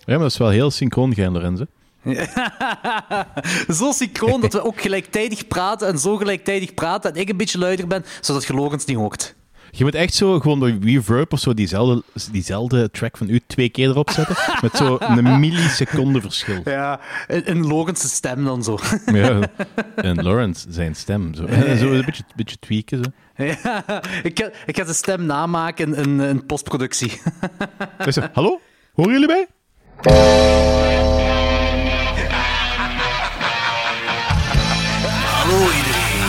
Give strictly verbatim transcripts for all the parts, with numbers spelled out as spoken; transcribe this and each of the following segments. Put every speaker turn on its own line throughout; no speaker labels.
Ja, maar dat is wel heel synchroon, Gein Lorenz, hè?
Zo synchroon dat we ook gelijktijdig praten en zo gelijktijdig praten en ik een beetje luider ben, zodat je Logans niet hoort.
Je moet echt zo gewoon door reverb of zo diezelfde, diezelfde track van u twee keer erop zetten, met zo een milliseconde verschil.
Ja, in, in Logans' stem dan zo.
Ja, en Lawrence zijn stem. Zo, zo een beetje, beetje tweaken. Zo.
Ja, ik, ga, ik ga zijn stem namaken in, in, in postproduccie.
Dus, hallo? Horen jullie mij?
Hallo iedereen.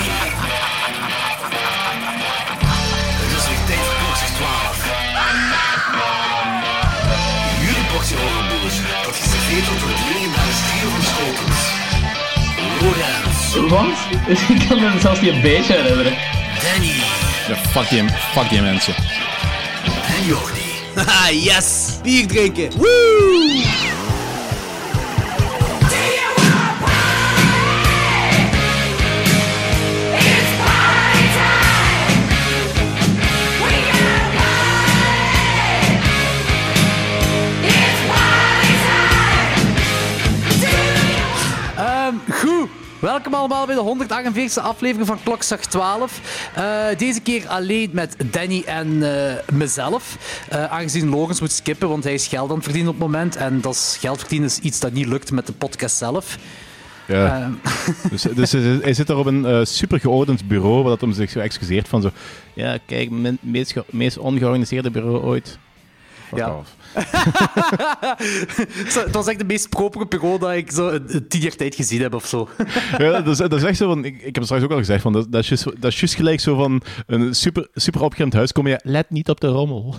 Het is weer tijd voor klokslag twaalf. Jullie boxje overboers, dat geserveerd wordt door het legendarische trio van Schotens. Lorenz.
Wat? Ik kan me zelfs niet een beetje herinneren.
Danny.
Ja, fuck die, fuck die mensen.
En Jordi. Haha, yes! Bier drinken. Woo!
Goed, welkom allemaal bij de honderdachtenveertigste aflevering van Klokslag twaalf. Uh, deze keer alleen met Danny en uh, mezelf. Uh, aangezien Logans moet skippen, want hij is geld aan het verdienen op het moment. En dat is, geld verdienen is iets dat niet lukt met de podcast zelf.
Ja. Uh. dus, dus hij zit daar op een uh, super geordend bureau, waar hij zich zo excuseert van zo... Ja, kijk, het meest, meest ongeorganiseerde bureau ooit. Fuck
ja.
off.
Het was echt de meest propere bureau dat ik zo een tien jaar tijd gezien heb of zo.
Ja, dat is, dat is echt zo van... Ik, ik heb het straks ook al gezegd, van, dat, dat, is just, dat is just gelijk zo van een super, super opgeruimd huis komen. Ja, let niet op de rommel.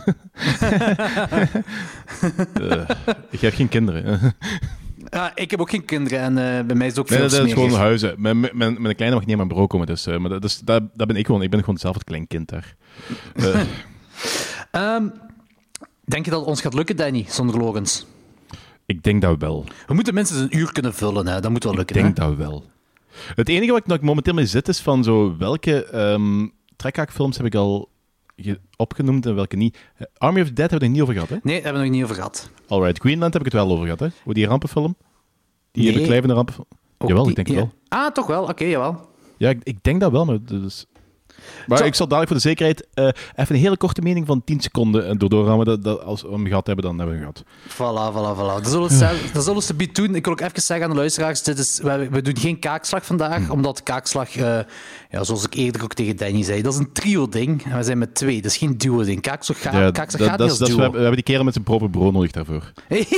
uh, ik heb geen kinderen.
Ja, ik heb ook geen kinderen en uh, bij mij is het ook veel
nee, dat
smerig.
is gewoon huizen. Mijn, mijn, mijn kleine mag niet aan mijn bureau komen, dus, uh, maar dat, dus, dat, dat ben ik gewoon. Ik ben gewoon zelf het klein kind daar. Uh.
um, Denk je dat het ons gaat lukken, Danny, zonder Logans?
Ik denk dat wel.
We moeten minstens een uur kunnen vullen, hè? Dat moet wel lukken.
Ik denk
hè?
dat wel. Het enige wat ik nog momenteel mee zit, is van zo welke um, trekhaakfilms heb ik al ge- opgenoemd en welke niet. Army of the Dead hebben we het niet over gehad, hè?
Nee, daar hebben we nog niet over gehad.
Alright, Greenland heb ik het wel over gehad, hè? Hoe die rampenfilm? Die
Nee.
hele kleine rampenfilm?
Ook
Jawel,
die,
ik denk het
ja.
wel.
Ah, toch wel? Oké, okay, jawel.
Ja, ik, ik denk dat wel, maar... Dus... Maar Zo. Ik zal dadelijk voor de zekerheid uh, even een hele korte mening van tien seconden door doorrammen. Dat, dat, als we hem gehad hebben, dan hebben we hem gehad.
Voilà, voilà, voilà. Dat zullen we, zelf, dat zullen we bied doen. Ik wil ook even zeggen aan de luisteraars, dit is, we, we doen geen kaakslag vandaag, hmm. omdat kaakslag, uh, ja, zoals ik eerder ook tegen Danny zei, dat is een trio-ding. En we zijn met twee, dat is geen duo-ding. Kaakslag, ga, ja, kaakslag
dat,
gaat
dat,
niet als
dat
duo.
We hebben, we hebben die kerel met zijn proper bureau nodig daarvoor.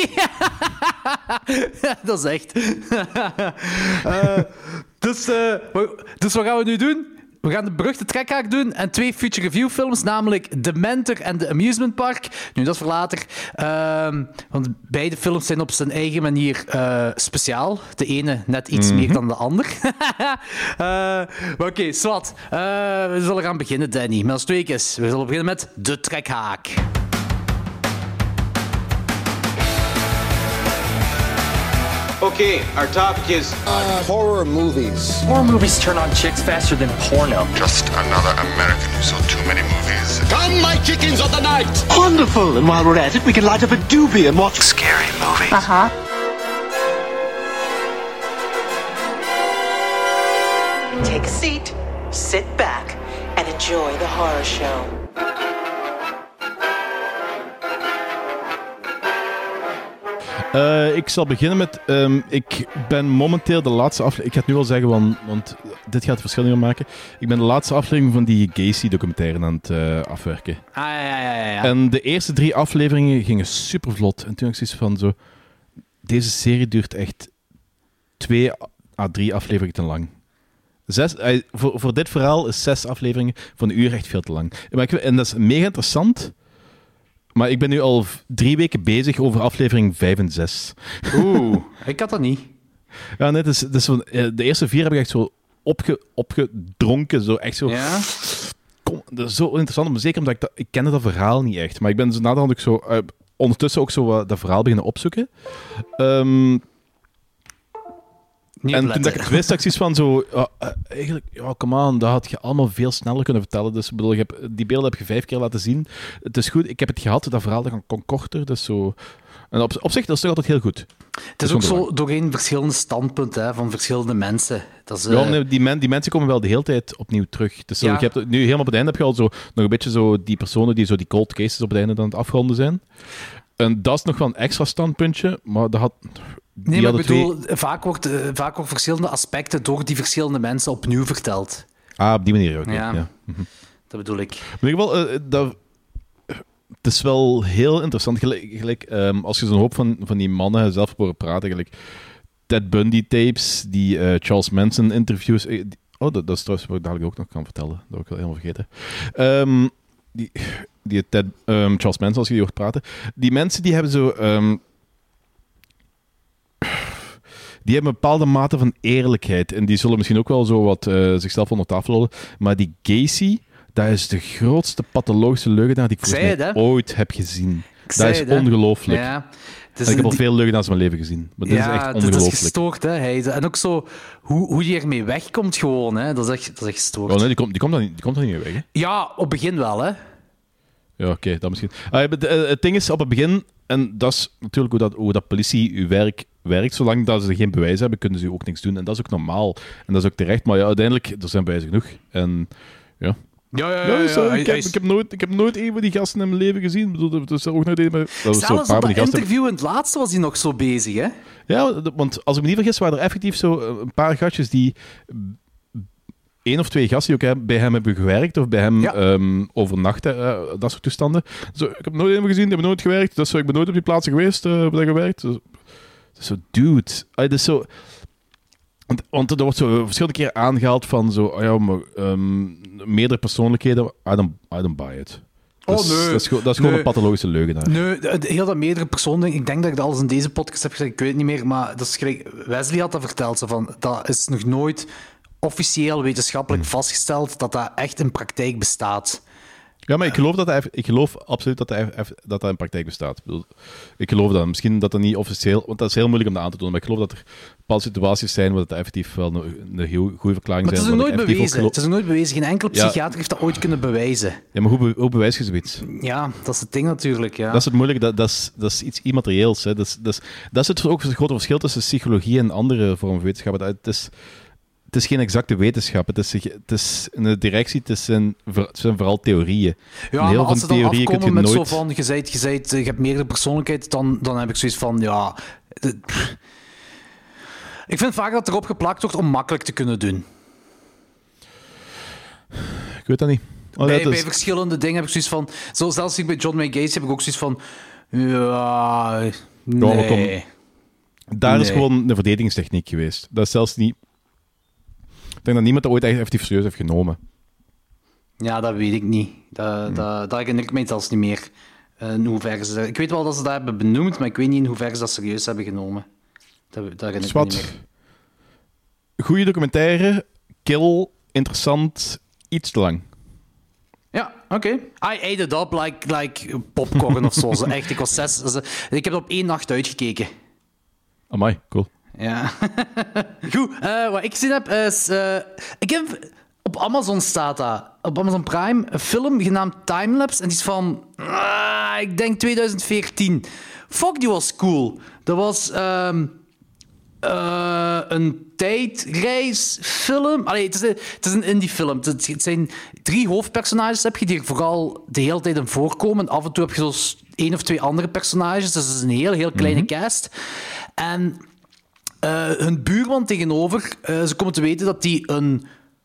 Dat is echt. uh, dus, uh, dus wat gaan we nu doen? We gaan de beruchte trekhaak doen en twee feature review films, namelijk Dementor en The Amusement Park. Nu, dat is voor later. Uh, want beide films zijn op zijn eigen manier uh, speciaal. De ene net iets mm-hmm. meer dan de ander. uh, maar oké, okay, zwart. Uh, we zullen gaan beginnen, Danny. Met als twee keer. We zullen beginnen met de trekhaak.
Okay, our topic is
uh, horror movies.
Horror movies turn on chicks faster than porno.
Just another American who saw too many movies.
Come, my chickens of the night!
Wonderful, and while we're at it, we can light up a doobie and watch
scary movies.
Uh-huh.
Take a seat, sit back, and enjoy the horror show.
Uh, ik zal beginnen met... Um, ik ben momenteel de laatste aflevering... Ik ga het nu al zeggen, want, want dit gaat het verschil niet meer maken. Ik ben de laatste aflevering van die Gacy-documentaire aan het uh, afwerken.
Ah, ja, ja, ja, ja.
En de eerste drie afleveringen gingen super vlot. En toen had ik zoiets van zo... Deze serie duurt echt twee à drie afleveringen te lang. Zes, uh, voor, voor dit verhaal is zes afleveringen van een uur echt veel te lang. Maar ik, en dat is mega interessant... Maar ik ben nu al drie weken bezig over aflevering vijf en zes.
Oeh, ik had dat niet.
Ja, nee, dus, dus de eerste vier heb ik echt zo opge, opgedronken. Zo, echt zo...
Ja?
Kom, dat is zo interessant, maar zeker omdat ik dat... Ik kende dat verhaal niet echt. Maar ik ben zo naderhand ook zo... Uh, ondertussen ook zo uh, dat verhaal beginnen opzoeken. Um,
Niet
en
opletten.
toen dat ik het wist, dacht ik van zo... Uh, uh, eigenlijk, ja, come on, dat had je allemaal veel sneller kunnen vertellen. Dus ik bedoel, je hebt, die beelden heb je vijf keer laten zien. Het is goed, ik heb het gehad, dat verhaal dat kon korter. Dus zo... En op, op zich, dat is toch altijd heel goed.
Het is ook zo doorheen verschillende standpunten hè, van verschillende mensen. Dat is, uh...
Ja, nee, die, men, die mensen komen wel de hele tijd opnieuw terug. Dus zo,
Ja.
je hebt, nu helemaal op het einde heb je al zo, nog een beetje zo die personen die zo die cold cases op het einde aan het afronden zijn. En dat is nog wel een extra standpuntje, maar dat had...
Nee, maar ik bedoel,
twee...
vaak, wordt, uh, vaak wordt verschillende aspecten door die verschillende mensen opnieuw verteld.
Ah, op die manier ook.
Ja,
ja. Mm-hmm.
Dat bedoel ik.
In ieder geval, uh, dat... het is wel heel interessant. Gelijk, gelijk, um, als je zo'n hoop van, van die mannen zelf horen praten, gelijk Ted Bundy tapes, die uh, Charles Manson interviews... Uh, die, oh, dat, dat is trouwens wat ik dadelijk ook nog kan vertellen. Dat heb ik wel helemaal vergeten. Um, die die Ted, um, Charles Manson, als je die hoort praten. Die mensen die hebben zo... Um, die hebben een bepaalde mate van eerlijkheid. En die zullen misschien ook wel zo wat uh, zichzelf onder tafel houden. Maar die Gacy, dat is de grootste pathologische leugenaar die ik volgens mij ooit heb gezien.
Ik
dat is
het,
ongelooflijk.
Ja.
Ik heb al die... veel leugenaars in mijn leven gezien. Maar dit
ja,
is echt ongelooflijk.
Dat is gestoord, hè. Hij, en ook zo, hoe, hoe die ermee wegkomt gewoon, hè. Dat is echt, dat is echt gestoord.
Oh, nee, die komt, die komt dan niet, die komt dan niet meer weg, hè?
Ja, op het begin wel, hè.
Ja, oké, okay, dat misschien. Ah, het, het ding is, op het begin, en dat is natuurlijk hoe dat, hoe dat politie uw werk werkt, zolang dat ze geen bewijs hebben, kunnen ze ook niks doen. En dat is ook normaal. En dat is ook terecht. Maar ja, uiteindelijk, er zijn bewijzen genoeg. En ja...
Ja, ja, ja.
ja, zo,
ja,
ik, heb, ik, heb nooit, ik heb nooit een van die gasten in mijn leven gezien. Ik bedoel, dat is ook nooit een, dat is
Zelfs
zo een paar
op
van die
dat
gasten.
interview in het laatste was hij nog zo bezig, hè?
Ja, want als ik me niet vergis, waren er effectief zo een paar gastjes die... één of twee gasten die ook bij hem hebben gewerkt of bij hem ja. um, overnachten, uh, dat soort toestanden. Zo, ik heb nooit een gezien, die hebben nooit gewerkt. Dus ik ben nooit op die plaatsen geweest, uh, heb daar gewerkt. Dus, zo, dude. Uh, dus zo... Want, want er wordt zo verschillende keren aangehaald van zo, oh ja, maar, um, meerdere persoonlijkheden. I don't, I don't buy it. Dat is,
oh, nee.
Dat is, dat is gewoon
nee.
een pathologische leugenaar.
Nee, heel dat meerdere personen. Ik denk dat ik dat alles in deze podcast heb gezegd. Ik weet het niet meer, maar dat is gelijk, Wesley had dat verteld. Zo van, dat is nog nooit officieel wetenschappelijk hmm. vastgesteld dat dat echt in praktijk bestaat.
Ja, maar ik geloof, dat hij, ik geloof absoluut dat hij, dat dat in praktijk bestaat. Ik, bedoel, ik geloof dat. Misschien dat dat niet officieel... Want dat is heel moeilijk om dat aan te doen. Maar ik geloof dat er bepaalde situaties zijn waar het effectief wel een, een heel goede verklaring
maar het
zijn.
is nog nooit bewezen.
Geloof...
Het is nog nooit bewezen. Geen enkele psychiater ja. heeft dat ooit kunnen bewijzen.
Ja, maar hoe, be, hoe bewijs je zoiets?
Ja, dat is het ding natuurlijk. Ja.
Dat is het moeilijke. Dat, dat, is, dat is iets immaterieels. Hè. Dat, is, dat, is, dat is het ook het grote verschil tussen psychologie en andere vormen van wetenschappen. Het is... Het is geen exacte wetenschap. Het is, het is een directie, het, is een, het zijn vooral theorieën.
Ja,
heel
maar als ze dan afkomen
je
met
nooit...
zo van, je, zijt, je, zijt, je hebt meerdere persoonlijkheid, dan, dan heb ik zoiets van, ja... De, ik vind vaak dat erop geplakt wordt om makkelijk te kunnen doen.
Ik weet dat niet. Oh,
bij,
dat
bij
is...
verschillende dingen heb ik zoiets van... Zo, zelfs ik bij John Wayne Gacy heb ik ook zoiets van... Ja, nee.
Ja, daar nee. is gewoon een verdedigingstechniek geweest. Dat is zelfs niet... Ik denk dat niemand dat ooit echt effectief serieus heeft genomen.
Ja, dat weet ik niet. Dat, hmm. dat, dat herinner ik mij zelfs niet meer. Uh, in hoeverre ze, ik weet wel dat ze dat hebben benoemd, maar ik weet niet in hoeverre ze dat serieus hebben genomen. Dat, dat herinner ik me niet meer.
Goeie documentaire, kill, interessant, iets te lang.
Ja, oké. Okay. I ate it up like, like popcorn of zo. Echt, ik was zes... Ik heb er op één nacht uitgekeken.
Amai, cool.
Ja. Goed, uh, wat ik gezien heb is... Uh, ik heb... Op Amazon staat dat. Op Amazon Prime. Een film genaamd Timelapse. En die is van... Uh, ik denk twintig veertien. Fuck, die was cool. Dat was... Um, uh, een tijdreisfilm. Allee, het is een, het is een indie-film. Het, het zijn drie hoofdpersonages heb je die er vooral de hele tijd in voorkomen. Af en toe heb je zo één of twee andere personages. Dus het is een heel, heel kleine mm-hmm. cast. En... Uh, hun buurman tegenover, uh, ze komen te weten dat hij een,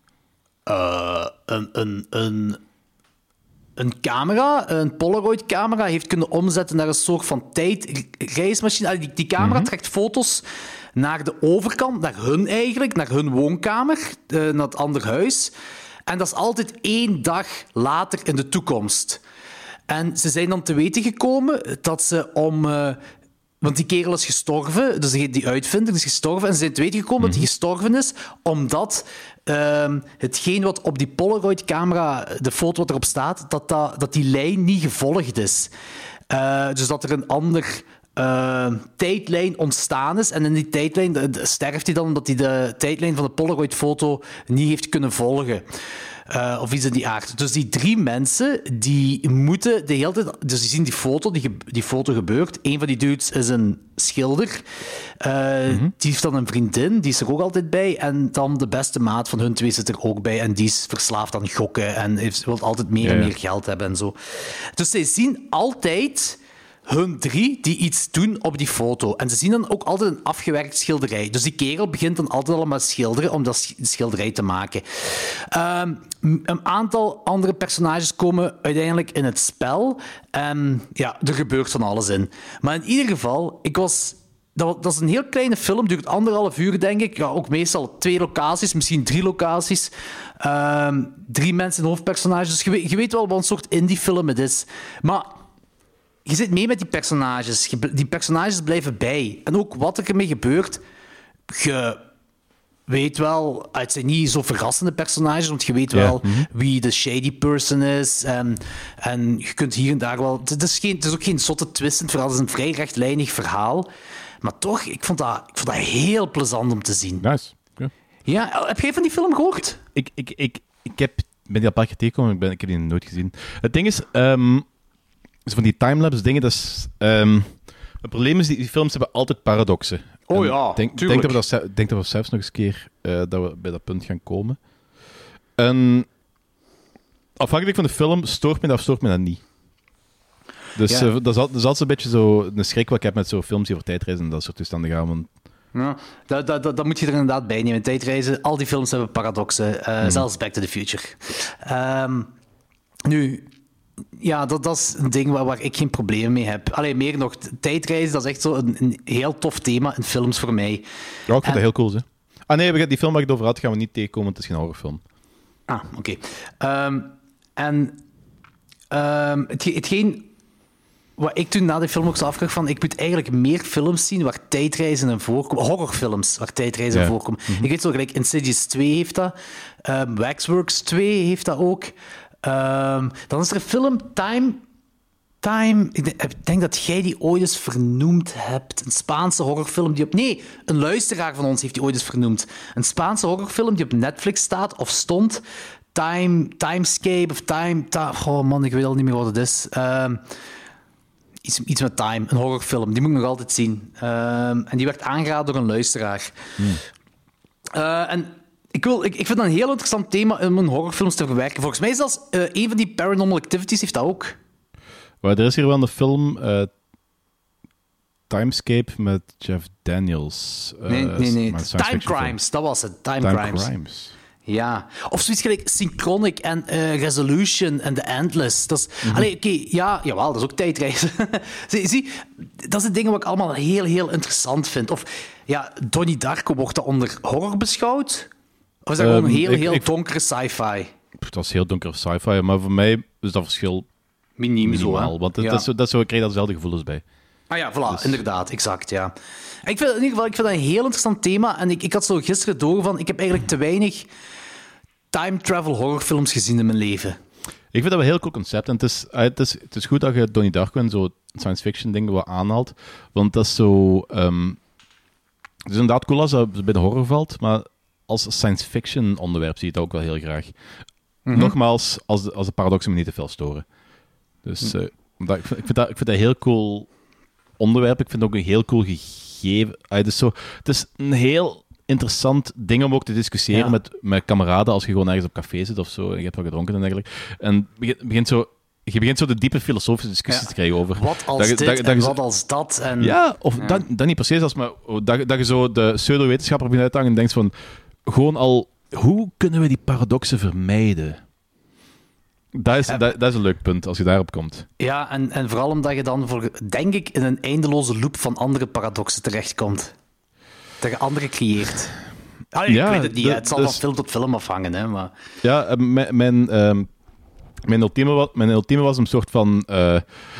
uh, een, een, een, een camera, een Polaroid-camera, heeft kunnen omzetten naar een soort van tijdreismachine. Die, die camera mm-hmm. trekt foto's naar de overkant, naar hun eigenlijk, naar hun woonkamer, uh, naar het andere huis. En dat is altijd één dag later in de toekomst. En ze zijn dan te weten gekomen dat ze om... Uh, Want die kerel is gestorven, dus die uitvinder is gestorven. En ze zijn te weten gekomen mm-hmm. dat hij gestorven is, omdat uh, hetgeen wat op die Polaroid-camera, de foto wat erop staat, dat, dat, dat die lijn niet gevolgd is. Uh, dus dat er een ander uh, tijdlijn ontstaan is. En in die tijdlijn de, de, sterft hij dan omdat hij de tijdlijn van de Polaroid-foto niet heeft kunnen volgen. Uh, of iets in die aard. Dus die drie mensen, die moeten de hele tijd... Dus die zien die foto, die, ge- die foto gebeurt. Een van die dudes is een schilder. Uh, mm-hmm. Die heeft dan een vriendin, die is er ook altijd bij. En dan de beste maat van hun twee zit er ook bij. En die is verslaafd aan gokken en heeft, wil altijd meer ja, en meer ja. geld hebben en zo. Dus zij zien altijd... hun drie die iets doen op die foto. En ze zien dan ook altijd een afgewerkt schilderij. Dus die kerel begint dan altijd allemaal schilderen om dat schilderij te maken. Um, een aantal andere personages komen uiteindelijk in het spel. En ja, er gebeurt van alles in. Maar in ieder geval, ik was... Dat, dat is een heel kleine film, duurt anderhalf uur, denk ik. Ja, ook meestal twee locaties, misschien drie locaties. Um, drie mensen hoofdpersonages. Dus je weet, je weet wel wat een soort indie-film het is. Maar... je zit mee met die personages. Die personages blijven bij. En ook wat er ermee gebeurt... je weet wel... het zijn niet zo verrassende personages, want je weet wel ja. mm-hmm. wie de shady person is. En, en je kunt hier en daar wel... Het is, geen, het is ook geen zotte twist in het verhaal. Het is een vrij rechtlijnig verhaal. Maar toch, ik vond dat, ik vond dat heel plezant om te zien.
Nice. Yeah.
Ja, heb jij van die film gehoord?
Ik, ik, ik, ik heb... ben die al een paar keer tegengekomen, ik, ben, ik heb die nooit gezien. Het ding is... Um, Dus van die timelapse dingen, dat is... Um, het probleem is, die, die films hebben altijd paradoxen.
Oh en ja,
denk,
tuurlijk.
Denk dat, we dat, denk dat we zelfs nog eens een keer uh, dat we bij dat punt gaan komen. En afhankelijk van de film stoort me dat of stoort me dat niet. Dus ja. uh, dat, is altijd, dat is altijd een beetje zo een schrik wat ik heb met zo'n films die over tijdreizen en dat soort toestanden gaan. Want...
Ja, dat, dat, dat, dat moet je er inderdaad bij nemen. Tijdreizen, al die films hebben paradoxen. Uh, mm. Zelfs Back to the Future. Um, nu... Ja, dat, dat is een ding waar, waar ik geen probleem mee heb. Alleen meer nog, tijdreizen, dat is echt zo een, een heel tof thema in films voor mij.
Ja, ik vind en... dat heel cool, hè. Ah nee, we gaan, die film waar ik het over had, gaan we niet tegenkomen, het is geen horrorfilm.
Ah, oké. Okay. Um, en um, het, hetgeen wat ik toen na de film ook zo afvraag van, ik moet eigenlijk meer films zien waar tijdreizen in voorkomen. Horrorfilms waar tijdreizen in ja. voorkomen. Mm-hmm. Ik weet zo gelijk, Insidious twee heeft dat. Um, Waxworks twee heeft dat ook. Um, dan is er een film, Time... Time... Ik denk, ik denk dat jij die ooit eens vernoemd hebt. Een Spaanse horrorfilm die op... Nee, een luisteraar van ons heeft die ooit eens vernoemd. Een Spaanse horrorfilm die op Netflix staat of stond. Time... Timescape of Time... Ta- oh man, ik weet al niet meer wat het is. Um, iets, iets met Time, een horrorfilm. Die moet ik nog altijd zien. Um, en die werd aangeraden door een luisteraar. Hmm. Uh, en... Ik, wil, ik, ik vind dat een heel interessant thema om in horrorfilms te verwerken. Volgens mij is dat uh, een van die Paranormal Activities heeft dat ook.
Maar er is hier wel een film, uh, Timescape met Jeff Daniels. Uh,
nee, nee, nee. Time Crimes, film. Dat was het. Time, Time Crimes. Crimes. Ja. Of zoiets gelijk Synchronic en uh, Resolution en The Endless. Dat is... Mm-hmm. Allee, oké, okay, ja, jawel, dat is ook tijdreizen. zie, zie, dat zijn dingen wat ik allemaal heel, heel interessant vind. Of, ja, Donnie Darko, wordt dat onder horror beschouwd? Of is dat um, gewoon heel, ik, heel ik, donkere sci-fi?
Dat is heel donkere sci-fi, maar voor mij is dat verschil
miniem
minimaal.
Zo,
want het,
ja.
dat, is, dat is zo, ik krijg daar dezelfde gevoelens bij.
Ah ja, voilà,
dus.
Inderdaad, exact, ja. Ik vind, in ieder geval, ik vind dat een heel interessant thema. En ik, ik had zo gisteren door van, ik heb eigenlijk te weinig time travel horrorfilms gezien in mijn leven.
Ik vind dat wel een heel cool concept. En het is, het is, het is goed dat je Donnie Darko en zo science fiction dingen wat aanhaalt. Want dat is zo... Um, het is inderdaad cool als dat bij de horror valt, maar als science fiction onderwerp zie je dat ook wel heel graag. Mm-hmm. Nogmaals, als de, als de paradoxen me niet te veel storen. Dus uh, dat, ik, vind, ik, vind dat, ik vind dat een heel cool onderwerp. Ik vind het ook een heel cool gegeven. Uh, dus zo, het is een heel interessant ding om ook te discussiëren ja. met, met kameraden als je gewoon ergens op café zit of zo en je hebt wat gedronken en dergelijke. En begint, begint zo... Je begint zo de diepe filosofische discussies ja. te krijgen over...
Wat als dat je, dit dat, dat en wat als dat? En...
Ja, of ja. Dat, dat niet precies, als maar dat, dat je zo de pseudo-wetenschapper begint uithangen en denkt van... Gewoon al, hoe kunnen we die paradoxen vermijden? Dat is, ja. dat, dat is een leuk punt, als je daarop komt.
Ja, en, en vooral omdat je dan, voor, denk ik, in een eindeloze loop van andere paradoxen terechtkomt. Dat je andere creëert. Allee, ja, ik weet het niet, de, het zal dus, van film tot film afhangen. Hè, maar...
Ja, uh, mijn... mijn uh, Mijn ultieme, was, mijn ultieme was een soort van... Uh,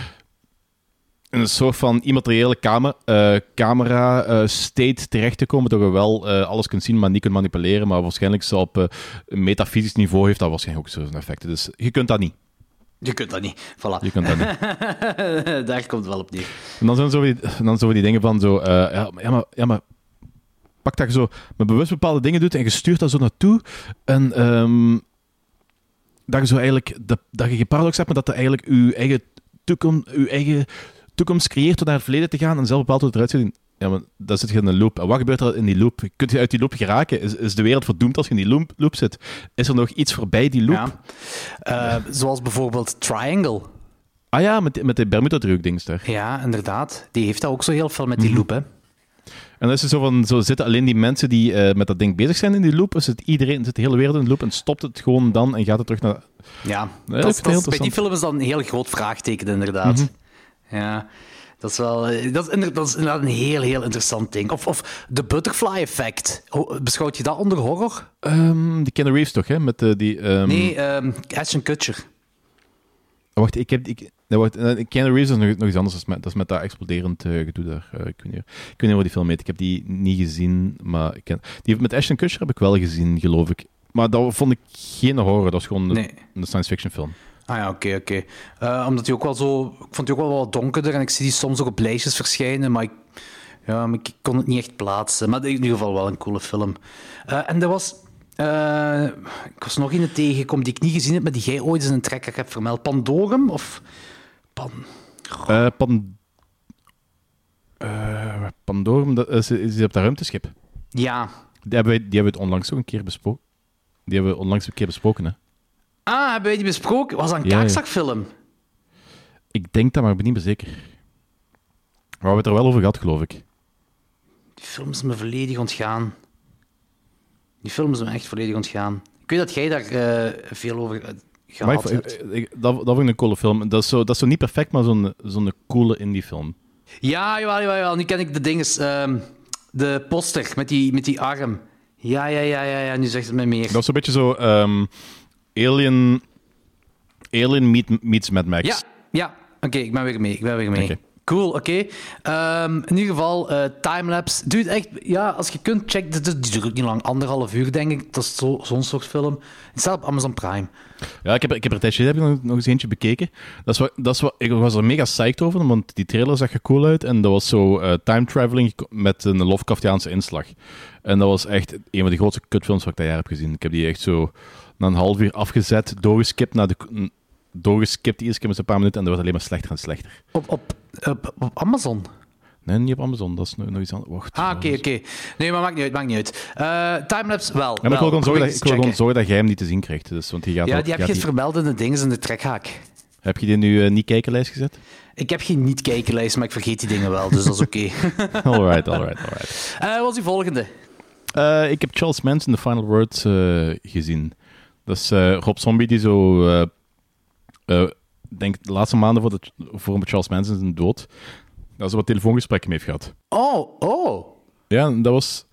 een soort van immateriële kamer, uh, camera-state uh, terecht te komen, dat je wel uh, alles kunt zien, maar niet kunt manipuleren, maar waarschijnlijk zo op uh, een metafysisch niveau heeft dat waarschijnlijk ook zo'n effect. Dus je kunt dat niet.
Je kunt dat niet, voilà.
Je kunt dat niet.
Daar komt het wel op neer.
En dan zijn zo die, dan zo die dingen van zo... Uh, ja, ja, maar, ja, maar... Pak dat je zo met bewust bepaalde dingen doet en je stuurt dat zo naartoe en... Um, dat je zo eigenlijk... Dat, dat je geen paradox hebt, maar dat je eigenlijk je eigen, toekom, je eigen toekomst creëert door naar het verleden te gaan en zelf bepaalt hoe het eruit ziet. Ja, maar dan zit je in een loop. En wat gebeurt er in die loop? Kun je uit die loop geraken? Is, is de wereld verdoemd als je in die loop, loop zit? Is er nog iets voorbij die loop?
Ja. Uh, zoals bijvoorbeeld Triangle.
Ah ja, met, met de Bermuda-driehoek-dings daar.
Ja, inderdaad. Die heeft dat ook zo heel veel met die loop, hè.
En dan is het zo van, zo zitten alleen die mensen die uh, met dat ding bezig zijn in die loop, is het iedereen, zit de hele wereld in de loop en stopt het gewoon dan en gaat het terug naar...
Ja,
nee,
dat,
dat,
dat bij die film is dat een heel groot vraagteken, inderdaad. Mm-hmm. Ja, dat is wel... Dat is, dat is inderdaad een heel, heel interessant ding. Of, of de Butterfly Effect. Beschouwt je dat onder horror?
Um, die Keanu Reeves toch, hè? Met uh, die... Um...
Nee, um, Ashton Kutcher.
Oh, wacht, ik heb... Ik, nee, wacht, Keanu Reeves is nog, nog iets anders. Dat is met dat, is met dat exploderend uh, gedoe daar. Uh, ik, weet niet, ik weet niet hoe die film heet. Ik heb die niet gezien, maar... Ik ken, die met Ashton Kutcher heb ik wel gezien, geloof ik. Maar dat vond ik geen horror. Dat was gewoon nee. een, een science fiction film.
Ah ja, oké, okay, oké. Okay. Uh, omdat hij ook wel zo... Ik vond hij ook wel wat donkerder en ik zie die soms ook op lijstjes verschijnen, maar ik... Ja, maar ik kon het niet echt plaatsen. Maar in ieder geval wel een coole film. Uh, en er was... Uh, ik was nog in het tegengekomen die ik niet gezien heb, maar die jij ooit eens in een trekker hebt vermeld. Pandorum of... Pan...
Uh, pan... Uh, Pandorum, dat is, is op dat ruimteschip.
Ja.
Die hebben, wij, die hebben we het onlangs ook een keer besproken. Die hebben we onlangs een keer besproken, hè.
Ah, hebben wij die besproken? Was dat een ja, kaakzakfilm? Ja.
Ik denk dat, maar ik ben niet meer zeker. Maar we hebben het er wel over gehad, geloof ik.
Die film is me volledig ontgaan. Die film is me echt volledig ontgaan. Ik weet dat jij daar uh, veel over uh, gehad
maar ik,
hebt.
Ik, ik, dat, dat vond ik een coole film. Dat is zo, dat is zo niet perfect, maar zo'n, zo'n coole indie film.
Ja, jawel, jawel, jawel. Nu ken ik de dinges. Um, de poster met die, met die arm. Ja, ja, ja, ja, ja, nu zegt het mij meer. Dat
is een beetje zo... Um, Alien... Alien meet, meets Mad Max.
Ja, ja. Oké, okay, ik ben weer mee. Ik ben weer mee. Okay. Cool, oké. Okay. Um, in ieder geval, uh, timelapse. Dude, echt, ja, als je kunt, check. Die duurt ook niet lang, anderhalf uur, denk ik. Dat is zo, zo'n soort film. Het staat op Amazon Prime.
Ja, ik heb, ik heb er tijdje heb ik nog, nog eens eentje bekeken. Dat is wat, dat is wat, ik was er mega psyched over, want die trailer zag er cool uit. En dat was zo uh, time traveling met een Lovecraftiaanse inslag. En dat was echt een van de grootste kutfilms wat ik dat jaar heb gezien. Ik heb die echt zo na een half uur afgezet, doorgeskipt naar de... doorgeskipt, eerst keer met een paar minuten, en dat werd alleen maar slechter en slechter.
Op, op, op, op Amazon?
Nee, niet op Amazon, dat is nog, nog iets anders. Wacht.
Ah, oké, oké. Okay. Nee, maar maakt niet uit, maakt niet uit. Uh, timelapse wel.
Ja, maar ik wil gewoon zorgen, dat, ik wil gewoon zorgen dat jij hem niet te zien krijgt. Dus, want die gaat
ja,
ook,
die heb je die... vermeld in de dingen in de trekhaak.
Heb je die nu uh, niet kijkenlijst gezet?
Ik heb geen niet kijkenlijst, maar ik vergeet die dingen wel, dus dat is oké. Okay.
alright, alright, alright.
Uh, wat is die volgende?
Uh, ik heb Charles Manson, The Final Words, uh, gezien. Dat is uh, Rob Zombie die zo... Uh, uh, denk de laatste maanden voor, de, voor Charles Manson zijn dood, dat ze wat telefoongesprekken mee heeft gehad.
Oh, oh.
Ja, dat was...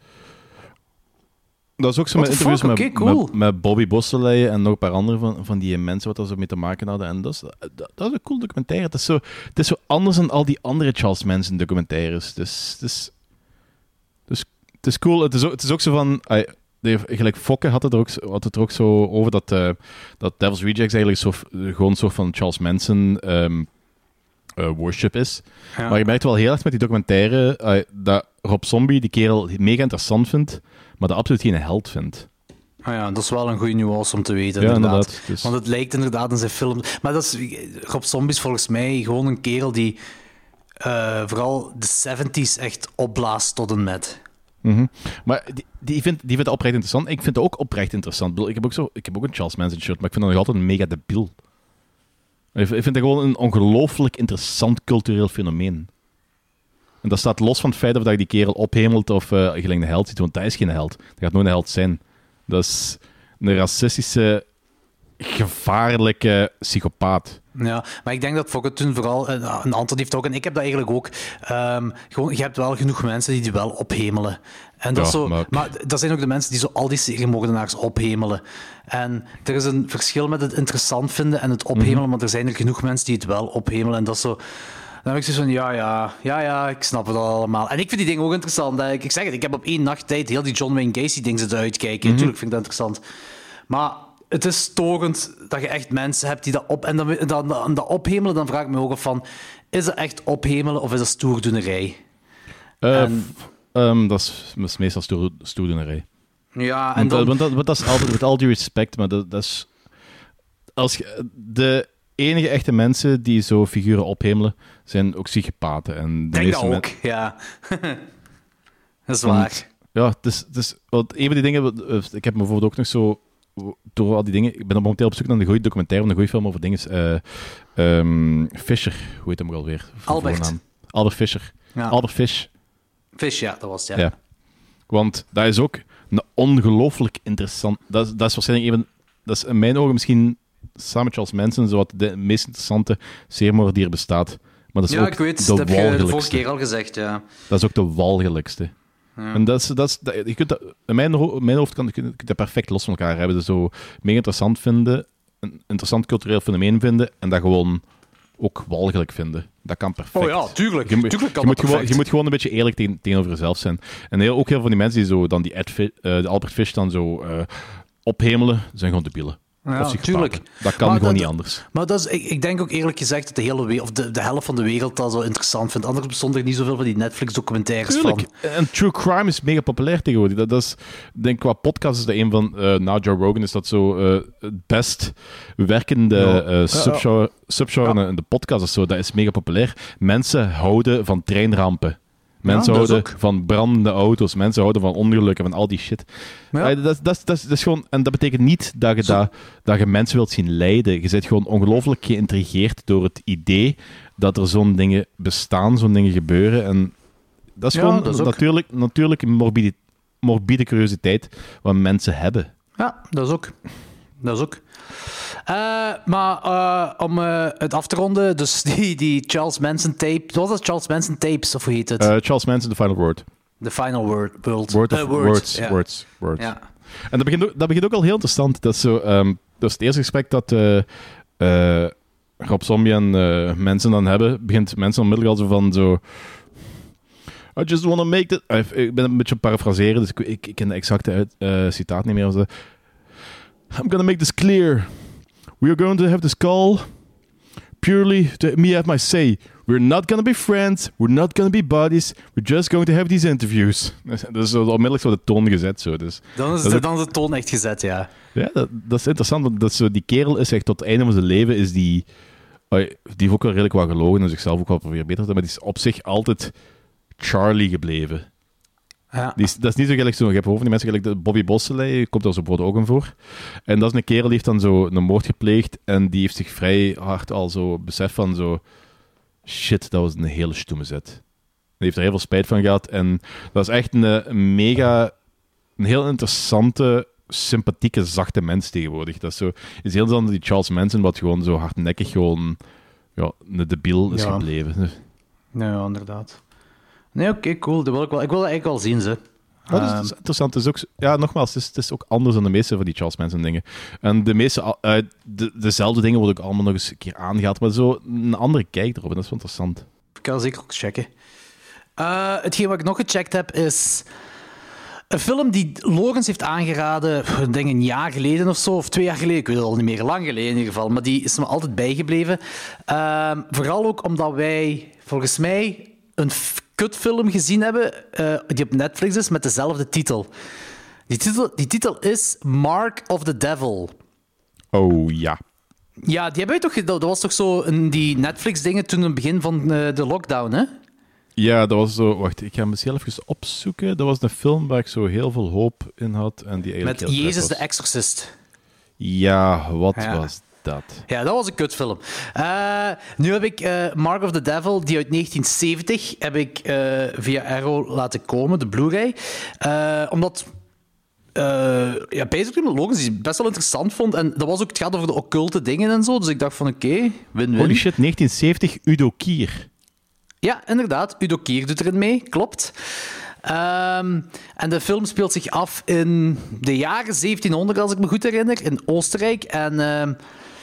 Dat was ook zo met interviews met, okay, cool. met, met Bobby Beausoleil en nog een paar andere van, van die mensen wat er zo mee te maken hadden. En dat is, dat, dat is een cool documentaire. Het is, zo, het is zo anders dan al die andere Charles Manson documentaires. Dus, het, is, dus, het is cool. Het is ook, het is ook zo van... Uh, De, gelijk Fokke had het er ook, had het er ook zo over dat, uh, dat Devil's Rejects eigenlijk zo, gewoon een soort van Charles Manson um, uh, worship is. Ja. Maar je merkt wel heel erg met die documentaire uh, dat Rob Zombie die kerel mega interessant vindt, maar dat absoluut geen held vindt.
Ah ja, dat is wel een goede nuance om te weten,
ja,
inderdaad.
inderdaad dus...
Want het lijkt inderdaad in zijn films... Maar dat is, Rob Zombie is volgens mij gewoon een kerel die uh, vooral de zeventies echt opblaast tot en met...
Mm-hmm. Maar die, die, vindt, die vindt het oprecht interessant. Ik vind het ook oprecht interessant. Ik, bedoel, ik, heb, ook zo, ik heb ook een Charles Manson shirt, maar ik vind dat nog altijd een mega debiel. Ik vind het gewoon een ongelooflijk interessant cultureel fenomeen. En dat staat los van het feit of je die kerel ophemelt of uh, gelijk een held ziet, want dat is geen held. Dat gaat nooit een held zijn. Dat is een racistische, gevaarlijke psychopaat.
Ja, maar ik denk dat Fokke toen vooral... Een Anton heeft ook, en ik heb dat eigenlijk ook... Um, gewoon, je hebt wel genoeg mensen die die wel ophemelen. En dat, ja, zo, maar... maar dat zijn ook de mensen die zo al die seriemoordenaars ophemelen. En er is een verschil met het interessant vinden en het ophemelen, mm-hmm. maar er zijn er genoeg mensen die het wel ophemelen. En dat is zo... Dan heb ik zoiets van, ja, ja, ja, ja, ik snap het allemaal. En ik vind die dingen ook interessant. Ik, ik zeg het, ik heb op één nacht tijd heel die John Wayne Gacy-ding zitten uitkijken. Mm-hmm. Natuurlijk vind ik dat interessant. Maar... Het is storend dat je echt mensen hebt die dat op... En dan, dan, dan, dat ophemelen, dan vraag ik me ook af van... Is dat echt ophemelen of is dat stoerdoenerij?
Uh, en... um, dat, is, dat is meestal stoer, stoerdoenerij.
Ja, en
want,
dan...
Want dat, want dat is altijd, met al die respect, maar dat, dat is... als je, de enige echte mensen die zo figuren ophemelen, zijn ook psychopaten. En de
denk dat
meeste
ook,
men-
ja. Dat is
Want,
waar.
Ja, het is, het is, want een van die dingen... Ik heb me bijvoorbeeld ook nog zo... Door al die dingen... Ik ben momenteel op zoek naar een goede documentaire, een goede film over dingen. Uh, um, Fisher, hoe heet hem ook alweer?
Albert.
Voornaam. Albert Fisher.
Ja.
Albert Fish.
Fish, ja, dat was het, ja.
Ja. Want dat is ook een ongelooflijk interessant... Dat is, dat is waarschijnlijk even... Dat is in mijn ogen misschien samen met Charles Manson zowat de meest interessante seriemoord die er bestaat. Maar dat is
Ja,
ook
ik weet,
de
dat heb je de vorige
walgelijkste.
keer al gezegd, ja.
Dat is ook de walgelijkste.
Ja.
En dat is, dat is, dat, je kunt dat, in mijn, ho- in mijn hoofd kan je kunt dat perfect los van elkaar hebben. Dus zo mega interessant vinden, een interessant cultureel fenomeen vinden en dat gewoon ook walgelijk vinden. Dat kan perfect.
Oh ja, tuurlijk.
Je, moet-
tuurlijk kan
je, moet
dat
gewoon,
perfect.
je moet gewoon een beetje eerlijk tegen, tegenover jezelf zijn. En heel, ook heel veel van die mensen die zo dan die Ed Fi- eh, de Albert Fish dan zo eh, ophemelen, zijn gewoon debielen.
Ja,
Of psychopaten.
tuurlijk.
Dat kan
Maar
gewoon
dat-
niet anders.
Maar dat is, ik, ik denk ook eerlijk gezegd dat de hele we- of de, de helft van de wereld dat zo interessant vindt. Anders bestond er niet zoveel van die Netflix-documentaires van.
Tuurlijk. En true crime is mega populair tegenwoordig. Dat, dat is, ik denk qua podcast is dat een van... eh na Joe Rogan is dat zo eh, het best werkende
Ja.
eh, subgenre, subgenre in de podcast. Is zo, dat is mega populair. Mensen houden van treinrampen. Mensen
Ja, dat is
houden
ook.
van brandende auto's. Mensen houden van ongelukken, van al die shit.
Ja.
Ah, dat, dat, dat, dat is gewoon, en dat betekent niet dat je, dat, dat je mensen wilt zien lijden. Je bent gewoon ongelooflijk geïntrigeerd door het idee dat er zo'n dingen bestaan, zo'n dingen gebeuren. En dat is
Ja,
gewoon
dat is ook-
natuurlijk, natuurlijk een morbide, morbide curiositeit wat mensen hebben.
Ja, dat is ook. Dat is ook. Eh, maar eh, om eh, het af te ronden, dus die, die Charles Manson tape. Wat was dat? Charles Manson tapes, of hoe heet het?
Uh, Charles Manson, The Final Word.
The Final Word. World.
Word of
Eh, word,
words,
ja.
words, words.
Ja.
En dat begint, ook, dat begint ook al heel interessant. Dat is, zo, ehm, dat is het eerste gesprek dat eh eh, Rob Zombie en eh, mensen dan hebben. Begint mensen onmiddellijk al zo van zo... I just want to make that... Eh, Ik ben een beetje aan het parafraseren, dus ik, ik, ik ken de exacte uit, eh, citaat niet meer. Zo. I'm gonna make this clear. We are going to have this call purely to me have my say. We're not gonna be friends. We're not gonna be buddies. We're just going to have these interviews. Dat is zo onmiddellijk zo de toon gezet. Zo. Dus,
Dan is,
dat
de,
ook-
dan is de toon echt gezet, ja.
ja, dat, dat is interessant, want dat is zo, die kerel is echt tot het einde van zijn leven, is die, uh, die heeft ook wel redelijk wat gelogen en zichzelf ook wel proberen beter te doen, maar die is op zich altijd Charlie gebleven.
Ja.
Die is, dat is niet zo gelijk zo, je hebt over die mensen gelijk, de Bobby Bosseley komt daar zo bijvoorbeeld ook in voor. En dat is een kerel die heeft dan zo een moord gepleegd en die heeft zich vrij hard al zo beseft van zo, shit, dat was een hele stoeme zet. Die heeft er heel veel spijt van gehad en dat is echt een, een mega, een heel interessante, sympathieke, zachte mens tegenwoordig. Dat is zo, is heel anders dan die Charles Manson, wat gewoon zo hardnekkig gewoon, ja, een debiel is
Ja.
gebleven.
Nee, ja, inderdaad. Nee, oké, cool. Dat wil ik, wel, ik wil dat eigenlijk wel zien, ze.
Ja, dus het is interessant. Het is ook, ja, nogmaals, het is, het is ook anders dan de meeste van die Charles Manson dingen. En de meeste, uh, de, dezelfde dingen worden ook allemaal nog eens een keer aangehaald, maar zo een andere kijk erop. En dat is wel interessant.
Ik kan zeker ook checken. Uh, hetgeen wat ik nog gecheckt heb, is een film die Logans heeft aangeraden, ik denk een jaar geleden of zo, of twee jaar geleden, ik weet het al niet meer, lang geleden in ieder geval, maar die is me altijd bijgebleven. Uh, vooral ook omdat wij, volgens mij, een f- kutfilm gezien hebben, uh, die op Netflix is, met dezelfde titel. Die titel, die titel is Mark of the Devil.
Oh ja.
Ja, die hebben wij toch... ge- Dat was toch zo in die Netflix-dingen toen in het begin van uh, de lockdown, hè?
Ja, dat was zo... Wacht, ik ga mezelf even opzoeken. Dat was een film waar ik zo heel veel hoop in had. En die eigenlijk
Met
heel vet
Jezus
was.
de Exorcist.
Ja, wat
Ja.
was dat?
Ja, dat was een kutfilm. Uh, nu heb ik uh, Mark of the Devil, die uit negentien zeventig, heb ik uh, via Arrow laten komen, de Blu-ray. Uh, omdat... Uh, ja, basically Logans die best wel interessant vond. En dat was ook, het gaat over de occulte dingen en zo. Dus ik dacht van, oké, okay, win-win.
Holy shit, negentien zeventig, Udo Kier.
Ja, inderdaad. Udo Kier doet erin mee, klopt. Um, en de film speelt zich af in de jaren zeventienhonderd, als ik me goed herinner, in Oostenrijk. En um,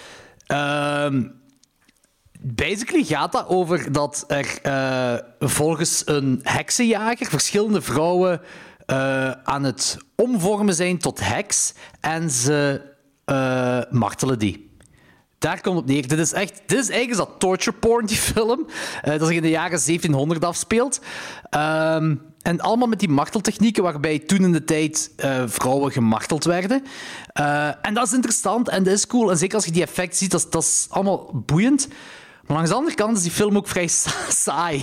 um, basically gaat dat over dat er uh, volgens een heksenjager verschillende vrouwen uh, aan het omvormen zijn tot heks en ze uh, martelen die. Daar komt het op neer. Dit is echt, dit is eigenlijk is dat torture porn, die film. Uh, dat zich in de jaren zeventienhonderd afspeelt. Um, en allemaal met die marteltechnieken waarbij toen in de tijd uh, vrouwen gemarteld werden. Uh, en dat is interessant en dat is cool. En zeker als je die effecten ziet, dat, dat is allemaal boeiend. Maar langs de andere kant is die film ook vrij sa- saai.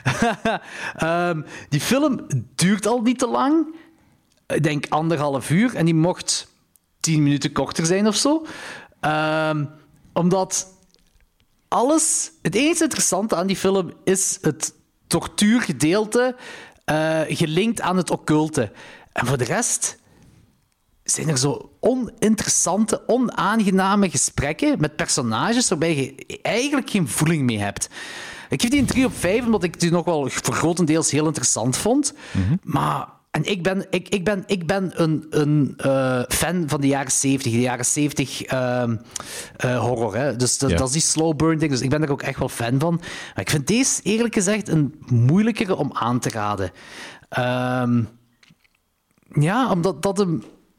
um, die film duurt al niet te lang. Ik denk anderhalf uur. En die mocht tien minuten korter zijn of zo. Um, omdat alles... Het enige interessante aan die film is het tortuurgedeelte uh, gelinkt aan het occulte. En voor de rest zijn er zo oninteressante, onaangename gesprekken met personages waarbij je eigenlijk geen voeling mee hebt. Ik geef die een drie op vijf, omdat ik die nog wel voor grotendeels heel interessant vond. Mm-hmm. Maar... En ik ben, ik, ik ben, ik ben een, een uh, fan van de jaren zeventig, de jaren zeventig uh, uh, horror. Hè? Dus dat, yeah. dat is die slow burn ding. Dus ik ben er ook echt wel fan van. Maar ik vind deze eerlijk gezegd een moeilijkere om aan te raden. Um, ja, omdat dat hem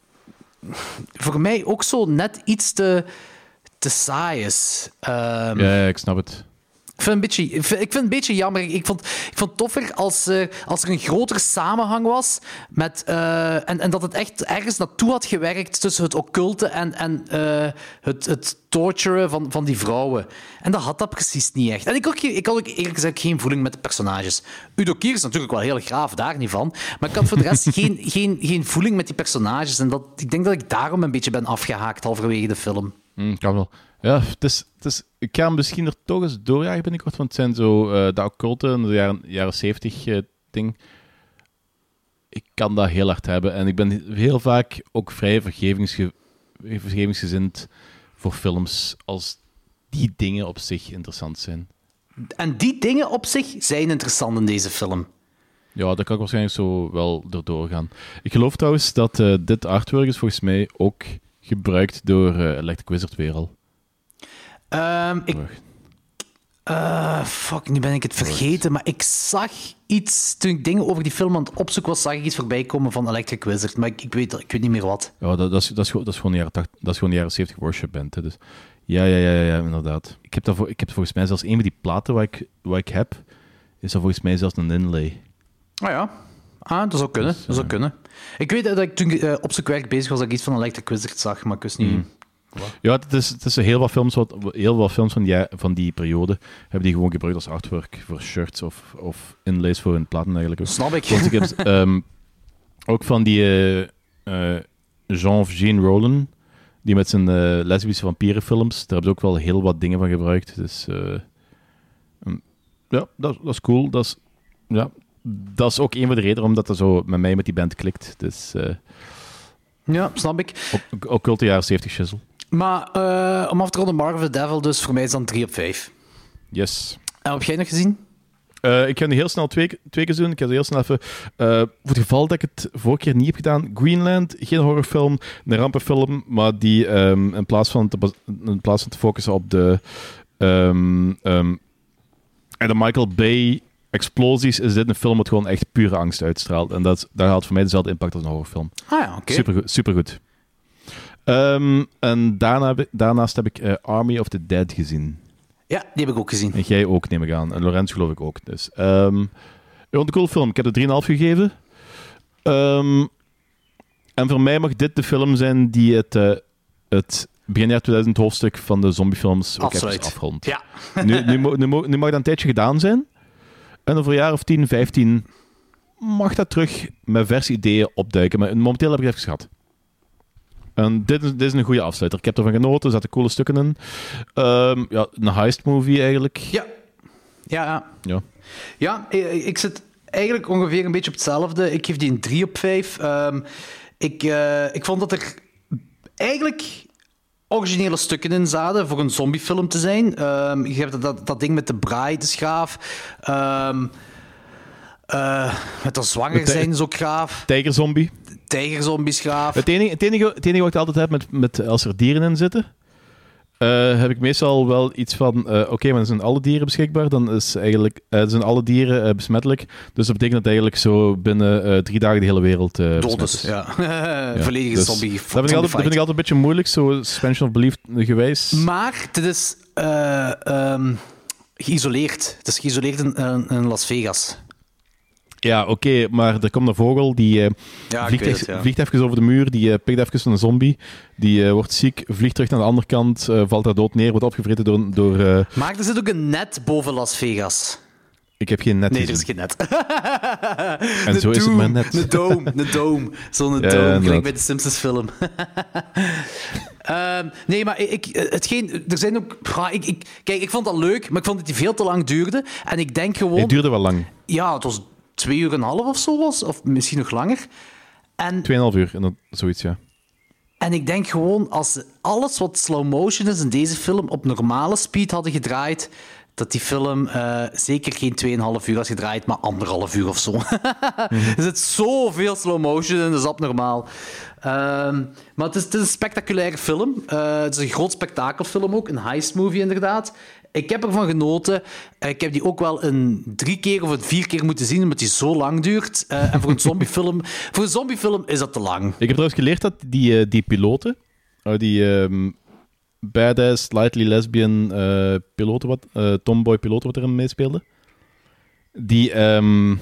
voor mij ook zo net iets te, te saai is. Um,
ja, ja, ik snap het.
Ik vind, een beetje, ik, vind, ik vind het een beetje jammer. Ik vond, ik vond het toffer als, uh, als er een grotere samenhang was. Met, uh, en, en dat het echt ergens naartoe had gewerkt tussen het occulte en, en uh, het, het torturen van, van die vrouwen. En dat had dat precies niet echt. En ik had, ik had ook eerlijk gezegd geen voeling met de personages. Udo Kier is natuurlijk wel heel graaf, daar niet van. Maar ik had voor de rest geen, geen, geen voeling met die personages. En dat, ik denk dat ik daarom een beetje ben afgehaakt halverwege de film.
Mm, kan wel. Ja, het is, het is, ik ga hem misschien er toch eens doorjagen binnenkort, want het zijn zo uh, de occulte, de jaren, jaren zeventig uh, ding. Ik kan dat heel hard hebben. En ik ben heel vaak ook vrij vergevingsge, vergevingsgezind voor films als die dingen op zich interessant zijn.
En die dingen op zich zijn interessant in deze film.
Ja, daar kan ik waarschijnlijk zo wel erdoor gaan. Ik geloof trouwens dat uh, dit artwork is volgens mij ook gebruikt door uh, Electric Wizard weer al.
Um, ik, uh, fuck, nu ben ik het vergeten, maar ik zag iets, toen ik dingen over die film aan het opzoeken was, zag ik iets voorbij komen van Electric Wizard, maar ik, ik, weet, ik weet niet meer wat.
Ja, dat, dat, is, dat, is, dat is gewoon de jaren tachtig, dat is gewoon de jaren zeventig worship band. Hè, dus. Ja, ja, ja, ja, inderdaad. Ik heb, daarvoor, ik heb volgens mij zelfs een van die platen wat ik, wat ik heb, is dat volgens mij zelfs een inlay.
Ah ja, ah, dat zou kunnen. Dus, dat zou uh, kunnen. Ik weet dat ik toen uh, op zoekwerk bezig was, dat ik iets van Electric Wizard zag, maar ik wist niet... Mm.
Ja, het is, het is heel wat films, wat, heel wat films van, die, van die periode hebben die gewoon gebruikt als artwork voor shirts of, of inlays voor hun platen eigenlijk.
Snap ik.
Want ik heb um, ook van die uh, uh, Jean of Gene Rollin, die met zijn uh, lesbische vampierenfilms, daar hebben ze ook wel heel wat dingen van gebruikt. Dus uh, um, ja, dat, dat is cool. Dat is, ja, dat is ook een van de redenen omdat dat zo met mij met die band klikt. Dus, uh,
ja, snap ik.
Ook, ook cult de jaren zeventig shizzle.
Maar uh, om af te ronden, Mark of the Devil, dus voor mij is dan drie op vijf.
Yes.
En wat heb jij nog gezien?
Uh, ik ga nu heel snel twee, twee keer doen. Ik ga heel snel even... Uh, voor het geval dat ik het vorige keer niet heb gedaan. Greenland, geen horrorfilm, een rampenfilm, maar die um, in, plaats van te, in plaats van te focussen op de... Um, um, en de Michael Bay explosies, is dit een film wat gewoon echt pure angst uitstraalt. En dat, dat had voor mij dezelfde impact als een horrorfilm.
Ah ja, oké. Okay.
Supergoed. Supergoed. Um, en daarna, daarnaast heb ik uh, Army of the Dead gezien.
Ja, die heb ik ook gezien.
En jij ook, neem ik aan. En Lorenz geloof ik ook. Dus, um, een cool film. Ik heb er drie komma vijf gegeven. Um, en voor mij mag dit de film zijn die het, uh, het beginjaar tweeduizend hoofdstuk van de zombiefilms ook even afrondt.
Ja.
nu, nu, nu, nu mag dat een tijdje gedaan zijn. En over een jaar of tien, vijftien mag dat terug met verse ideeën opduiken. Maar momenteel heb ik het even gehad. En dit is, dit is een goede afsluiter. Ik heb ervan genoten, er zaten coole stukken in. Um, ja, een heist movie eigenlijk.
Ja. Ja, ja.
Ja,
ja ik, ik zit eigenlijk ongeveer een beetje op hetzelfde. Ik geef die een drie op vijf. Um, ik, uh, ik vond dat er eigenlijk originele stukken in zaten voor een zombiefilm te zijn. Um, je hebt dat, dat ding met de braai, de schaaf. Um, uh, met dat zwanger
tij-
zijn is ook gaaf.
Tijgerzombie.
Tijgerzombies gaaf.
Het enige, het, enige, het enige wat ik altijd heb met, met als er dieren in zitten, uh, heb ik meestal wel iets van, uh, oké, okay, maar dan zijn alle dieren beschikbaar, dan is eigenlijk, uh, zijn alle dieren uh, besmettelijk. Dus dat betekent dat eigenlijk zo binnen uh, drie dagen de hele wereld uh,
dood is. Ja. ja. Volledige dus, zombie. Dat
vind, altijd, dat vind ik altijd een beetje moeilijk, zo suspension of belief gewijs.
Maar het is uh, um, geïsoleerd. Het is geïsoleerd in, in Las Vegas.
Ja, oké, okay, maar er komt een vogel die uh,
ja,
vliegt,
het, ja.
vliegt even over de muur, die uh, pikt even een zombie, die uh, wordt ziek, vliegt terug naar de andere kant, uh, valt daar dood neer, wordt opgevreten door... door uh...
Maar er zit ook een net boven Las Vegas.
Ik heb geen net
Nee,
gezien.
er is geen net.
En
de
zo is het maar net.
Een dome, een dome. Zo'n
Ja,
dome,
ja,
gelijk bij de Simpsons film. um, nee, maar ik, hetgeen, er zijn ook... Ik, ik, kijk, ik vond dat leuk, maar ik vond dat die veel te lang duurde. En ik denk gewoon...
Het duurde wel lang.
Ja, het was twee uur en een half of zo was, of misschien nog langer. En,
Tweeënhalf uur, en dat, zoiets, ja.
En ik denk gewoon, als ze alles wat slow motion is in deze film op normale speed hadden gedraaid, dat die film uh, zeker geen tweeënhalf uur had gedraaid, maar anderhalf uur of zo. Mm-hmm. Er zit zoveel slow motion in, dat is abnormaal. Um, maar het is, het is een spectaculaire film. Uh, het is een groot spektakelfilm ook, een heist movie inderdaad. Ik heb ervan genoten. Ik heb die ook wel een drie keer of een vier keer moeten zien, omdat die zo lang duurt. Uh, en voor een zombiefilm, voor een zombiefilm is dat te lang.
Ik heb trouwens geleerd dat die, uh, die piloten, uh, die um, badass, slightly lesbian uh, piloten, wat, uh, tomboy piloten wat erin meespeelden, die, um,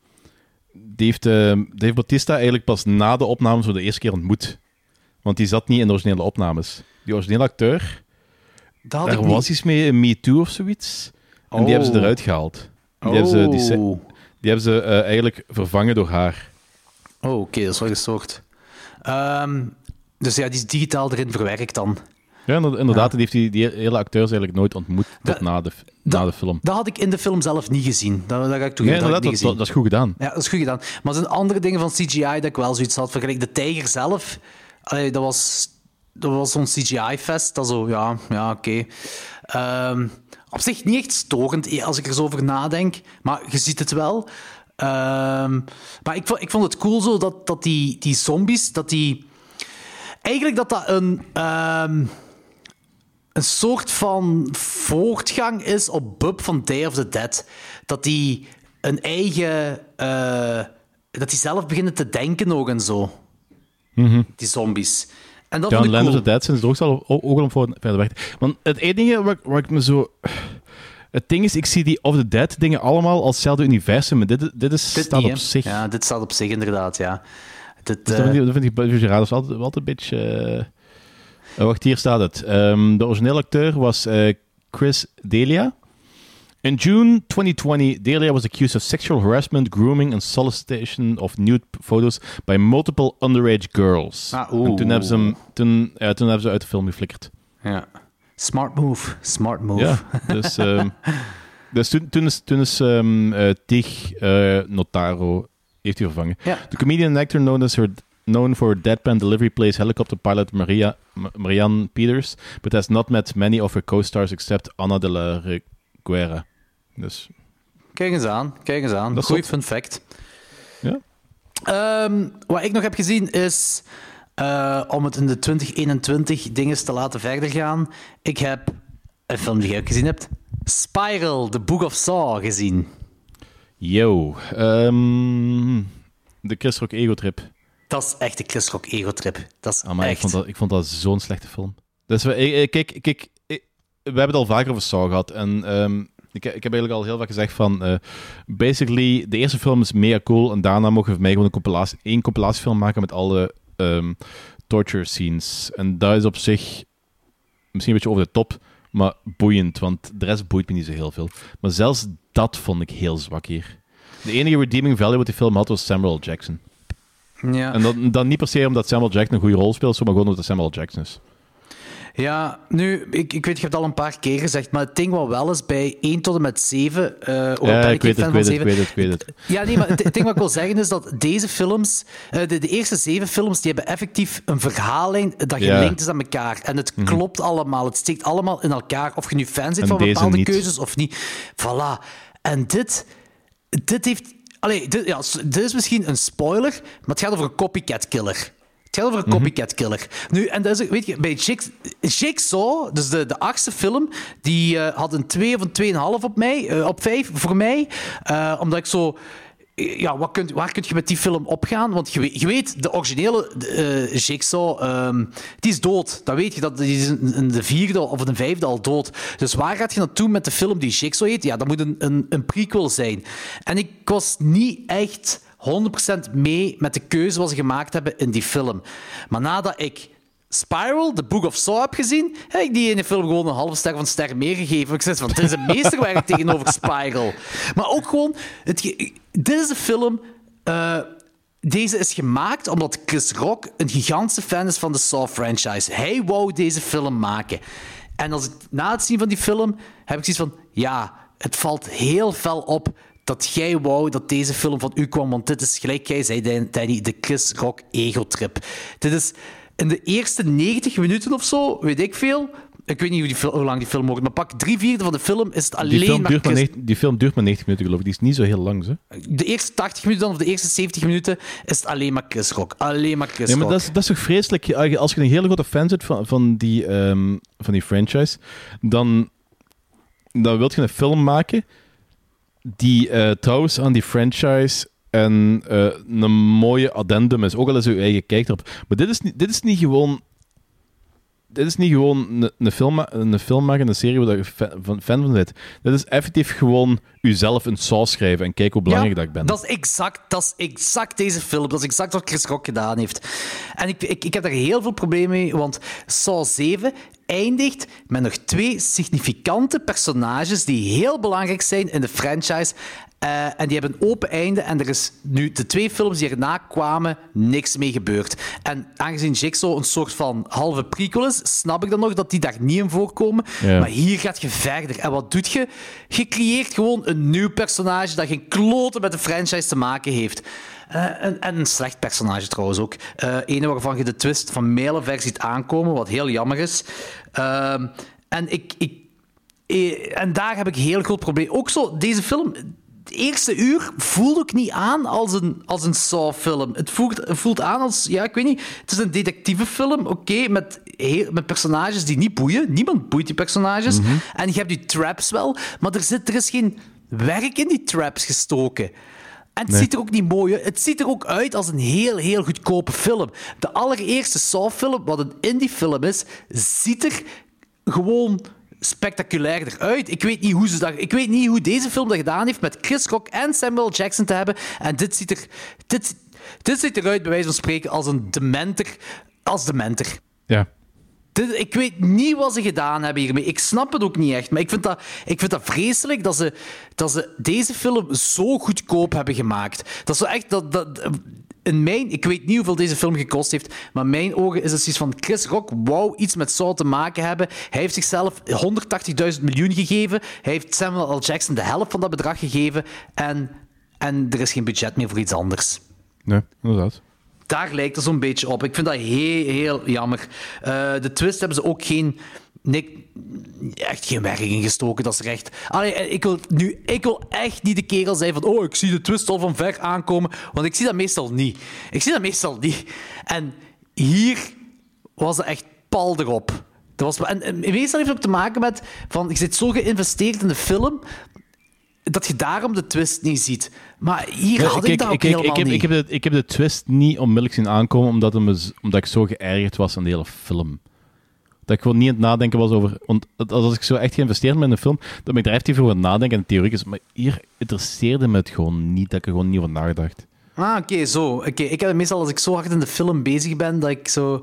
die, heeft, uh, die heeft Bautista eigenlijk pas na de opnames voor de eerste keer ontmoet. Want die zat niet in de originele opnames. Die originele acteur...
Dat
Daar was
niet...
iets mee, een Me Too of zoiets. En oh. die hebben ze eruit gehaald. Die, oh. hebben, ze, die, die hebben ze uh, eigenlijk vervangen door haar.
Oh, oké, okay, dat is wel gestoord. Um, dus ja, die is digitaal erin verwerkt dan.
Ja, inderdaad. Ja. Die heeft die, die hele acteurs eigenlijk nooit ontmoet tot da, na, de,
da,
na de film.
Dat had ik in de film zelf niet gezien. Dat, dat ga ik toegeven.
Nee, inderdaad,
dat,
dat, dat, dat is goed gedaan.
Ja, dat is goed gedaan. Maar er zijn andere dingen van C G I dat ik wel zoiets had. Vergelijk de tijger zelf. Allee, dat was... Dat was zo'n C G I-fest. Dat zo, ja, ja oké. Okay. Um, op zich niet echt storend, als ik er zo over nadenk. Maar je ziet het wel. Um, maar ik vond, ik vond het cool zo dat, dat die, die zombies... Dat die... Eigenlijk dat dat een... Um, een soort van voortgang is op Bub van Day of the Dead. Dat die een eigen... Uh, dat die zelf beginnen te denken ook en zo.
Mm-hmm.
Die zombies. En dat
ja,
vond ik
Land
cool.
of the Dead zijn ze ook al ook al voor verder weg. Want het enige waar, waar ik me zo... Het ding is, ik zie die of the Dead dingen allemaal als hetzelfde universum, maar dit, dit, is,
dit
staat
niet,
op zich.
Ja, dit staat op zich inderdaad, ja. Dit,
dus
uh...
dat, vind ik, dat vind ik een beetje raar. Dat is altijd, altijd een beetje... Uh... Wacht, hier staat het. Um, de originele acteur was uh, Chris D'Elia. In June twenty twenty, D'Elia was accused of sexual harassment, grooming and solicitation of nude photos by multiple underage girls.
Ah,
en toen hebben, ze hem, toen, ja, toen hebben ze uit de film geflikkerd.
Ja. Smart move. Smart move.
Ja, dus, um, dus toen, toen is, toen is um, uh, Tig uh, Notaro heeft hij vervangen.
Ja.
The comedian and actor known as her known for her deadpan delivery plays helicopter pilot Maria, Marianne Peters, but has not met many of her co-stars except Ana de la Reguera. Dus.
Kijk eens aan, kijk eens aan. Goeie fun fact.
Ja.
Um, wat ik nog heb gezien is, uh, om het in de twintig eenentwintig dingen te laten verder gaan, ik heb een film die je ook gezien hebt, Spiral, The Book of Saw, gezien.
Yo. Um, de Chris Rock Ego Trip.
Dat is echt de Chris Rock Ego Trip. Dat is
ah, maar
echt...
Ik vond dat, ik vond dat zo'n slechte film. Dus we, kijk, kijk, we hebben het al vaker over Saw gehad en... Um, Ik, ik heb eigenlijk al heel vaak gezegd van... Uh, basically, de eerste film is mega cool en daarna mogen we voor mij gewoon een compilatie, één compilatiefilm maken met alle um, torture scenes. En dat is op zich misschien een beetje over de top, maar boeiend, want de rest boeit me niet zo heel veel. Maar zelfs dat vond ik heel zwak hier. De enige redeeming value wat die film had was Samuel L. Jackson.
Ja.
En dan, dan niet per se omdat Samuel Jackson een goede rol speelt, maar gewoon omdat het Samuel L. Jackson is.
Ja, nu, ik, ik weet, je hebt het al een paar keer gezegd, maar het ding wat wel is bij één tot en met zeven... Uh,
ja, ik weet, het, ik, weet het, ik weet het, ik weet het.
Ja, nee, maar het, het ding wat ik wil zeggen is dat deze films, uh, de, de eerste zeven films, die hebben effectief een verhaallijn dat gelinkt is aan elkaar. En het mm-hmm. klopt allemaal, het steekt allemaal in elkaar, of je nu fan bent van bepaalde niet. keuzes of niet. Voilà. En dit, dit heeft... Allee, dit, ja, dit is misschien een spoiler, maar het gaat over een copycat killer. Het gaat over een
mm-hmm.
copycat killer. Nu, en dat is, weet je, bij Jigsaw, dus de, de achtste film, die uh, had een twee of een twee komma vijf op mij, uh, op vijf voor mij. Uh, omdat ik zo... ja, wat kunt, waar kun je met die film opgaan? Want je weet, je weet de originele uh, Jigsaw, um, die is dood. Dat weet je, dat, die is in de vierde of de vijfde al dood. Dus waar gaat je naartoe met de film die Jigsaw heet? Ja, dat moet een, een, een prequel zijn. En ik was niet echt honderd procent mee met de keuze wat ze gemaakt hebben in die film. Maar nadat ik Spiral, The Book of Saw heb gezien, heb ik die ene film gewoon een halve ster van een ster meer gegeven. Ik zei van, dit is een meesterwerk tegenover Spiral. Maar ook gewoon, het, dit is een film, uh, deze is gemaakt omdat Chris Rock een gigantische fan is van de Saw-franchise. Hij wou deze film maken. En als ik, na het zien van die film heb ik zoiets van, ja, het valt heel fel op dat jij wou dat deze film van u kwam, want dit is, gelijk jij zei, Danny, de Chris Rock ego-trip. Dit is... In de eerste negentig minuten of zo, weet ik veel... Ik weet niet hoe, die fil- hoe lang die film wordt, maar pak drie vierde van de film is het alleen
die film
maar...
Duurt maar negentig, die film duurt maar negentig minuten, geloof ik. Die is niet zo heel lang, hè?
De eerste tachtig minuten dan, of de eerste zeventig minuten, is het alleen maar Chris Rock. Alleen maar Chris
nee, maar
Rock.
dat is, dat is toch vreselijk? Als je een hele grote fan bent van, van, die, um, van die franchise, dan, dan wil je een film maken die uh, trouwens aan die franchise... En uh, een mooie addendum is. Ook al is je eigen kijk erop. Maar dit is niet, dit is niet gewoon... Dit is niet gewoon een, een, film, een film maken, een serie waar je fan van, fan van bent. Dit is effectief gewoon jezelf een saus schrijven en kijken hoe belangrijk
ja,
dat ik ben.
Dat is, exact, dat is exact deze film. Dat is exact wat Chris Rock gedaan heeft. En ik, ik, ik heb daar heel veel problemen mee, want Saw zeven eindigt met nog twee significante personages die heel belangrijk zijn in de franchise. Uh, en die hebben een open einde en er is nu de twee films die erna kwamen niks mee gebeurd. En aangezien Jigsaw een soort van halve prequel is, snap ik dan nog dat die daar niet in voorkomen. Ja. Maar hier gaat je verder. En wat doet je? Je creëert gewoon een nieuw personage dat geen kloten met de franchise te maken heeft. Uh, en, en een slecht personage trouwens ook. Uh, ene waarvan je de twist van mijlenver ziet aankomen, wat heel jammer is. Uh, en ik, ik, en daar heb ik een heel groot probleem. Ook zo, deze film... Het eerste uur voelt ook niet aan als een, als een Saw-film. Het voelt, het voelt aan als... Ja, ik weet niet. Het is een detectivefilm, oké, okay, met, met personages die niet boeien. Niemand boeit die personages. Mm-hmm. En je hebt die traps wel, maar er, zit, er is geen werk in die traps gestoken. En het nee. ziet er ook niet mooi uit. Het ziet er ook uit als een heel, heel goedkope film. De allereerste Saw-film, wat een indie-film is, ziet er gewoon... spectaculairder uit. Ik weet niet hoe ze dat, ik weet niet hoe deze film dat gedaan heeft met Chris Rock en Samuel Jackson te hebben. En dit ziet er, dit, dit ziet eruit, bij wijze van spreken, als een dementor. Als dementor.
Ja.
Dit, ik weet niet wat ze gedaan hebben hiermee. Ik snap het ook niet echt. Maar ik vind dat, ik vind dat vreselijk dat ze, dat ze deze film zo goedkoop hebben gemaakt. Dat is zo echt... Dat, dat, in mijn... Ik weet niet hoeveel deze film gekost heeft, maar in mijn ogen is het zoiets van... Chris Rock wou iets met Saw te maken hebben. Hij heeft zichzelf honderdtachtigduizend miljoen gegeven. Hij heeft Samuel L. Jackson de helft van dat bedrag gegeven. En, en er is geen budget meer voor iets anders.
Nee, inderdaad.
Daar lijkt het zo'n beetje op. Ik vind dat heel, heel jammer. Uh, de twist hebben ze ook geen... Nee, echt geen werk in gestoken, dat is recht. Allee, ik wil, nu, ik wil echt niet de kerel zijn van... Oh, ik zie de twist al van ver aankomen. Want ik zie dat meestal niet. Ik zie dat meestal niet. En hier was het echt pal erop. Dat was, en, en meestal heeft het te maken met... Van, je zit zo geïnvesteerd in de film... dat je daarom de twist niet ziet. Maar hier
ja,
had
ik,
ik dat
ik,
ook
ik,
helemaal
ik, heb,
niet.
Ik heb, de, ik heb de twist niet onmiddellijk zien aankomen... omdat, hem, omdat ik zo geërgerd was aan de hele film. Dat ik gewoon niet aan het nadenken was over... Want als ik zo echt geïnvesteerd ben in een film... dan ben ik er effectief over aan het nadenken en theorie is. Maar hier interesseerde me het gewoon niet. Dat ik er gewoon niet over nagedacht.
Ah, oké, okay, zo. Okay. Ik heb meestal, als ik zo hard in de film bezig ben... dat ik zo...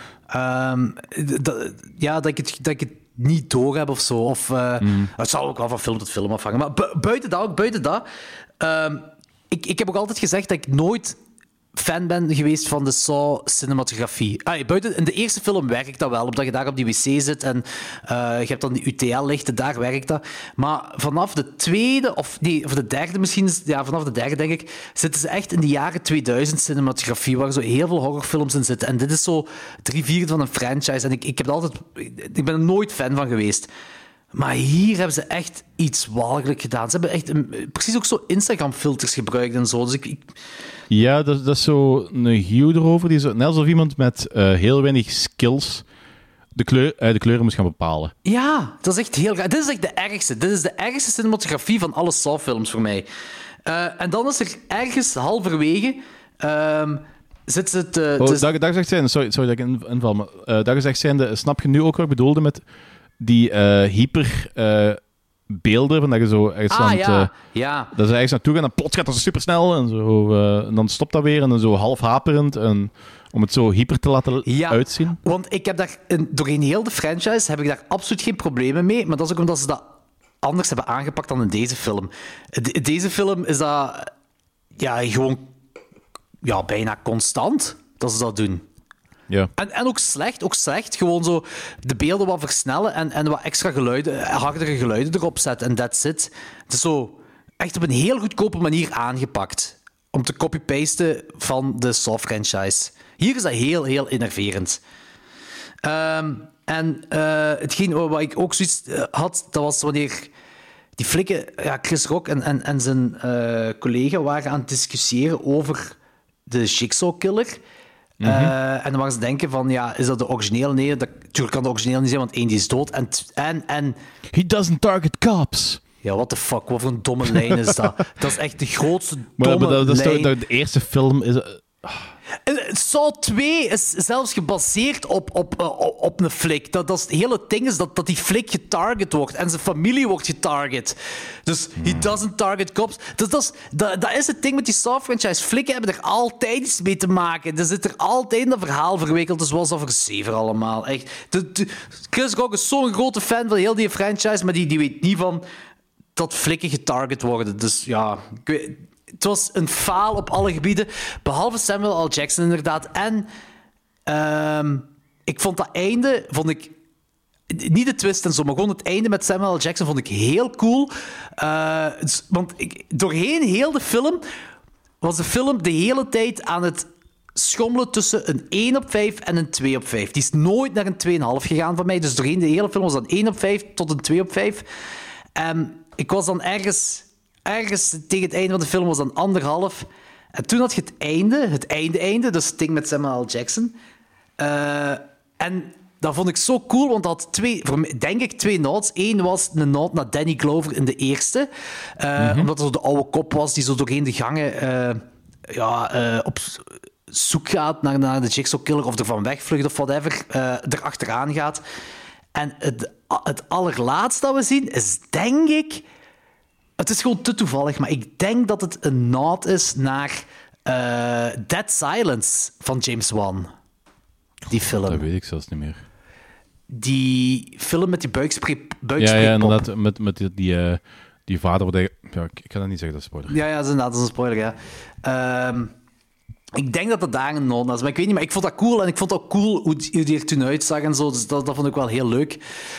Um, dat, ja, dat ik het... Dat ik het niet door heb of zo. Of, uh, mm. Het zal ook wel van film tot film afhangen. Maar bu- buiten dat, ook buiten dat... Um, ik, ik heb ook altijd gezegd dat ik nooit fan ben geweest van de Saw-cinematografie. Ah, buiten, in de eerste film werkt dat wel, omdat je daar op die wc zit en uh, je hebt dan die U T L-lichten, daar werkt dat. Maar vanaf de tweede, of, nee, of de derde misschien, ja, vanaf de derde denk ik, zitten ze echt in de jaren tweeduizend cinematografie, waar zo heel veel horrorfilms in zitten. En dit is zo drie vierde van een franchise. En ik, ik, heb er altijd, ik ben er nooit fan van geweest. Maar hier hebben ze echt iets walgelijk gedaan. Ze hebben echt een, precies ook zo Instagram-filters gebruikt en zo. Dus ik, ik...
Ja, dat, dat is zo een hue erover. Die zo, net alsof iemand met uh, heel weinig skills de, kleur, uh, de kleuren moest gaan bepalen.
Ja, dat is echt heel raar. Dit is echt de ergste. Dit is de ergste cinematografie van alle Saw-films voor mij. Uh, en dan is er ergens halverwege... Um, zit het... Uh,
oh,
dus...
dat, dat gezegd zijn... Sorry, sorry dat ik inval, maar... Uh, dat gezegd zijnde, snap je nu ook wat ik bedoelde met die uh, hyper... Uh, beelden, van dat je zo ergens
ah,
aan het...
ja.
Uh,
ja.
Dat ze ergens naartoe gaan en plots gaat dat zo supersnel en, zo, uh, en dan stopt dat weer en dan zo half haperend en om het zo hyper te laten
ja,
uitzien.
Want ik heb daar... In, doorheen heel de franchise heb ik daar absoluut geen problemen mee, maar dat is ook omdat ze dat anders hebben aangepakt dan in deze film. De, deze film is dat... Ja, gewoon... Ja, bijna constant dat ze dat doen.
Ja.
En, en ook slecht, ook slecht. Gewoon zo de beelden wat versnellen en, en wat extra geluiden, hardere geluiden erop zetten en that's it. Het is zo echt op een heel goedkope manier aangepakt. Om te copy-pasten van de Saw-franchise. Hier is dat heel, heel innerverend. Um, en uh, hetgeen wat ik ook zoiets had, dat was wanneer die flikken, ja, Chris Rock en, en, en zijn uh, collega waren aan het discussiëren over de Jigsaw-killer. Uh, mm-hmm. En dan waren ze denken van, ja, is dat de originele? Nee, dat, natuurlijk kan de originele niet zijn, want één, die is dood. En, en, en...
He doesn't target cops.
Ja, what the fuck, wat voor een domme lijn is dat? Dat is echt de grootste
maar,
domme
maar dat, dat is
lijn.
toch, de eerste film is... Uh...
Saw twee is zelfs gebaseerd op, op, op, op een flik. Dat, dat is, het hele ding is dat, dat die flik getarget wordt. En zijn familie wordt getarget. Dus hmm. he doesn't target cops. Dus dat, is, dat, dat is het ding met die Saw-franchise. Flikken hebben er altijd iets mee te maken. Er zit er altijd in dat verhaal verwikkeld. Dus was dat verzever allemaal. Echt. De, de, Chris Rock is zo'n grote fan van heel die franchise, maar die, die weet niet van dat flikken getarget worden. Dus ja... Ik weet, het was een faal op alle gebieden, behalve Samuel L. Jackson inderdaad. En um, ik vond dat einde, vond ik... Niet de twist en zo, maar gewoon het einde met Samuel L. Jackson vond ik heel cool. Uh, want ik, doorheen heel de film was de film de hele tijd aan het schommelen tussen een één op vijf en een twee op vijf. Die is nooit naar een twee komma vijf gegaan van mij. Dus doorheen de hele film was dat een één op vijf tot een twee op vijf. En ik was dan ergens... Ergens tegen het einde van de film was dan anderhalf. En toen had je het einde, het einde-einde, dus het ding met Samuel L. Jackson. Uh, en dat vond ik zo cool, want dat had twee, voor mij, denk ik, twee notes. Eén was een note naar Danny Glover in de eerste. Uh, mm-hmm. Omdat er zo de oude kop was die zo doorheen de gangen uh, ja, uh, op zoek gaat naar, naar de Jigsaw Killer of er van wegvlucht of whatever. Uh, erachteraan gaat. En het, het allerlaatste dat we zien is, denk ik... Het is gewoon te toevallig, maar ik denk dat het een nod is naar uh, Dead Silence van James Wan. Die film.
Dat weet ik zelfs niet meer.
Die film met die buikspray, buikspray
Ja, ja, inderdaad. Met, met die, die, uh, die vader... Wat hij, ja, ik, ik kan dat niet zeggen, dat is spoiler.
Ja, ja, dat is inderdaad dat is een spoiler, ja. Um, ik denk dat dat daar een nod is, maar ik weet niet. Maar ik vond dat cool en ik vond ook cool hoe, hoe die er toen uitzag en zo. Dus dat, dat vond ik wel heel leuk.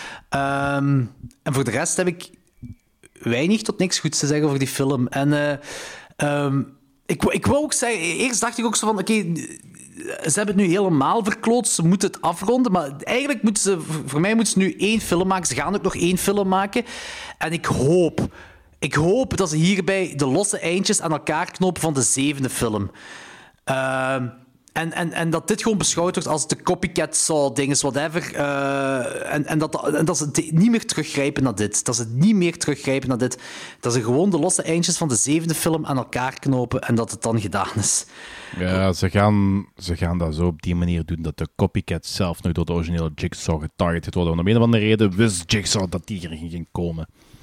Um, en voor de rest heb ik... weinig tot niks goeds te zeggen over die film. En uh, um, ik, ik wou ook zeggen... Eerst dacht ik ook zo van... Oké, okay, ze hebben het nu helemaal verkloot. Ze moeten het afronden. Maar eigenlijk moeten ze... Voor mij moeten ze nu één film maken. Ze gaan ook nog één film maken. En ik hoop... Ik hoop dat ze hierbij de losse eindjes aan elkaar knopen van de zevende film. Uh, En, en, en dat dit gewoon beschouwd wordt als de copycat Saw dinges, whatever. Uh, en, en, dat, en dat ze niet meer teruggrijpen naar dit. Dat ze niet meer teruggrijpen naar dit. Dat ze gewoon de losse eindjes van de zevende film aan elkaar knopen en dat het dan gedaan is.
Ja, ze gaan, ze gaan dat zo op die manier doen dat de copycat zelf nu door de originele Jigsaw getarget worden. Want om een of andere reden wist Jigsaw dat die er ging komen.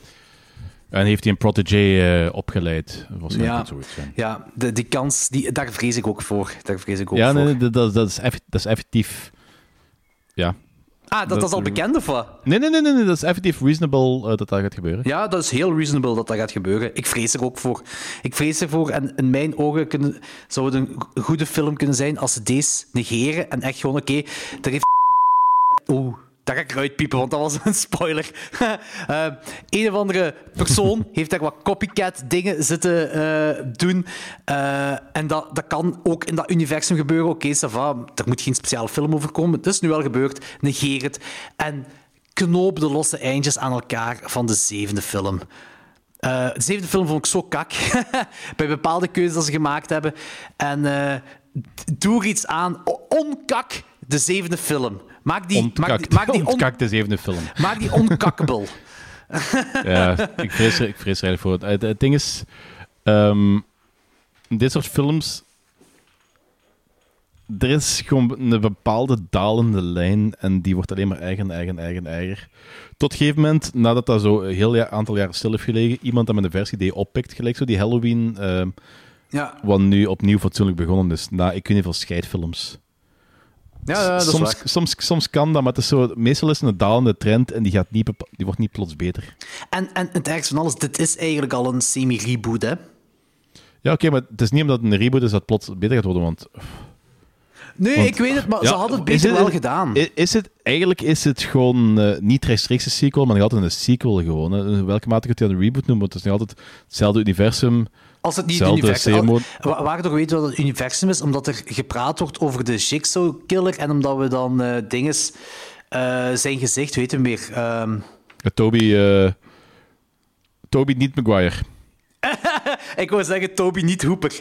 En heeft hij een protégé uh, opgeleid.
Ja, ja de, die kans, die, daar vrees ik ook voor. Daar vrees ik ook
ja,
voor.
nee, dat, dat, is eff, dat is effectief... Ja.
Ah, dat, dat is al bekend, of wat?
Nee, nee, nee, nee, dat is effectief reasonable uh, dat dat gaat gebeuren.
Ja, dat is heel reasonable dat dat gaat gebeuren. Ik vrees er ook voor. Ik vrees ervoor, en in mijn ogen kunnen, zou het een goede film kunnen zijn als ze deze negeren en echt gewoon, oké, okay, er heeft... Oeh. Daar ga ik eruit piepen, want dat was een spoiler. uh, een of andere persoon heeft daar wat copycat dingen zitten uh, doen. Uh, en dat, dat kan ook in dat universum gebeuren. Oké, okay, ça va, er moet geen speciale film over komen. Het is nu wel gebeurd. Negeer het. En knoop de losse eindjes aan elkaar van de zevende film. Uh, de zevende film vond ik zo kak. Bij bepaalde keuzes dat ze gemaakt hebben. En uh, doe er iets aan. Onkak de zevende film. Maak die, maak die, maak die on...
Ontkak de zevende film.
Maak die onkakkable.
Ja, ik vrees er, ik vrees er eigenlijk voor. Het, het ding is... Um, dit soort films... Er is gewoon een bepaalde dalende lijn en die wordt alleen maar eigen, eigen, eigen, eigen. Tot een gegeven moment, nadat dat zo een heel ja, aantal jaren stil heeft gelegen, iemand dat met een versie die oppikt, gelijk zo die Halloween, uh,
ja.
wat nu opnieuw fatsoenlijk begonnen is. Na, ik weet niet veel scheidfilms.
Ja, ja, dat is
soms,
waar.
soms, soms kan dat, maar het is zo, meestal is het een dalende trend en die, gaat niet, die wordt niet plots beter.
En, en het ergste van alles, dit is eigenlijk al een semi-reboot, hè?
Ja, oké, okay, maar het is niet omdat het een reboot is dat het plots beter gaat worden, want...
Nee,
Want,
ik weet het, maar
ja,
ze hadden het beter
het,
wel gedaan.
Is, is het, eigenlijk is het gewoon uh, niet rechtstreeks een sequel, maar nog altijd een sequel gewoon. Hè. In welke mate kun je het een reboot noemen? Want het is nog altijd hetzelfde universum.
Als het niet het universum is. Waar toch weten wat het universum is? Omdat er gepraat wordt over de Jigsaw-killer en omdat we dan uh, dinges... Uh, zijn gezicht, weten we meer... Um...
Ja, Toby... Uh, Toby niet Maguire.
Ik wou zeggen, Toby niet Hooper.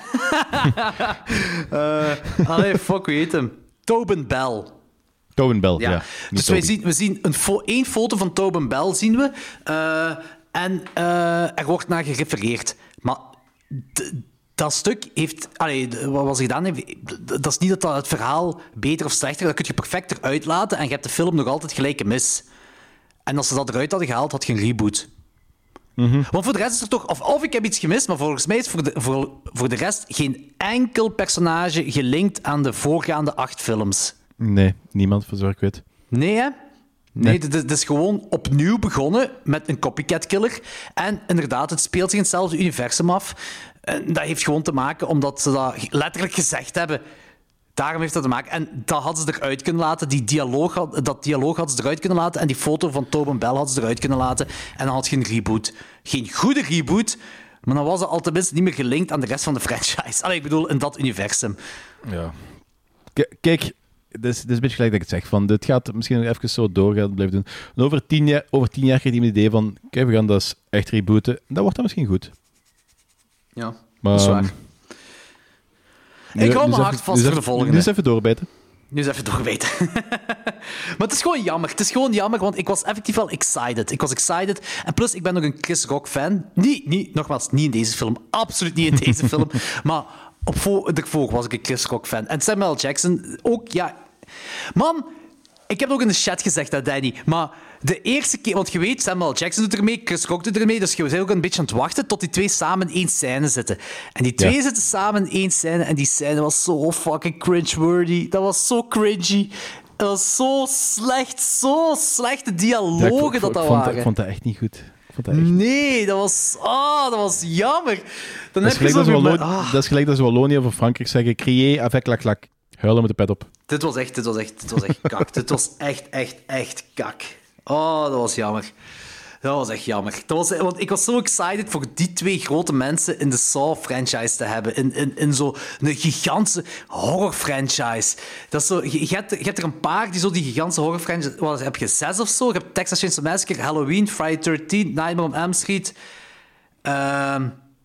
uh, allee, fuck, weet hem. Tobin Bell.
Tobin Bell, ja. ja
dus wij zien, we zien een fo- één foto van Tobin Bell, zien we. Uh, en uh, er wordt naar gerefereerd. Maar d- dat stuk heeft... Allee, wat was gedaan heeft... Dat is niet dat, dat het verhaal beter of slechter... Dat kun je perfect eruit laten en je hebt de film nog altijd gelijke mis. En als ze dat eruit hadden gehaald, had je een reboot.
Mm-hmm.
Want voor de rest is er toch... Of, of ik heb iets gemist, maar volgens mij is voor de, voor, voor de rest geen enkel personage gelinkt aan de voorgaande acht films.
Nee, niemand, voor zover ik weet.
Nee, hè? Nee, het nee. is gewoon opnieuw begonnen met een copycat killer. En inderdaad, het speelt zich in hetzelfde universum af. En dat heeft gewoon te maken omdat ze dat letterlijk gezegd hebben. Daarom heeft dat te maken. En dat hadden ze eruit kunnen laten. Die dialoog had, dat dialoog hadden ze eruit kunnen laten. En die foto van Tobin Bell hadden ze eruit kunnen laten. En dan had je een reboot. Geen goede reboot, maar dan was het al tenminste niet meer gelinkt aan de rest van de franchise. Allee, ik bedoel, in dat universum.
Ja. K- kijk, dit is, dit is een beetje gelijk dat ik het zeg. Van, dit gaat misschien nog even zo doorgaan blijven doen. En over tien jaar, over tien jaar krijg je het idee van... Kijk, we gaan dat eens echt rebooten. Dat wordt dan misschien goed.
Ja,
maar,
dat is waar.
Nu,
ik hou mijn hart vast
nu
voor de volgende.
Nu eens even doorbijten.
Nu eens even doorbijten. Maar het is gewoon jammer. Het is gewoon jammer, want ik was effectief wel excited. Ik was excited. En plus, ik ben nog een Chris Rock fan. Niet, niet, nogmaals, niet in deze film. Absoluut niet in deze film. Maar op vo- ervoor was ik een Chris Rock fan. En Samuel Jackson ook, ja... Man, ik heb ook in de chat gezegd dat Danny, maar de eerste keer... Want je weet, Samuel Jackson doet ermee, Chris Rock doet ermee, dus je bent ook een beetje aan het wachten tot die twee samen in één scène zitten. En die twee ja. zitten samen in één scène en die scène was zo fucking cringe-worthy. Dat was zo cringy. Dat was zo slecht, zo slechte dialogen ja, ik, ik, dat dat
ik vond,
waren.
Ik vond dat echt niet goed. Dat echt...
Nee, dat was, oh, dat was jammer. Dan
dat,
heb
is
je zo
dat,
met...
ah. dat is gelijk dat ze Wallonië of Frankrijk zeggen, crier avec la claque. Huilen met de pet op.
Dit was echt, dit was echt, dit was echt kak. Dit was echt, echt, echt kak. Oh, dat was jammer. Dat was echt jammer. Dat was, want ik was zo excited voor die twee grote mensen in de Saw-franchise te hebben. In, in, in zo'n gigantische horror-franchise. Dat is zo, je, je, hebt, je hebt er een paar die zo die gigantische horror-franchise... Wat heb je? Zes of zo? Je hebt Texas Chainsaw Massacre, Halloween, Friday the thirteenth, Nightmare on Elm Street, uh,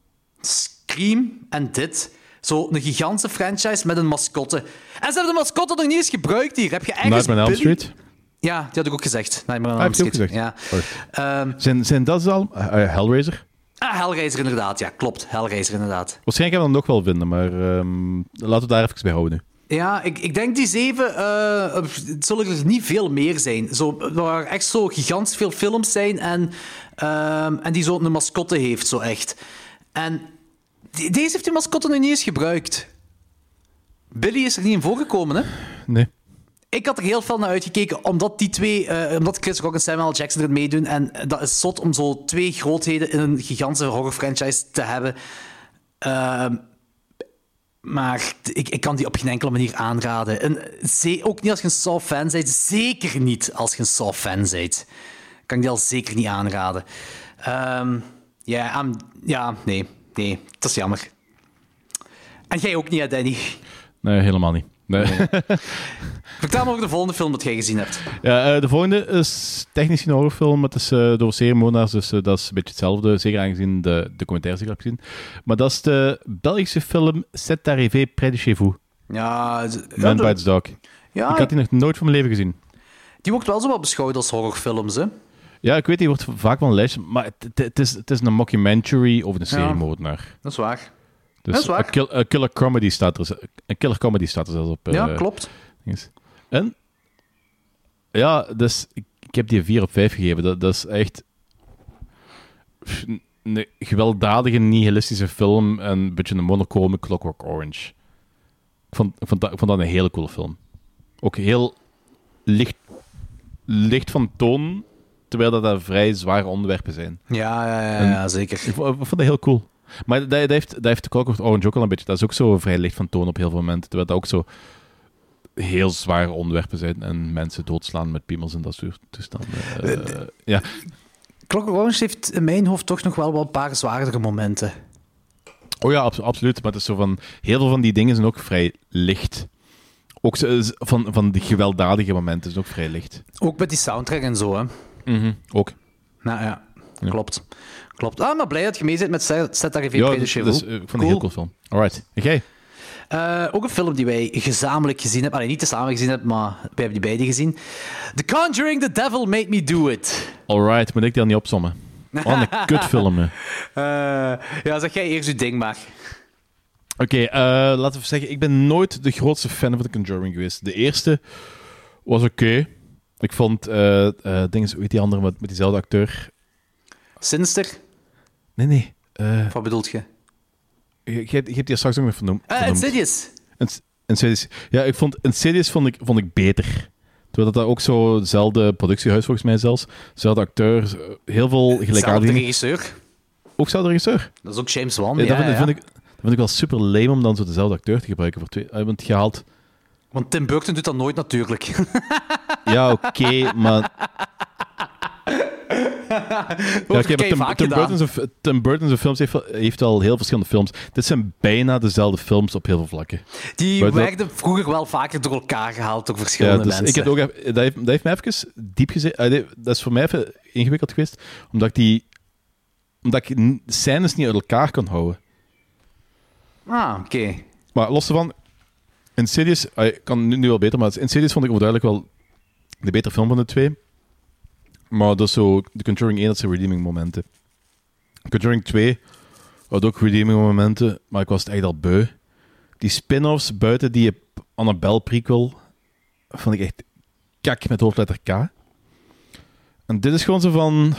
Scream en dit... Zo'n gigantische franchise met een mascotte. En ze hebben de mascotte nog niet eens gebruikt hier. Heb je ergens
Nightmare on Elm Street?
Ja, die had ik ook gezegd. Nightmare on
ah,
Elm Street.
Gezegd.
Ja. Um,
zijn, zijn dat al? Uh, Hellraiser?
Ah, Hellraiser inderdaad. Ja, klopt. Hellraiser inderdaad.
Waarschijnlijk gaan we dat nog wel vinden, maar um, laten we daar even bij houden nu.
Ja, ik, ik denk die zeven... Uh, het zullen er niet veel meer zijn. Zo, waar echt zo gigantisch veel films zijn en, um, en die zo'n mascotte heeft, zo echt. En... Deze heeft die mascotte nog niet eens gebruikt. Billy is er niet in voorgekomen, hè?
Nee.
Ik had er heel veel naar uitgekeken, omdat die twee... Uh, omdat Chris Rock en Samuel Jackson er meedoen. En dat is zot om zo twee grootheden in een gigantische horror-franchise te hebben. Uh, maar ik, ik kan die op geen enkele manier aanraden. En ze, ook niet als je een Saw-fan bent. Zeker niet als je een Saw-fan bent. Kan ik die al zeker niet aanraden. Um, yeah, um, ja, nee... Nee, dat is jammer. En jij ook niet, hè, Danny?
Nee, helemaal niet. Nee.
Nee. Vertel me over de volgende film dat jij gezien hebt.
Ja, uh, de volgende is technisch een horrorfilm. Het is uh, door Ceremona's, dus uh, dat is een beetje hetzelfde. Zeker aangezien de documentaires die ik heb gezien. Maar dat is de Belgische film C'est arrivé près de chez vous.
Ja,
Man
ja,
Bites Dog.
Ja,
ik had die nog nooit van mijn leven gezien.
Die wordt wel zo wat beschouwd als horrorfilms, hè?
Ja, ik weet, die wordt vaak van een lijstje, maar het, het, het, is, het is een mockumentary over een seriemoordenaar.
Dat is waar.
Dus
dat is waar.
Een, kill, een killer comedy staat er, een killer comedy staat er zelfs op.
Ja,
uh,
klopt.
Dinges. En ja, dus ik, ik heb die vier op vijf gegeven. Dat, dat is echt een gewelddadige, nihilistische film en een beetje een monochrome Clockwork Orange. Ik vond, ik, vond dat, ik vond dat een hele coole film. Ook heel licht, licht van toon, terwijl dat, dat vrij zware onderwerpen zijn.
Ja, ja, ja, ja zeker.
Ik vond, ik vond dat heel cool. Maar dat, dat, heeft, dat heeft Clockwork Orange ook al een beetje. Dat is ook zo vrij licht van toon op heel veel momenten. Terwijl dat ook zo heel zware onderwerpen zijn en mensen doodslaan met piemels en dat soort toestanden. Uh, uh, ja.
Clockwork Orange heeft in mijn hoofd toch nog wel wat een paar zwaardere momenten.
Oh ja, ab- absoluut. Maar het is zo van, heel veel van die dingen zijn ook vrij licht. Ook zo, van, van die gewelddadige momenten zijn ook vrij licht.
Ook met die soundtrack en zo, hè?
Mm-hmm, ook.
Nou ja, ja. klopt. klopt. Ah, maar blij dat je mee zit met Set Arrivé
ja,
Près de
dus,
Chez
dus,
Vous.
uh, ik vond
cool.
een heel cool film. Alright. En jij?
Uh, ook een film die wij gezamenlijk gezien hebben. Allee, niet te samen gezien hebben, maar wij hebben die beide gezien. The Conjuring, The Devil Made Me Do It.
Alright, moet ik die al niet opzommen? Oh, een kutfilm. Uh,
ja, zeg jij eerst je ding maar.
Oké, okay, uh, laten we zeggen, ik ben nooit de grootste fan van The Conjuring geweest. De eerste was oké. Okay. Ik vond, uh, uh, dingen, hoe heet die andere met, met diezelfde acteur?
Sinister?
Nee, nee. Uh,
Wat bedoelt je?
Je, je, je hebt die straks ook nog vernoemd.
Uh, Insidious.
Insidious. Ja, ik vond Insidious vond ik, vond ik beter. Terwijl dat ook zo hetzelfde productiehuis volgens mij zelfs. Hetzelfde acteur, heel veel gelijkaardige...
Hetzelfde regisseur.
Ook hetzelfde regisseur?
Dat is ook James Wan,
ja.
ja,
Dat vind,
ja.
vind, ik, dat vind ik wel super lame om dan zo dezelfde acteur te gebruiken voor twee... Want je haalt...
Want Tim Burton doet dat nooit natuurlijk.
Ja, oké, okay, maar... Ja, okay, Tim, Tim, Burton's, Tim Burton's films heeft, heeft al heel verschillende films. Dit zijn bijna dezelfde films op heel veel vlakken.
Die Buiten werden dat... vroeger wel vaker door elkaar gehaald door verschillende ja, dus mensen.
Ik heb ook even, dat, heeft, dat heeft mij even diep gezeten. Dat is voor mij even ingewikkeld geweest, omdat ik die omdat ik scènes niet uit elkaar kan houden.
Ah, oké. Okay.
Maar los daarvan, Insidious, ik kan nu, nu wel beter, maar Insidious vond ik overduidelijk wel de betere film van de twee. Maar dat is zo... The Conjuring één, dat zijn redeeming momenten. Conjuring twee had ook redeeming momenten, maar ik was het echt al beu. Die spin-offs buiten die Annabelle prequel vond ik echt kak met hoofdletter K. En dit is gewoon zo van...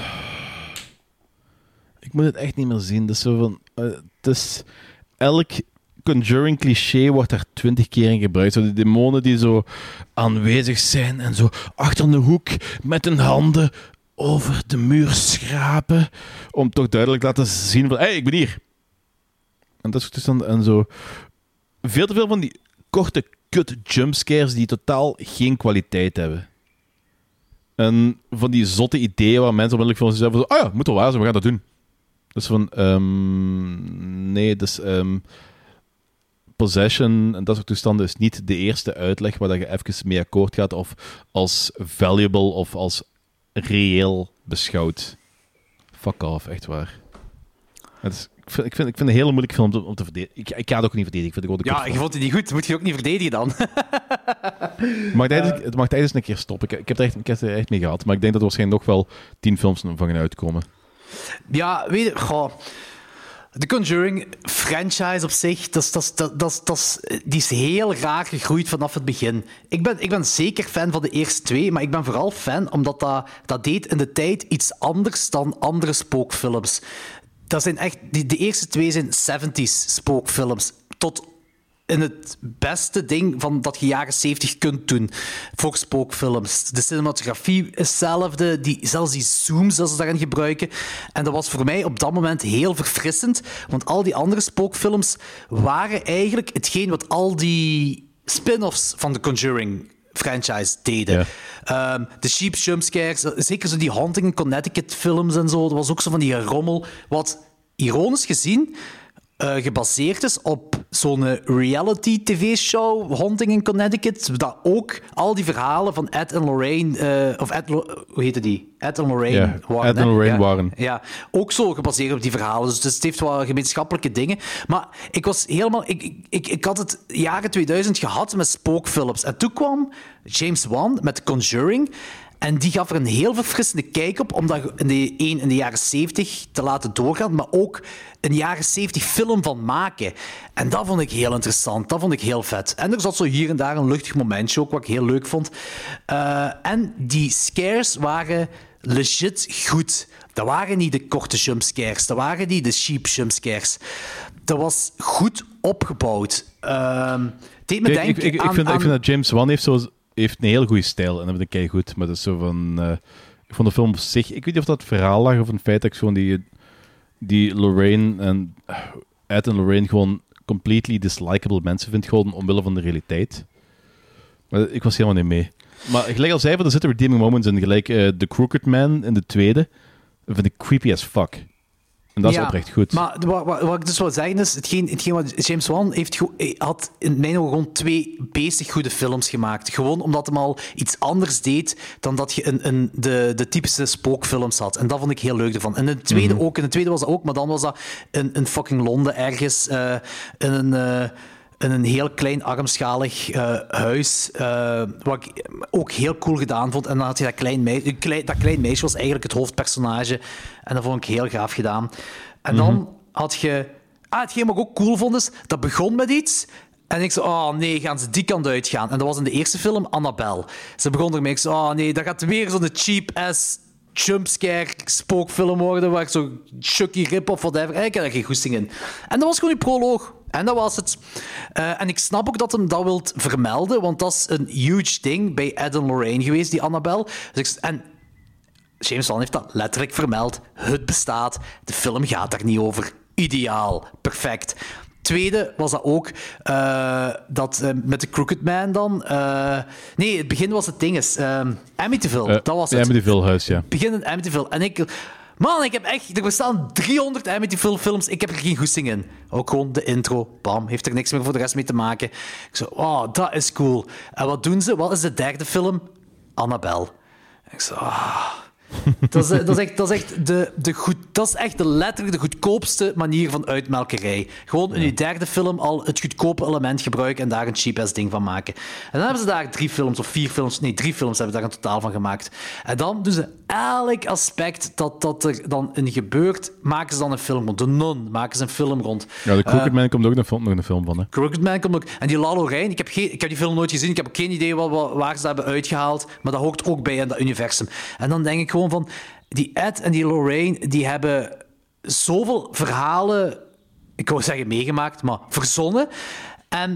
Ik moet het echt niet meer zien. Dat is zo van... Uh, het is... Elk Conjuring cliché wordt daar twintig keer in gebruikt. Zo die demonen die zo aanwezig zijn en zo achter de hoek met hun handen over de muur schrapen om toch duidelijk te laten zien van, hé, hey, ik ben hier. En dat soort toestanden en zo. Veel te veel van die korte kut jumpscares die totaal geen kwaliteit hebben. En van die zotte ideeën waar mensen onmiddellijk van zeggen van, oh ja, moet wel waar zijn, we gaan dat doen. Dus van, um, nee, dus... Um, Possession en dat soort toestanden is niet de eerste uitleg waar dat je even mee akkoord gaat of als valuable of als reëel beschouwt. Fuck off, echt waar. Het is, ik, vind, ik, vind, ik vind het een hele moeilijke film om te, om te verdedigen. Ik, ik ga het ook niet verdedigen. Ik vind het
ja, je vond het niet goed. Moet je ook niet verdedigen dan?
Het mag tijdens, het mag tijdens een keer stoppen. Ik, ik, heb er echt, ik heb er echt mee gehad. Maar ik denk dat er waarschijnlijk nog wel tien films van gaan uitkomen.
Ja, weet je... Goh. De Conjuring franchise op zich, dat, dat, dat, dat, dat, die is heel raar gegroeid vanaf het begin. Ik ben, ik ben zeker fan van de eerste twee, maar ik ben vooral fan omdat dat, dat deed in de tijd iets anders dan andere spookfilms. Dat zijn echt, die, de eerste twee zijn zeventies spookfilms. Tot in het beste ding van dat je jaren zeventig kunt doen voor spookfilms. De cinematografie is hetzelfde, die, zelfs die zooms dat ze daarin gebruiken. En dat was voor mij op dat moment heel verfrissend, want al die andere spookfilms waren eigenlijk hetgeen wat al die spin-offs van de Conjuring franchise deden. Ja. Um, de cheap jumpscares, zeker zo die Haunting in Connecticut films en zo, dat was ook zo van die rommel, wat ironisch gezien Uh, gebaseerd is op zo'n reality-tv-show, Haunting in Connecticut, dat ook al die verhalen van Ed en Lorraine, uh, of Ed, hoe heette die? Ed en Lorraine
ja,
waren.
Ed en Lorraine
ja,
waren.
Ja, ook zo gebaseerd op die verhalen. Dus, dus het heeft wel gemeenschappelijke dingen. Maar ik was helemaal... Ik, ik, ik, ik had het jaren tweeduizend gehad met spookfilms. En toen kwam James Wan met The Conjuring. En die gaf er een heel verfrissende kijk op, om dat in de, één, in de jaren zeventig te laten doorgaan, maar ook een jaren zeventig film van maken. En dat vond ik heel interessant. Dat vond ik heel vet. En er zat zo hier en daar een luchtig momentje ook, wat ik heel leuk vond. Uh, en die scares waren legit goed. Dat waren niet de korte jumpscares. Dat waren niet de cheap jumpscares. Dat was goed opgebouwd. Uh, deed me
Kijk,
denken
ik, ik,
aan,
ik, vind,
aan...
ik vind dat James Wan heeft, zo, heeft een heel goede stijl. En dat vind ik kei goed. Maar dat is zo van... Uh, ik vond de film op zich... Ik weet niet of dat het verhaal lag of een feit dat ik gewoon die... die Lorraine en... Uh, Ed en Lorraine gewoon completely dislikable mensen vind. Gewoon omwille van de realiteit. Maar ik was helemaal niet mee. Maar gelijk al zei, er zitten redeeming moments in. Gelijk uh, The Crooked Man in de tweede. Dat vind ik creepy as fuck. En dat is
ja,
oprecht goed.
Maar wat, wat, wat ik dus wil zeggen is, hetgeen, hetgeen wat James Wan heeft, had in mijn ogen gewoon twee basic goede films gemaakt. Gewoon omdat hij al iets anders deed dan dat je een, een, de, de typische spookfilms had. En dat vond ik heel leuk ervan. En in de tweede mm-hmm. ook. In de tweede was dat ook, maar dan was dat in, in fucking Londen ergens. Uh, in een... Uh, in een heel klein, armschalig uh, huis, uh, wat ik ook heel cool gedaan vond. En dan had je dat klein meisje... Klein, dat klein meisje was eigenlijk het hoofdpersonage. En dat vond ik heel gaaf gedaan. En dan mm-hmm. had je... Ah, hetgeen wat ik ook cool vond is, dat begon met iets... En ik zei, oh nee, gaan ze die kant uitgaan? En dat was in de eerste film Annabelle. Ze begon ermee, ik zei, oh nee, dat gaat weer zo'n cheap-ass... jumpscare spookfilm worden, waar zo Chucky rip of whatever. Ik had er geen goesting in. En dat was gewoon die proloog. En dat was het. Uh, en ik snap ook dat hem dat wilt vermelden, want dat is een huge ding bij Ed en Lorraine geweest, die Annabelle. Dus ik, en James Wan heeft dat letterlijk vermeld. Het bestaat. De film gaat daar niet over. Ideaal. Perfect. Tweede was dat ook uh, dat uh, met de Crooked Man dan. Uh, nee, het begin was het ding is. Uh, Amityville, uh, dat was het.
Amityville huis, ja.
Begin in Amityville. En ik. Man, ik heb echt... Er bestaan driehonderd Amityville films. Ik heb er geen goesting in. Ook gewoon de intro. Bam. Heeft er niks meer voor de rest mee te maken. Ik zo, oh, dat is cool. En wat doen ze? Wat is de derde film? Annabelle. Ik zo, ah... Dat is, dat is echt, dat is echt, de, de goed, dat is echt de, letterlijk de goedkoopste manier van uitmelkerij. Gewoon in je derde film al het goedkope element gebruiken en daar een cheap-ass ding van maken. En dan hebben ze daar drie films of vier films, nee, drie films hebben ze daar een totaal van gemaakt. En dan doen ze elk aspect dat, dat er dan in gebeurt, maken ze dan een film rond. De Nun maken ze een film rond.
Ja, de Crooked uh, Man komt ook nog een, nog een film van. Hè?
Crooked Man komt ook. En die La Lorraine, ik heb, geen, ik heb die film nooit gezien, ik heb ook geen idee wat, wat, waar ze dat hebben uitgehaald, maar dat hoort ook bij in dat universum. En dan denk ik gewoon van, die Ed en die Lorraine, die hebben zoveel verhalen, ik wou zeggen meegemaakt, maar verzonnen. En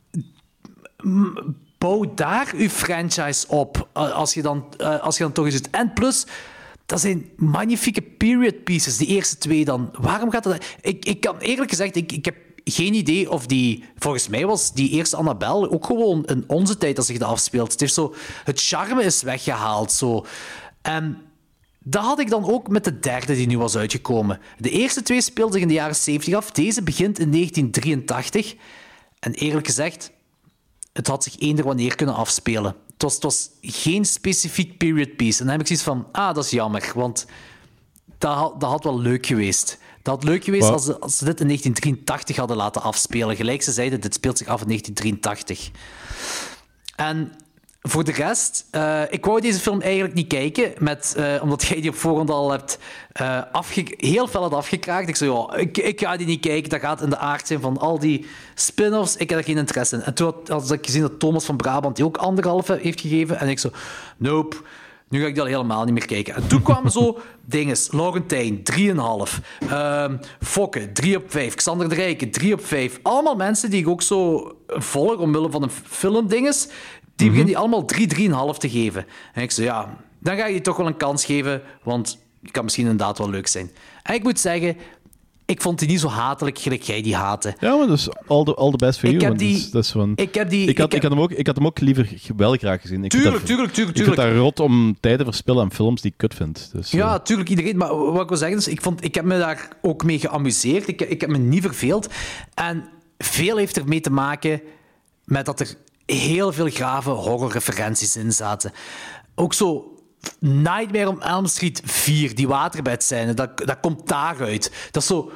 bouw daar uw franchise op, als je dan, als je dan toch eens doet. En plus, dat zijn magnifieke period pieces, die eerste twee dan. Waarom gaat dat... Ik, ik kan eerlijk gezegd, ik, ik heb geen idee of die... Volgens mij was die eerste Annabelle ook gewoon in onze tijd dat zich dat afspeelt. Het heeft zo... Het charme is weggehaald, zo. En dat had ik dan ook met de derde die nu was uitgekomen. De eerste twee speelden zich in de jaren zeventig af. Deze begint in negentien drieëntachtig. En eerlijk gezegd, het had zich eender wanneer kunnen afspelen. Het was, het was geen specifiek period piece. En dan heb ik zoiets van, ah, dat is jammer, want dat had, dat had wel leuk geweest. Dat had leuk geweest als ze, als ze dit in negentien drieëntachtig hadden laten afspelen. Gelijk ze zeiden, dit speelt zich af in negentien drieëntachtig. En voor de rest, uh, ik wou deze film eigenlijk niet kijken, met, uh, omdat jij die op voorhand al hebt uh, afge- heel veel had afgekraakt. Ik zei, ja, ik, ik ga die niet kijken, dat gaat in de aard zijn van al die spin-offs. Ik heb er geen interesse in. En toen had, had ik gezien dat Thomas van Brabant die ook anderhalve heeft gegeven. En ik zo, nope, nu ga ik die al helemaal niet meer kijken. En toen kwamen zo dinges. Laurentijn, drie komma vijf. Uh, Fokke, drie op vijf. Xander de Rijken, drie op vijf. Allemaal mensen die ik ook zo volg omwille van een filmdinges. Die beginnen die allemaal drie, drie komma vijf te geven. En ik zei, ja, dan ga je die toch wel een kans geven, want die kan misschien inderdaad wel leuk zijn. En ik moet zeggen, ik vond die niet zo hatelijk gelijk jij die haatte.
Ja, maar dat is all the, all the best for
ik
you.
Heb die,
dat is, dat is van,
ik heb die...
Ik had,
ik,
ik, had hem ook, ik had hem ook liever wel graag gezien. Ik
tuurlijk,
dat,
tuurlijk, tuurlijk,
ik
tuurlijk.
vind dat rot om tijd te verspillen aan films die ik kut vind. Dus,
ja,
uh.
tuurlijk, iedereen. Maar wat ik wil zeggen is, ik, vond, ik heb me daar ook mee geamuseerd. Ik, ik heb me niet verveeld. En veel heeft ermee te maken met dat er heel veel grave horrorreferenties in zaten. Ook zo Nightmare on Elm Street vier, die waterbed scène, dat, dat komt daaruit. Dat is zo...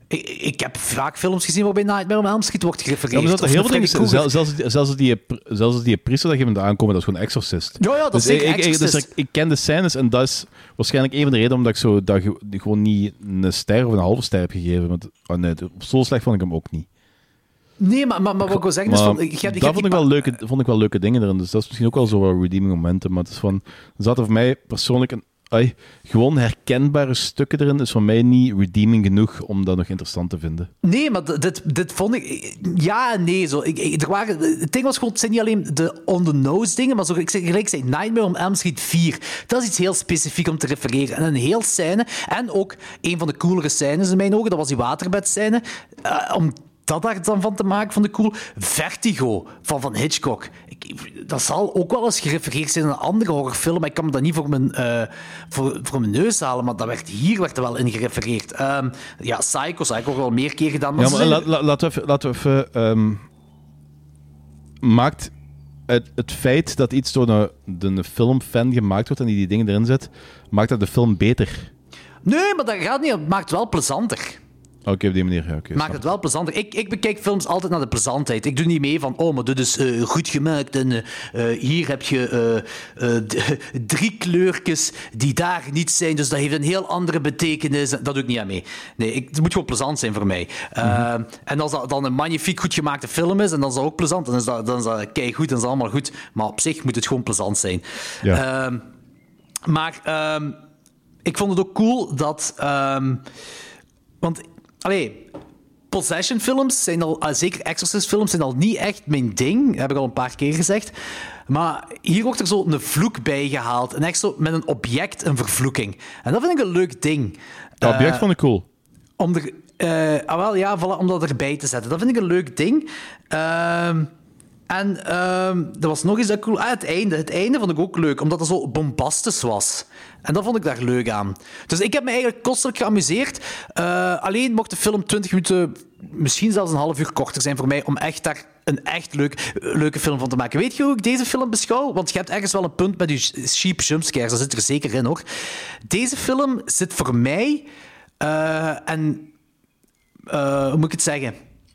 Ik, ik heb vaak films gezien waarbij Nightmare on Elm Street wordt gerefereerd.
Ja, maar dat er
Of
heel
een
veel dingen,
Freddy
zelfs,
Krueger.
zelfs, zelfs, die, zelfs als die priester dat je met aankomen, dat is gewoon Exorcist.
Ja, ja, dat is
dus
zeker
ik, ik,
Exorcist.
dus ik, ik ken de scènes en dat is waarschijnlijk een van de redenen omdat ik zo, dat je, die gewoon niet een ster of een halve ster heb gegeven. Want, oh nee, zo slecht vond ik hem ook niet.
Nee, maar, maar, maar wat ik wil zeggen is...
Maar
Van, ik heb, ik
daar
heb
vond
die
ik, wel
pa-
leuke, vond ik wel leuke dingen erin. Dus dat is misschien ook wel zo wat redeeming momenten. Maar het is van... Er zaten voor mij persoonlijk... Een, ai, gewoon herkenbare stukken erin is voor mij niet redeeming genoeg om dat nog interessant te vinden.
Nee, maar d- dit, dit vond ik... Ja en nee. Zo. Ik, ik, er waren, het ding was gewoon... Het zijn niet alleen de on-the-nose dingen, maar zo, ik zeg, gelijk zei, Nightmare on Elm Street vier. Dat is iets heel specifiek om te refereren. En een heel scène. En ook een van de coolere scènes in mijn ogen, dat was die waterbed-scène. Uh, om dat daar dan van te maken, van de cool. Vertigo van, van Hitchcock. Ik, dat zal ook wel eens gerefereerd zijn in een andere horrorfilm, maar ik kan me dat niet voor mijn, uh, voor, voor mijn neus halen, maar dat werd, hier werd er wel in gerefereerd. Um, ja, Psycho, Psycho ook wel meer keer gedaan. Maar
Ja,
ze
maar
zijn-
la, la, laten we even... Laten we even um, maakt het, het feit dat iets door een, een filmfan gemaakt wordt en die die dingen erin zet, maakt dat de film beter?
Nee, maar dat gaat niet. Het maakt het wel plezanter.
Oké, okay, op die manier. Ja, okay,
Maakt het wel plezanter. Ik, ik bekijk films altijd naar de plezantheid. Ik doe niet mee van, oh, maar dit is uh, goed gemaakt en uh, uh, hier heb je uh, uh, d- drie kleurtjes die daar niet zijn, dus dat heeft een heel andere betekenis. Dat doe ik niet aan mee. Nee, ik, het moet gewoon plezant zijn voor mij. Uh, mm-hmm. En als dat dan een magnifiek goed gemaakte film is, en dan is dat ook plezant, dan is dat, dan is dat keigoed, dan is dat allemaal goed. Maar op zich moet het gewoon plezant zijn.
Ja.
Uh, maar uh, ik vond het ook cool dat... Uh, want... Allee, possession-films zijn al, uh, zeker Exorcist-films, zijn al niet echt mijn ding. Dat heb ik al een paar keer gezegd. Maar hier wordt er zo een vloek bij gehaald. En echt zo met een object een vervloeking. En dat vind ik een leuk ding.
Dat object
uh,
vond ik cool.
Om er, uh, ah wel, ja, voilà, om dat erbij te zetten. Dat vind ik een leuk ding. Uh, en uh, er was nog iets dat cool... Ah, het einde. Het einde vond ik ook leuk, omdat het zo bombastisch was. En dat vond ik daar leuk aan. Dus ik heb me eigenlijk kostelijk geamuseerd. Uh, alleen mocht de film twintig minuten, misschien zelfs een half uur korter zijn voor mij, om echt daar een echt leuk, leuke film van te maken. Weet je hoe ik deze film beschouw? Want je hebt ergens wel een punt met die cheap jumpscares. Dat zit er zeker in, hoor. Deze film zit voor mij... Uh, en... Uh, hoe moet ik het zeggen?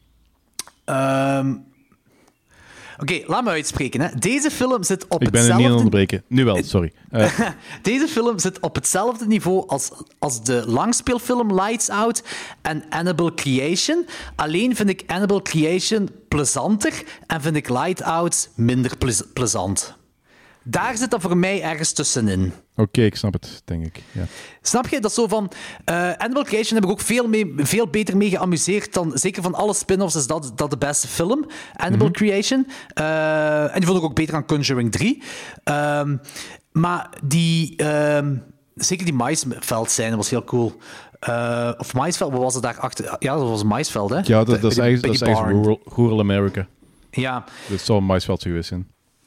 Ehm... Uh, Oké, okay, laat me uitspreken. Hè. Deze film zit op
ik ben
hetzelfde...
er niet aan het onderbreken. Nu wel, sorry. Uh.
Deze film zit op hetzelfde niveau als, als de langspeelfilm Lights Out en Annabelle Creation. Alleen vind ik Annabelle Creation plezanter en vind ik Lights Out minder plez- plezant. Daar zit dat voor mij ergens tussenin.
Oké, okay, ik snap het, denk ik. Ja.
Snap je? Dat is zo van... Uh, Annabelle Creation heb ik ook veel, mee, veel beter mee geamuseerd dan... Zeker van alle spin-offs is dat, dat de beste film. Annabelle mm-hmm. Creation. Uh, en die vond ik ook beter dan Conjuring drie. Um, maar die... Um, zeker die Maisveld-scène was heel cool. Uh, of Maisveld, wat was het daar achter? Ja, dat was Maisveld, hè?
Ja, dat, dat is eigenlijk rural, rural America.
Ja.
Dat zou Maisveld geweest zijn.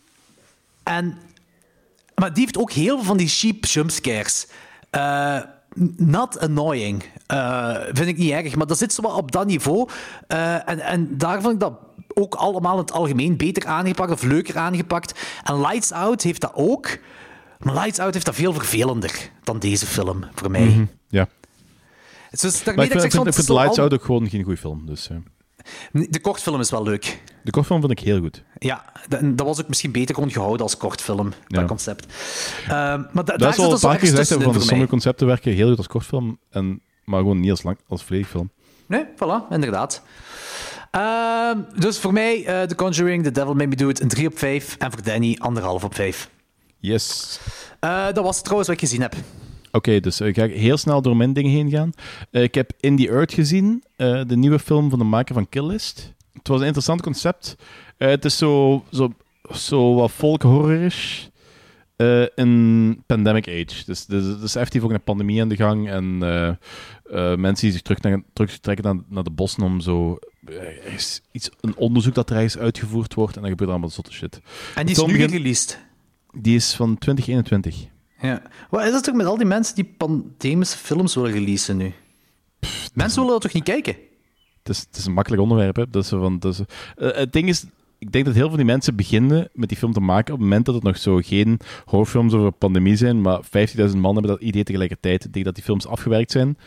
En, maar die heeft ook heel veel van die cheap jumpscares. Uh, not annoying. Uh, vind ik niet erg, maar dat zit zo wel op dat niveau. Uh, en, en daar vond ik dat ook allemaal in het algemeen beter aangepakt of leuker aangepakt. En Lights Out heeft dat ook. Maar Lights Out heeft dat veel vervelender dan deze film, voor mij.
Mm-hmm, ja.
Dus
maar ik vind, ik vind, ik vind Lights Out ook gewoon geen goede film. Dus, uh.
De kortfilm is wel leuk.
De kortfilm vond ik heel goed.
Ja, dat, dat was ook misschien beter gewoon gehouden als kortfilm, dat ja. concept. Uh, maar da,
dat
daar
is al een paar keer gezegd hebben, van de sommige
mij.
concepten werken heel goed als kortfilm, en, maar gewoon niet als, lang, als volledig film.
Nee, voilà, inderdaad. Uh, dus voor mij, uh, The Conjuring, The Devil Made Me Do It, een drie op vijf. En voor Danny, anderhalf op vijf.
Yes.
Uh, dat was het trouwens wat ik gezien heb.
Oké, okay, dus ik uh, ga heel snel door mijn dingen heen gaan. Uh, ik heb In the Earth gezien, uh, de nieuwe film van de maker van Kill List. Het was een interessant concept. Uh, het is zo, zo, zo wat folk-horror-ish uh, in pandemic age. Dus er is, is effectief ook een pandemie aan de gang en uh, uh, mensen die zich terug naar, terugtrekken naar, naar de bossen om zo... Er is iets, een onderzoek dat er ergens uitgevoerd wordt en dan gebeurt er allemaal zotte shit.
En die is nu begin, gereleased?
Die is van twintig eenentwintig.
Ja. Wat is dat toch met al die mensen die pandemische films willen releasen nu? Pff, mensen willen dat toch niet kijken?
Het is, het is een makkelijk onderwerp. Hè? Dat is van, dat is, uh, het ding is, ik denk dat heel veel van die mensen beginnen met die film te maken op het moment dat het nog zo geen horrorfilms over pandemie zijn, maar vijftigduizend man hebben dat idee tegelijkertijd. Ik denk dat die films afgewerkt zijn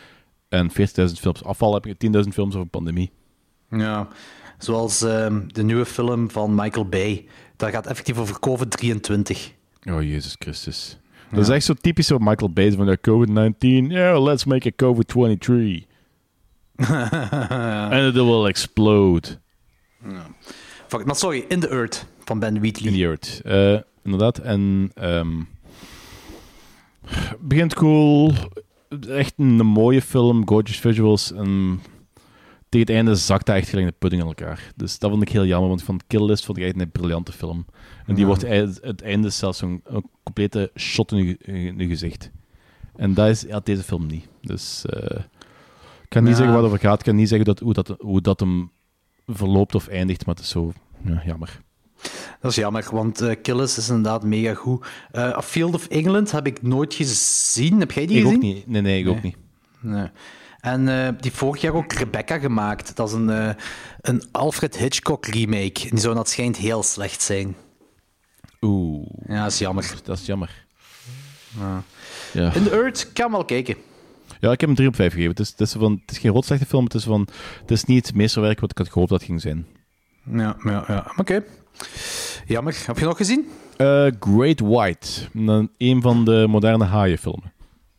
en veertigduizend films afval heb je tienduizend films over pandemie.
Ja, zoals um, de nieuwe film van Michael Bay. Dat gaat effectief over covid drieëntwintig.
Oh, Jezus Christus. Dat ja. is echt zo typisch zo Michael Bay van ja, covid negentien. Yeah, let's make a covid twenty-three. And it will explode.
Ja. Fuck, maar sorry, In the Earth van Ben Wheatley.
In the Earth, uh, inderdaad. En um, begint cool. Echt een mooie film, gorgeous visuals. En tegen het einde zakt dat echt gelijk de pudding in elkaar. Dus dat vond ik heel jammer, want van Kill List vond ik echt een briljante film. En die ja. wordt het einde zelfs zo'n een complete shot in je, in je gezicht. En dat is ja, deze film niet. Dus uh, ik kan niet ja. zeggen wat over gaat. Ik kan niet zeggen dat, hoe, dat, hoe dat hem verloopt of eindigt, maar het is zo ja, jammer.
Dat is jammer, want uh, Kill List is inderdaad mega goed. Uh, A Field of England heb ik nooit gezien. Heb jij die
ik
gezien?
Ook niet. Nee, nee, ik nee. ook niet.
Nee. En uh, die vorig jaar ook Rebecca gemaakt. Dat is een, uh, een Alfred Hitchcock remake. En die zou dat schijnt heel slecht zijn.
Oeh.
Ja, dat is jammer.
Dat is jammer.
Ja.
Ja.
In the Earth, kan wel kijken.
Ja, ik heb hem drie op vijf gegeven. Het is, het is, van, het is geen rotslechte film. Het is, van, het is niet het meesterwerk wat ik had gehoopt dat het ging zijn.
Ja, ja, ja. Oké. Okay. Jammer. Heb je nog gezien?
Uh, Great White. Een van de moderne haaienfilmen.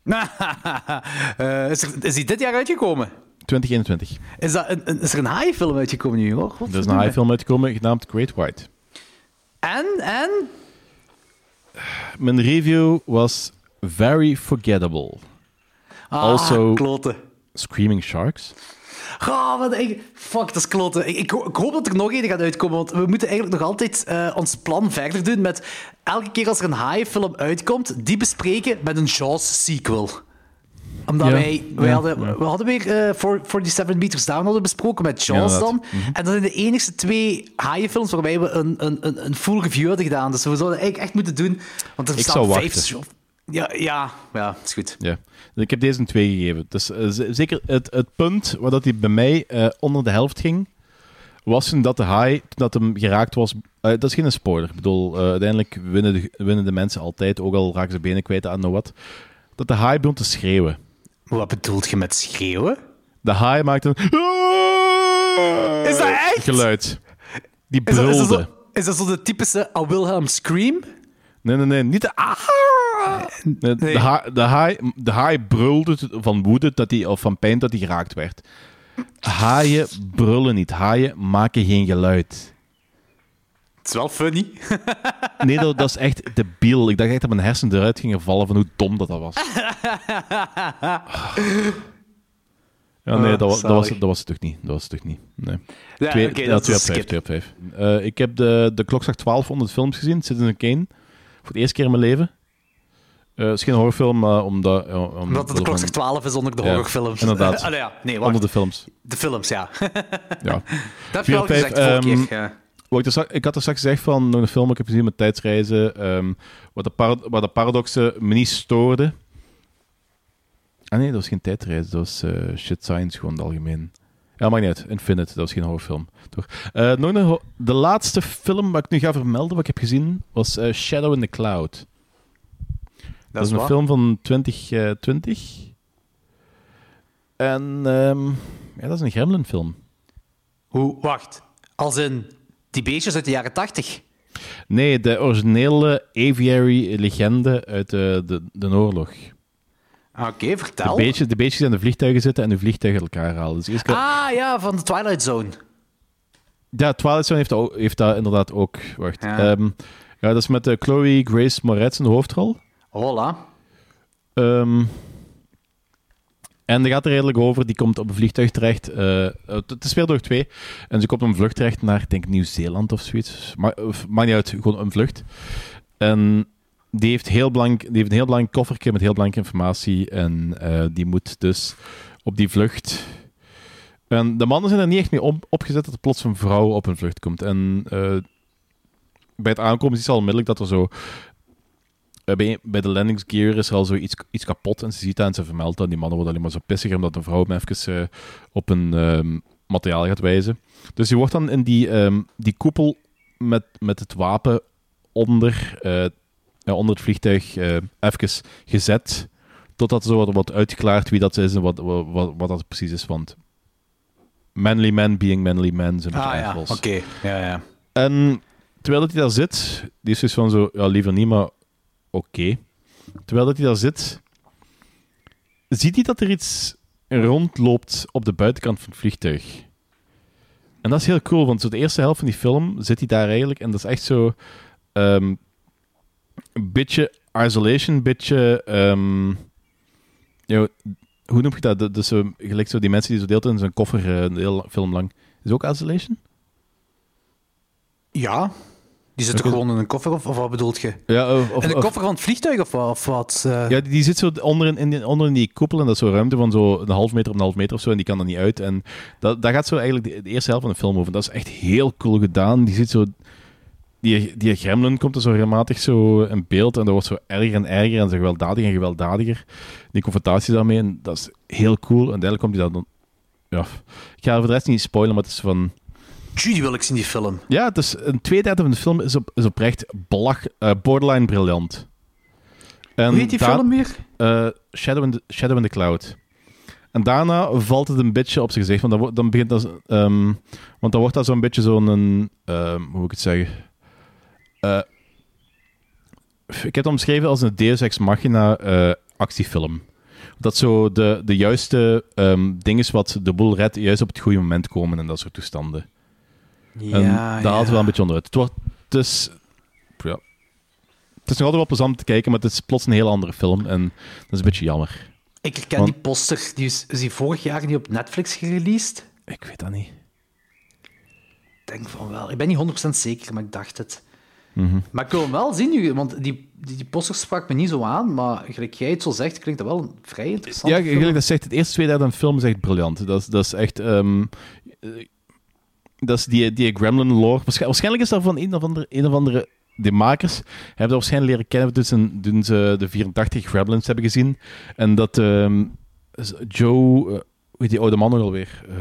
uh, is, er, is die dit jaar uitgekomen?
twintig eenentwintig.
Is, dat een, een, is er een haaienfilm uitgekomen nu, hoor?
Er is een haaienfilm uitgekomen genaamd Great White.
En? En?
Mijn review was very forgettable.
Ah,
also,
kloten.
Screaming Sharks.
Oh, wat ik... Fuck, dat is kloten. Ik, ik, ik hoop dat er nog één gaat uitkomen, want we moeten eigenlijk nog altijd uh, ons plan verder doen met elke keer als er een haaienfilm uitkomt, die bespreken met een Jaws-sequel. Omdat ja, wij... wij ja, hadden, ja. We hadden weer uh, forty-seven Meters Down hadden besproken met Jaws ja, dan. Mm-hmm. En dat zijn de enigste twee haaienfilms waarbij we een, een, een, een full review hadden gedaan. Dus we zouden eigenlijk echt moeten doen. Want er
ik zou
vijf...
wachten.
Ja, ja, ja, is goed.
Ja. Ik heb deze een twee gegeven. Dus, uh, z- zeker het, het punt waar dat hij bij mij uh, onder de helft ging, was toen dat de haai, toen dat hem geraakt was... Uh, dat is geen spoiler. Ik bedoel, uh, uiteindelijk winnen de, winnen de mensen altijd, ook al raken ze benen kwijt aan nou wat. Dat de haai begon te schreeuwen.
Wat bedoelt je met schreeuwen?
De haai maakte een...
Is dat echt?
Geluid. Die brulde.
Is dat, is dat, zo, is dat zo de typische A Wilhelm scream?
Nee, nee, nee. Niet de... Nee. De, haai, de, haai, de haai brulde van woede dat hij, of van pijn dat hij geraakt werd. Haaien brullen niet. Haaien maken geen geluid.
Het is wel funny.
Nee, dat, dat is echt debiel. Ik dacht echt dat mijn hersenen eruit gingen vallen van hoe dom dat, dat was. Ja, nee, dat was, dat, was, dat was het toch niet. Dat was het toch niet. Nee.
Ja,
twee,
okay,
ja,
dat
twee,
is
op vijf, twee op vijf. Uh, ik heb de, de Klokslag twaalfhonderd films gezien. Citizen Kane. Voor de eerste keer in mijn leven. Uh, het is geen horrorfilm, maar omdat... Uh, om,
omdat de Klokslag twaalf is onder de
ja,
horrorfilms.
Inderdaad.
uh, ja, nee,
onder de films.
De films, ja.
Ja.
Dat heb je al gezegd um, vorige keer. Ja.
Wat ik, er, ik had er straks gezegd van nog een film die ik heb gezien met tijdsreizen, um, waar, de par, waar de paradoxen me niet stoorden. Ah nee, dat was geen tijdreizen, dat was uh, shit science gewoon in het algemeen. Ja, maakt niet uit. Infinite, dat was geen horrorfilm. Toch? Uh, nog een ho- de laatste film wat ik nu ga vermelden, wat ik heb gezien, was uh, Shadow in the Cloud. Dat, dat is een wat? film van twintig twintig. En um, ja, dat is een Gremlin-film.
Hoe? Wacht. Als in die beestjes uit de jaren tachtig?
Nee, de originele aviary-legende uit de, de, de oorlog.
Oké, okay, vertel.
De beestjes, de beestjes aan de vliegtuigen zitten en de vliegtuigen elkaar halen. Dus eerst...
Ah, ja, van de Twilight Zone.
Ja, Twilight Zone heeft dat, heeft dat inderdaad ook. Wacht. Ja, um, ja dat is met uh, Chloe Grace Moretz in de hoofdrol.
Hola.
Um, en die gaat er redelijk over. Die komt op een vliegtuig terecht. Uh, het is Wereldoorlog twee. En ze komt op een vlucht terecht naar, ik denk, Nieuw-Zeeland of zoiets. Ma- maakt niet uit, gewoon een vlucht. En die heeft, heel blank, die heeft een heel belangrijk koffertje met heel belangrijke informatie. En uh, die moet dus op die vlucht... En de mannen zijn er niet echt mee op, opgezet dat er plots een vrouw op een vlucht komt. En uh, bij het aankomen is het al onmiddellijk dat er zo... Uh, bij, bij de landingsgear is er al zo iets, iets kapot en ze ziet dat en ze vermeldt dat. Die mannen worden alleen maar zo pissiger omdat de vrouw hem even uh, op een um, materiaal gaat wijzen. Dus die wordt dan in die, um, die koepel met, met het wapen onder, uh, uh, onder het vliegtuig uh, even gezet totdat er zo wat, wat uitgeklaard wie dat is en wat, wat, wat, wat dat precies is. Want manly men being manly men zijn
Ah ja,
assholes.
oké. Okay. Ja, ja.
En terwijl dat hij daar zit, die is dus van zo, ja, liever niet, maar oké. Okay. Terwijl dat hij daar zit, ziet hij dat er iets rondloopt op de buitenkant van het vliegtuig. En dat is heel cool, want zo de eerste helft van die film zit hij daar eigenlijk en dat is echt zo um, een beetje isolation, een beetje um, you know, hoe noem je dat? Dus zo, gelijk zo die mensen die zo deelt in zijn koffer uh, een hele film lang. Is het ook isolation?
Ja. Die zit okay. gewoon in een koffer, of, of wat bedoelt je?
Ja, of, of,
in de
of,
koffer van het vliegtuig, of, of wat? Uh...
Ja, die, die zit zo onder in, onder in die koepel en dat is zo'n ruimte van zo een half meter op een half meter of zo en die kan er niet uit. En dat, dat gaat zo eigenlijk de, de eerste helft van de film over. Dat is echt heel cool gedaan. Die zit zo... Die, die gremlin komt er zo regelmatig zo in beeld en dat wordt zo erger en erger en zo gewelddadiger en gewelddadiger. Die confrontatie daarmee, en dat is heel cool. En uiteindelijk komt hij dan... Ja, ik ga voor de rest niet spoilen, maar het is van...
Gee, die wil ik zien, die film.
Ja, het is een tweederde van de film is, op, is oprecht belach, uh, borderline briljant. En
hoe heet die da- film weer?
Uh, Shadow, in the, Shadow in the Cloud. En daarna valt het een beetje op zijn gezicht, want dan, dan begint dat... Um, want dan wordt dat zo'n beetje zo'n... Um, hoe moet ik het zeggen... Uh, ik heb het omschreven als een Deus Ex Machina uh, actiefilm. Dat zo de, de juiste um, ding is wat de boel redt, juist op het goede moment komen en dat soort toestanden.
Ja,
en
daar
haalt
ja.
het wel een beetje onderuit. Het, wordt, het, is, ja, het is nog altijd wel plezant te kijken, maar het is plots een heel andere film en dat is een beetje jammer.
Ik herken
Want,
die poster. Die is, is die vorig jaar niet op Netflix gereleased?
Ik weet dat niet.
Ik denk van wel. Ik ben niet honderd procent zeker, maar ik dacht het.
Mm-hmm.
Maar ik wil hem wel zien nu, want die, die, die poster sprak me niet zo aan, maar gelijk jij het zo zegt, klinkt dat wel een vrij interessant
Ja,
film.
gelijk dat zegt, het eerste twee derde van de film is echt briljant. Dat is, dat is echt... Um, dat is die, die Gremlin lore. Waarschijnlijk is dat van een of andere... Een of andere de makers hebben dat waarschijnlijk leren kennen toen ze, toen ze de vierentachtig Gremlins hebben gezien. En dat um, Joe... Uh, hoe heet die oude man nog alweer? Uh,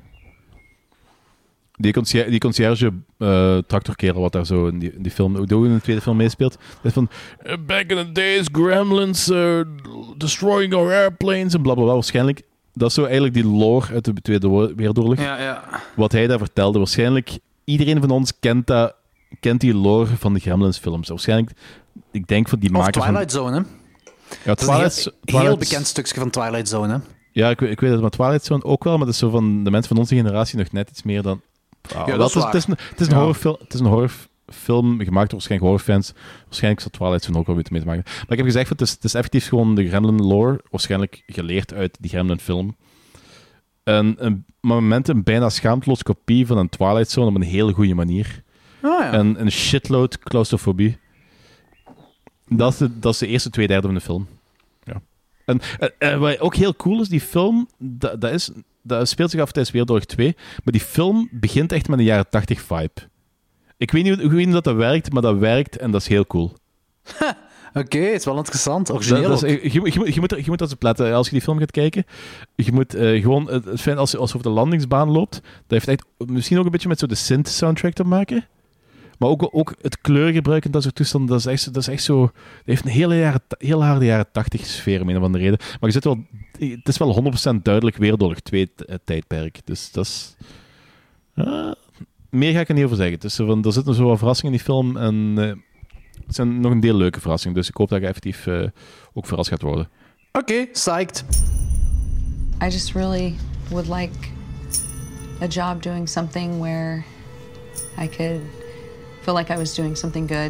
Die concierge, die concierge uh, tractorkerel wat daar zo in die, in die film, hoe in de tweede film meespeelt. Dat is van, back in the days, gremlins uh, destroying our airplanes en blablabla. Waarschijnlijk, dat is zo eigenlijk die lore uit de Tweede Wereldoorlog.
Ja, ja.
Wat hij daar vertelde. Waarschijnlijk, iedereen van ons kent, dat, kent die lore van de Gremlins films. Waarschijnlijk, ik denk van die
of
makers...
Twilight
van,
Zone, hè?
Ja,
dat Twilight,
is een heel,
heel,
Twilight,
bekend stukje van Twilight Zone, hè?
Ja, ik, ik weet het, maar Twilight Zone ook wel, maar dat is zo van de mensen van onze generatie nog net iets meer dan... Wow,
ja, dat
is
is
het, is een, het is een
ja.
horrorfilm. Het is een horrorfilm gemaakt door waarschijnlijk horrorfans. Waarschijnlijk zal Twilight Zone ook wel weer mee te maken. Maar ik heb gezegd, het is, het is effectief gewoon de Gremlin lore, waarschijnlijk geleerd uit die Gremlin film. En een moment een bijna schaamteloos kopie van een Twilight Zone op een hele goede manier.
Oh, ja.
En een shitload claustrofobie. Dat is de, dat is de eerste twee derde van de film. Ja. En, en, en wat ook heel cool is, die film, dat, dat is... Dat speelt zich af tijdens Wereldoorlog twee, maar die film begint echt met een jaren tachtig vibe. Ik weet niet hoe dat, dat werkt, maar dat werkt en dat is heel cool.
Oké, okay, het is wel interessant. Origineel
dat, dat is, je, je, je, je, moet, je moet dat eens opletten als je die film gaat kijken. Je moet uh, gewoon... Het fijn als je als je over de landingsbaan loopt, dat heeft echt misschien ook een beetje met zo de synth-soundtrack te maken. Maar ook, ook het kleurgebruik en dat soort toestanden, dat is echt, dat is echt zo... Dat heeft een hele, jaren, hele harde jaren tachtig sfeer, om een of andere reden. Maar je zit wel... Het is wel honderd procent duidelijk Wereldoorlog twee tijdperk. Dus dat is... Uh, meer ga ik er niet over zeggen. Dus van, er zitten zo wat verrassingen in die film en uh, het zijn nog een deel leuke verrassingen. Dus ik hoop dat je effectief uh, ook verrast gaat worden.
Oké, okay, psyched.
I just really would like a job doing something where I could feel like I was doing something good.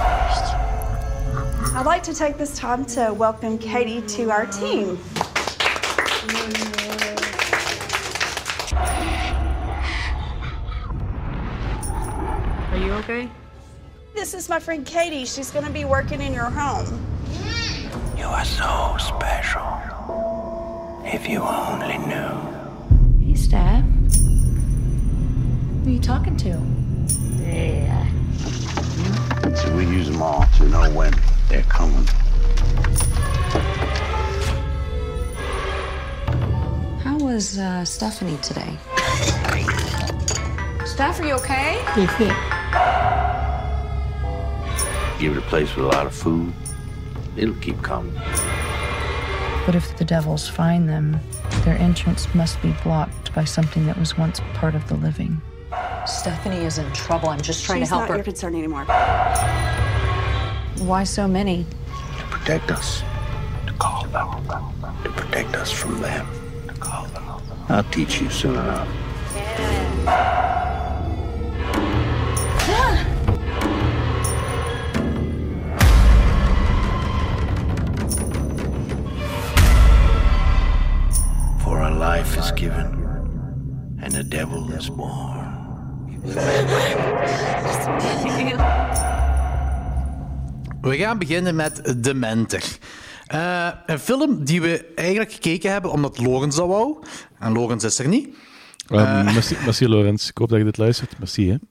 I'd like to take this time to welcome Katie to our team.
Are you okay?
This is my friend Katie. She's going to be working in your home.
You are so special. If you only knew.
Hey, Steph. Who are you talking to?
Yeah. So we use them all to know when they're coming.
How was uh, Stephanie today? Steph, are you okay?
Give it a place with a lot of food, it'll keep coming.
But if the devils find them, their entrance must be blocked by something that was once part of the living.
Stephanie is in trouble. I'm just trying
She's
to help
not
her.
your concern anymore.
Why so many?
To protect us. To call them. To protect us from them. To call them. I'll teach you soon enough. For a life is given, and a devil is born.
We gaan beginnen met Dementor. Uh, een film die we eigenlijk gekeken hebben omdat Logans dat wou. En Logans is er niet.
Um, uh, merci, merci, Lorenz. Ik hoop dat je dit luistert. Merci, hè.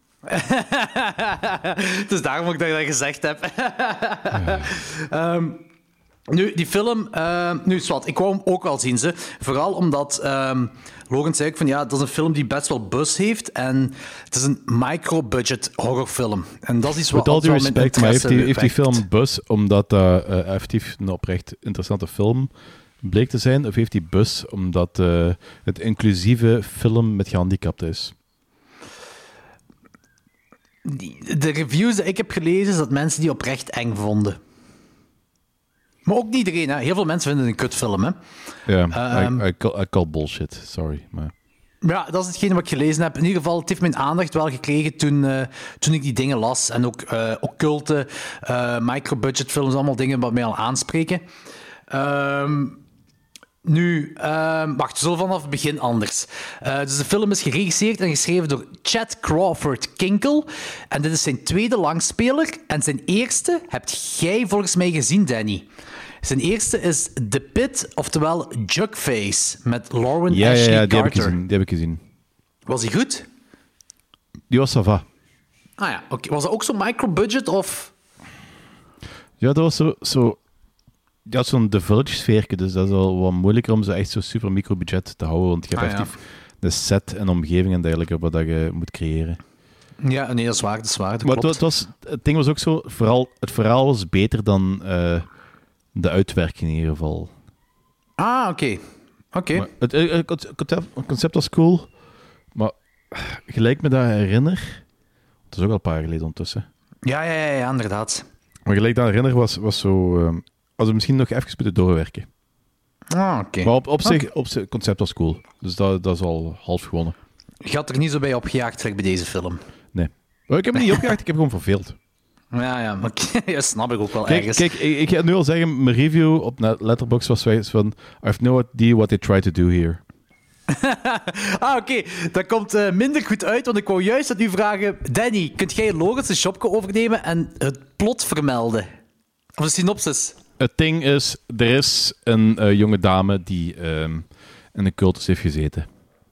Het is daarom ook dat ik dat gezegd heb. ja. um, Nu, die film... Uh, nu, zwart, ik wou hem ook wel zien, ze. Vooral omdat... Um, Logan zei ook van, ja, dat is een film die best wel buzz heeft. En het is een micro-budget horrorfilm. En dat is iets wat...
Met al die respect, maar heeft die, heeft die
film
buzz omdat dat uh, effectief een oprecht interessante film bleek te zijn? Of heeft die buzz omdat uh, het inclusieve film met gehandicapten is?
De reviews die ik heb gelezen, is dat mensen die oprecht eng vonden. Maar ook niet iedereen, hè. Heel veel mensen vinden het een kutfilm, hè.
Ja,
um,
I, I, call, I call bullshit, sorry. Maar...
Ja, dat is hetgene wat ik gelezen heb. In ieder geval, het heeft mijn aandacht wel gekregen toen, uh, toen ik die dingen las. En ook uh, occulte, uh, micro-budget films, allemaal dingen wat mij al aanspreken. Um, nu, uh, wacht, we zullen vanaf het begin anders. Uh, dus de film is geregisseerd en geschreven door Chad Crawford Kinkel. En dit is zijn tweede langspeler. En zijn eerste hebt jij volgens mij gezien, Danny. Zijn eerste is The Pit, oftewel Jugface, met Lauren
ja,
Ashley
ja, ja, die
Carter.
heb ik gezien. Die heb ik gezien.
Was die goed?
Die was ça va.
Ah ja, oké. Okay. Was dat ook zo'n micro-budget, of...
Ja, dat was zo... zo... Je had zo'n The Village-sfeerke, dus dat is wel wat moeilijker om zo echt zo super micro-budget te houden, want je hebt
ah,
echt
ja.
de set en omgeving en dergelijke wat je moet creëren.
Ja, nee, dat is waar, dat is waar, dat
maar
klopt.
Het, was, het ding was ook zo, vooral, het verhaal was beter dan uh, de uitwerking in ieder geval.
Ah, oké. Okay. Oké.
Okay. Het, het, het, het concept was cool, maar gelijk me dat herinner... Het is ook al een paar jaar geleden ondertussen.
Ja, ja, ja, ja, inderdaad.
Maar gelijk dat herinner was, was zo... Uh, als we misschien nog even moeten doorwerken.
Ah, oké. Okay.
Maar op, op, zich,
okay.
op zich, het concept was cool. Dus dat, dat is al half gewonnen.
Je had er niet zo bij opgejaagd bij deze film?
Nee. Maar ik heb hem niet opgejaagd, ik heb hem gewoon verveeld.
Ja, ja, maar dat snap ik ook wel
kijk,
ergens.
Kijk, ik, ik ga nu al zeggen, mijn review op Letterboxd was van... I have no idea what they try to do here.
ah, oké. Okay. Dat komt uh, minder goed uit, want ik wou juist aan u vragen... Danny, kunt jij Logans een shopje overnemen en het plot vermelden? Of de synopsis?
Het ding is, er is een uh, jonge dame die um, in een cultus heeft gezeten.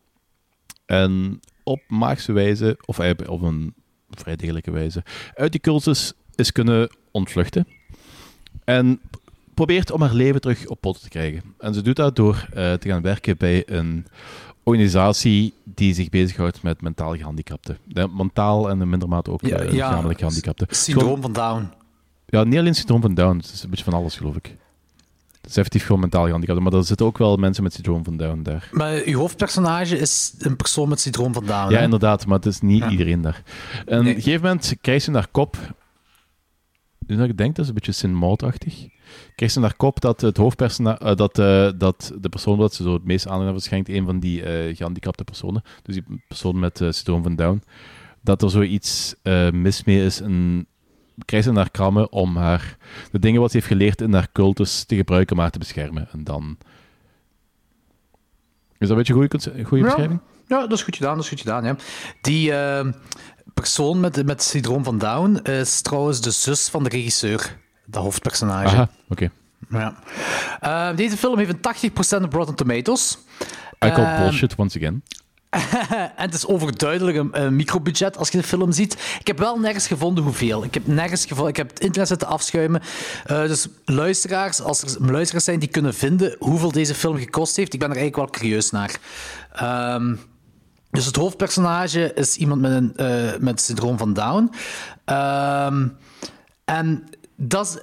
En op maagse wijze, of op een vrij degelijke wijze, uit die cultus is kunnen ontvluchten. En probeert om haar leven terug op poten te krijgen. En ze doet dat door uh, te gaan werken bij een organisatie die zich bezighoudt met mentaal gehandicapten. De, mentaal en in minder mate ook
ja,
uh,
ja,
lichamelijk gehandicapten.
Syndroom van Down.
Ja, niet alleen syndroom van Down. Het is een beetje van alles, geloof ik. Het is effectief gewoon mentaal gehandicapten, maar er zitten ook wel mensen met syndroom van Down daar.
Maar uw hoofdpersonage is een persoon met syndroom van Down,
Ja,
hè?
inderdaad, maar het is niet
ja.
iedereen daar. En nee. Op een gegeven moment krijgt ze naar kop... Nu dat ik denk, dat is een beetje Sin-Maud-achtig. Krijgt ze naar kop dat het hoofdpersonage... Uh, dat, uh, dat de persoon dat ze zo het meest aandacht hebben verschijnt, een van die uh, gehandicapte personen, dus die persoon met uh, syndroom van Down, dat er zoiets uh, mis mee is en krijgt ze naar krammen om haar de dingen wat ze heeft geleerd in haar cultus te gebruiken, maar te beschermen. En dan... Is dat een beetje een goede, goede
ja.
beschrijving?
Ja, dat is goed gedaan, dat is goed gedaan, ja. Die uh, persoon met, met syndroom van Down is trouwens de zus van de regisseur, de hoofdpersonage.
Aha, oké.
Okay. Ja. Uh, deze film heeft een tachtig procent op Rotten Tomatoes.
I call
uh,
bullshit once again.
en het is overduidelijk een, een microbudget als je de film ziet. Ik heb wel nergens gevonden hoeveel. Ik heb nergens gevonden. Ik heb het internet zitten afschuimen. Uh, dus luisteraars, als er luisteraars zijn die kunnen vinden hoeveel deze film gekost heeft, ik ben er eigenlijk wel curieus naar. Um, dus het hoofdpersonage is iemand met een uh, met syndroom van Down. Um, en dat is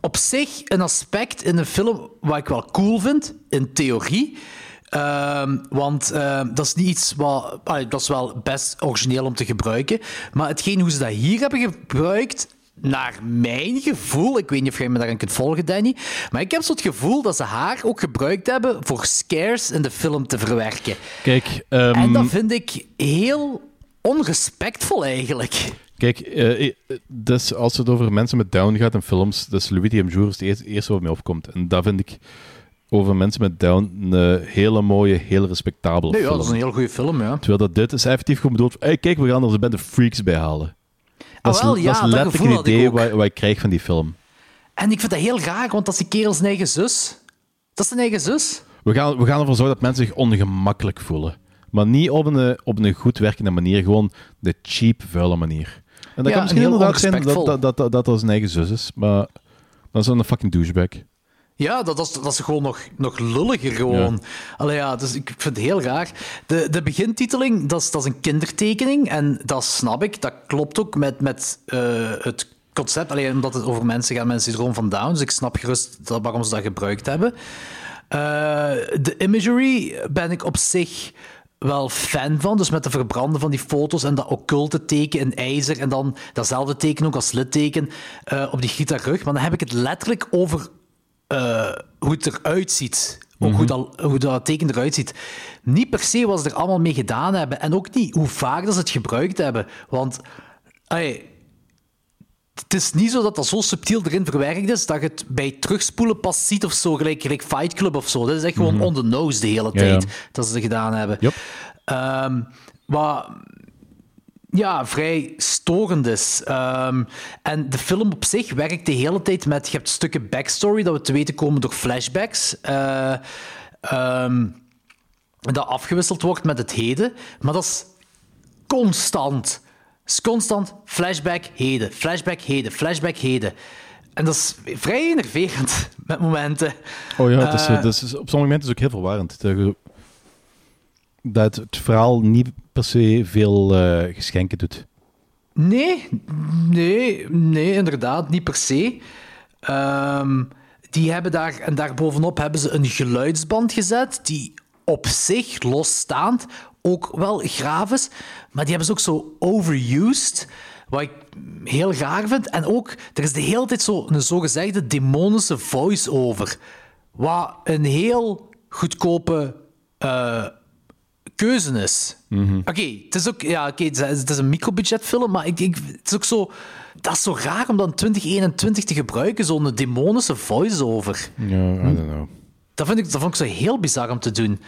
op zich een aspect in een film wat ik wel cool vind, in theorie. Um, want uh, dat is niet iets wat... Uh, dat is wel best origineel om te gebruiken. Maar hetgeen hoe ze dat hier hebben gebruikt... Naar mijn gevoel, ik weet niet of jij me daarin kunt volgen, Danny, maar ik heb zo het gevoel dat ze haar ook gebruikt hebben voor scares in de film te verwerken.
Kijk, um...
En dat vind ik heel onrespectvol eigenlijk.
Kijk, uh, dus als het over mensen met Down gaat in films, dus Louis de Mjour is het eerste, eerste wat mij opkomt. En dat vind ik over mensen met Down een hele mooie, heel respectabele
nee,
film.
Ja, dat is een heel goede film, ja.
Terwijl dat dit is effectief gewoon bedoeld, hey, kijk, we gaan er bij de freaks bij halen. Dat is,
ah, wel, ja,
dat is letterlijk
dat
een idee
ik
wat, wat ik krijg van die film.
En ik vind dat heel raar, want dat is die kerel zijn eigen zus. Dat is zijn eigen zus.
We gaan, we gaan ervoor zorgen dat mensen zich ongemakkelijk voelen. Maar niet op een, op een goed werkende manier, gewoon de cheap, vuile manier. En dat
ja,
kan misschien inderdaad zijn dat dat, dat, dat, dat dat zijn eigen zus is, maar dat is dan een fucking douchebag.
Ja, dat, dat, is, dat is gewoon nog, nog lulliger gewoon. Ja. Allee, ja, dus ik vind het heel raar. De, de begintiteling, dat is, dat is een kindertekening. En dat snap ik. Dat klopt ook met, met uh, het concept. Allee, omdat het over mensen gaat, mensen syndroom van Down. Dus ik snap gerust dat, waarom ze dat gebruikt hebben. Uh, de imagery ben ik op zich wel fan van. Dus met de verbranden van die foto's en dat occulte teken in ijzer. En dan datzelfde teken ook als litteken uh, op die gitaarrug. Maar dan heb ik het letterlijk over... Uh, hoe het eruit ziet. Ook mm-hmm. hoe, dat, hoe dat teken eruit ziet. Niet per se wat ze er allemaal mee gedaan hebben. En ook niet hoe vaak dat ze het gebruikt hebben. Want ay, het is niet zo dat dat zo subtiel erin verwerkt is dat je het bij terugspoelen pas ziet of zo, gelijk, gelijk Fight Club of zo. Dat is echt gewoon mm-hmm. on the nose de hele tijd ja, ja. dat ze het gedaan hebben.
Yep.
Um, maar... Ja, vrij storend is. Um, en de film op zich werkt de hele tijd met... Je hebt stukken backstory dat we te weten komen door flashbacks. Uh, um, dat afgewisseld wordt met het heden. Maar dat is constant. Het is constant flashback, heden. Flashback, heden. Flashback, heden. En dat is vrij enerverend met momenten.
Oh ja, dat is, uh, dat is, op sommige momenten is het ook heel verwarrend. Dat het verhaal niet per se veel uh, geschenken doet.
Nee, nee, nee, inderdaad, niet per se. Um, die hebben daar, en daarbovenop hebben ze een geluidsband gezet, die op zich losstaand ook wel graaf is, maar die hebben ze ook zo overused, wat ik heel raar vind. En ook, er is de hele tijd zo een zogezegde demonische voice-over, wat een heel goedkope... Uh, keuze is. Mm-hmm. Oké, okay, het is ook ja, okay, het is een microbudgetfilm, maar ik, ik, het is ook zo... Dat is zo raar om dan twintig eenentwintig te gebruiken, zo'n demonische voice-over.
Ja, I don't know.
Dat vind ik, dat vond ik zo heel bizar om te doen.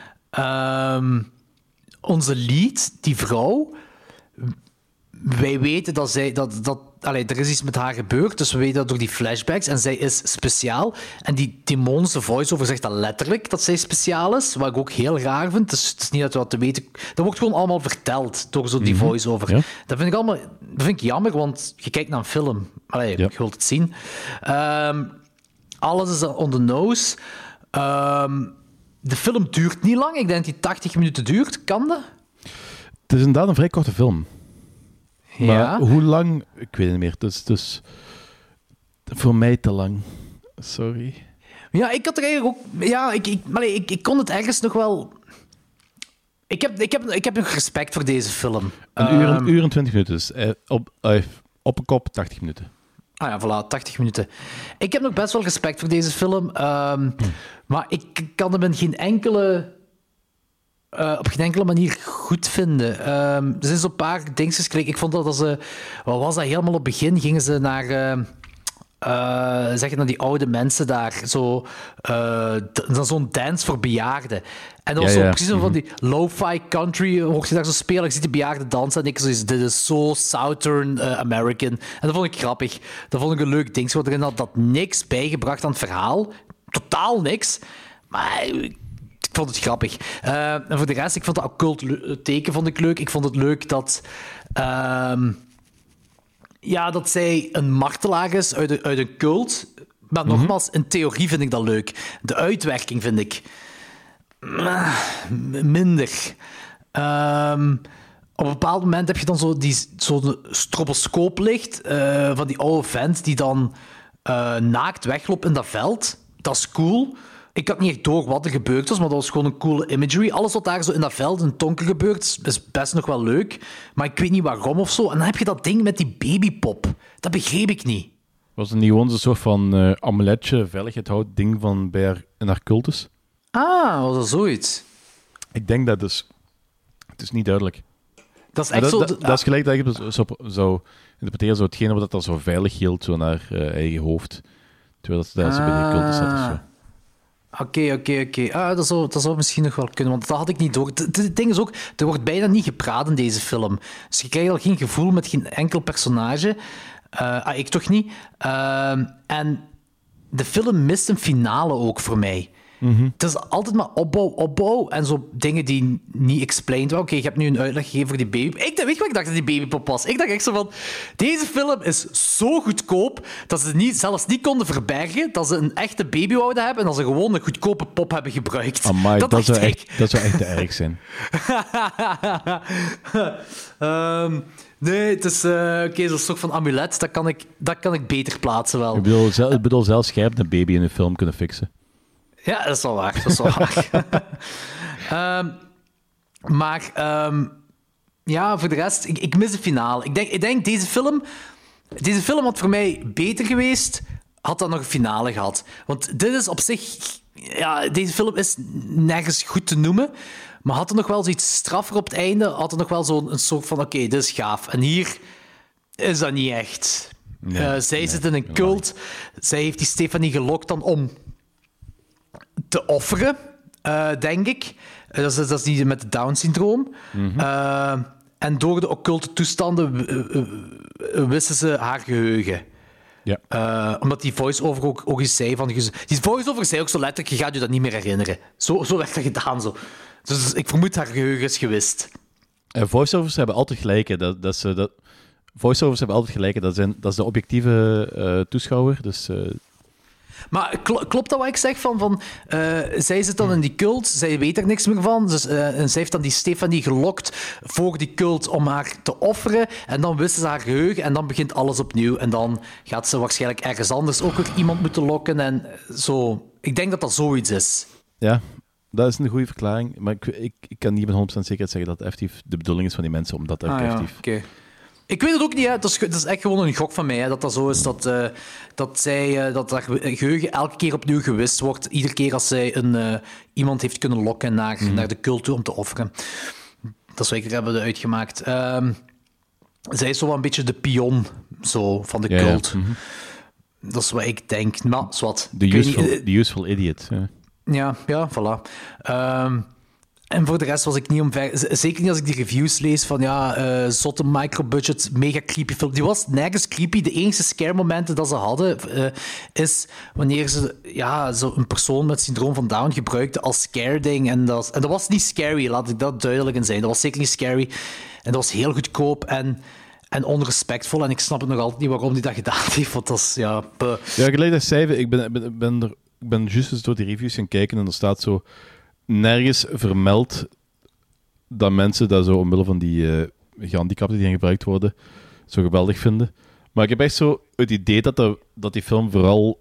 Um, onze lead, die vrouw... Wij weten dat zij... Dat, dat, allee, er is iets met haar gebeurd, dus we weten dat door die flashbacks. En zij is speciaal. En die demonische voice-over zegt dat letterlijk, dat zij speciaal is. Wat ik ook heel raar vind. Dus het is niet dat we dat te weten... Dat wordt gewoon allemaal verteld door zo die mm-hmm. voice-over. Ja. Dat vind ik allemaal... Dat vind ik jammer, want je kijkt naar een film. Allee, ja. je wilt het zien. Um, alles is on the nose. Um, de film duurt niet lang. Ik denk dat die tachtig minuten duurt. Kan dat?
Het is inderdaad een vrij korte film. Maar ja. hoe lang? Ik weet het niet meer. Dus, dus voor mij te lang. Sorry.
Ja, ik had er eigenlijk ook... Ja, ik, ik, maar ik, ik kon het ergens nog wel... Ik heb, ik, heb, ik heb nog respect voor deze film.
Een uur, um, een uur en twintig minuten. Dus uh, op, uh, op een kop tachtig minuten.
Ah ja, voilà, tachtig minuten. Ik heb nog best wel respect voor deze film. Um, hm. Maar ik kan hem in geen enkele... Uh, op geen enkele manier goed vinden. Um, er zijn zo'n paar dingetjes. Ik vond dat als ze... Wat was dat? Helemaal op het begin gingen ze naar... Uh, uh, zeg naar die oude mensen daar. Zo, uh, d- zo'n dance voor bejaarden. En dat was ja, zo, ja. precies mm-hmm. van die lo-fi country. Hoort je daar zo spelen. Ik zie die bejaarden dansen. En ik zoiets, dit is zo Southern uh, American. En dat vond ik grappig. Dat vond ik een leuk ding. Erin had dat niks bijgebracht aan het verhaal. Totaal niks. Maar... Ik vond het grappig. Uh, en voor de rest, ik vond dat occult le- teken vond ik leuk. Ik vond het leuk dat... Uh, ja, dat zij een martelaar is uit, de, uit een cult. Maar mm-hmm. nogmaals, in theorie vind ik dat leuk. De uitwerking vind ik... Uh, minder. Um, op een bepaald moment heb je dan zo die, zo'n stroboscooplicht uh, van die oude vent die dan... uh, naakt wegloopt in dat veld. Dat is cool. Ik had niet echt door wat er gebeurd was, maar dat was gewoon een coole imagery. Alles wat daar zo in dat veld in het donker gebeurt, is best nog wel leuk. Maar ik weet niet waarom of zo. En dan heb je dat ding met die babypop. Dat begreep ik niet.
Was het niet gewoon een soort van uh, amuletje, veiligheid houdt ding van bij haar, in haar cultus?
Ah, was dat zoiets?
Ik denk dat dus. Het is niet duidelijk.
Dat is echt
dat,
zo...
Dat, dat is gelijk dat je zo, zo interpreteren, zo hetgene wat dat zo veilig hield, zo naar uh, eigen hoofd. Terwijl dat ze daar ah. bij de cultus zat of zo.
Oké, oké, oké. Ah, dat zou, dat zou misschien nog wel kunnen, want dat had ik niet door. Het ding is ook, er wordt bijna niet gepraat in deze film. Dus je krijgt al geen gevoel met geen enkel personage. Uh, ah, ik toch niet. Uh, en de film mist een finale ook voor mij. Mm-hmm. Het is altijd maar opbouw, opbouw en zo dingen die niet explained waren. Oké, okay, je hebt nu een uitleg gegeven voor die baby. Ik, weet je wat ik dacht dat die babypop was? Ik dacht echt zo van, deze film is zo goedkoop dat ze het niet, zelfs niet konden verbergen dat ze een echte baby wouden hebben en dat ze gewoon een goedkope pop hebben gebruikt.
Amai, dat, dat, zou echt, dat zou echt te erg zijn.
um, nee, het is uh, oké, okay, zo'n soort van amulet. Dat kan, ik, dat kan ik beter plaatsen wel.
Ik bedoel, zelf, ik bedoel zelfs scherp een baby in een film kunnen fixen.
Ja, dat is wel waar. Dat is wel waar. um, maar um, ja, voor de rest, ik, ik mis de finale. Ik denk, ik denk deze film... Deze film had voor mij beter geweest, had dan nog een finale gehad. Want dit is op zich... Ja, deze film is nergens goed te noemen, maar had er nog wel zoiets straffer op het einde. Had er nog wel zo'n soort van, oké, okay, dit is gaaf. En hier is dat niet echt. Nee, uh, zij nee, zit in een cult. Zij heeft die Stephanie gelokt dan om... te offeren, uh, denk ik. Uh, dat, is, dat is die met het Down-syndroom. Mm-hmm. Uh, en door de occulte toestanden w- w- w- wisten ze haar geheugen.
Ja.
Uh, omdat die voice-over ook, ook eens zei van... Die voice-over zei ook zo letterlijk, je gaat je dat niet meer herinneren. Zo, zo werd dat gedaan, zo. Dus ik vermoed haar geheugen is gewist.
Uh, voice-overs hebben altijd gelijk, hè. Dat, dat ze, dat, voice-overs hebben altijd gelijk, hè. Dat, zijn, dat is de objectieve uh, toeschouwer, dus... Uh,
Maar klopt dat wat ik zeg? Van, van, uh, zij zit dan in die cult, zij weet er niks meer van. Dus, uh, en zij heeft dan die Stephanie gelokt voor die cult om haar te offeren. En dan wisten ze haar geheugen en dan begint alles opnieuw. En dan gaat ze waarschijnlijk ergens anders ook weer iemand moeten lokken. En zo. Ik denk dat dat zoiets is.
Ja, dat is een goede verklaring. Maar ik, ik, ik kan niet met honderd procent zekerheid zeggen dat het effectief de bedoeling is van die mensen om dat
ah,
effectief...
Ja, okay. Ik weet het ook niet, hè. Dat, is, dat is echt gewoon een gok van mij, hè, dat dat zo is. Dat, uh, dat, zij, uh, dat haar geheugen elke keer opnieuw gewist wordt. Iedere keer als zij een, uh, iemand heeft kunnen lokken naar, mm. naar de cult toe om te offeren. Dat is wat ik er hebben uitgemaakt. Uh, zij is zo wel een beetje de pion zo, van de
ja,
cult.
Ja. Mm-hmm.
Dat is wat ik denk. Maar, zwart.
The useful, niet, uh, the useful idiot. Ja,
ja, ja voilà. Uh, En voor de rest was ik niet omver... Zeker niet als ik die reviews lees van ja, uh, zotte micro-budget, mega creepy film. Die was nergens creepy. De enige scare-momenten dat ze hadden uh, is wanneer ze ja, zo een persoon met syndroom van Down gebruikte als scare-ding. En dat, en dat was niet scary, laat ik dat duidelijk in zijn. Dat was zeker niet scary. En dat was heel goedkoop en, en onrespectvol. En ik snap het nog altijd niet waarom hij dat gedaan heeft. Want dat is, ja... Buh.
Ja, gelijk dat zei, ik ben, ben, ben, er, ik ben juist eens door die reviews gaan kijken en er staat zo... nergens vermeld dat mensen dat zo omwille van die uh, gehandicapten die gebruikt worden zo geweldig vinden. Maar ik heb echt zo het idee dat, de, dat die film vooral...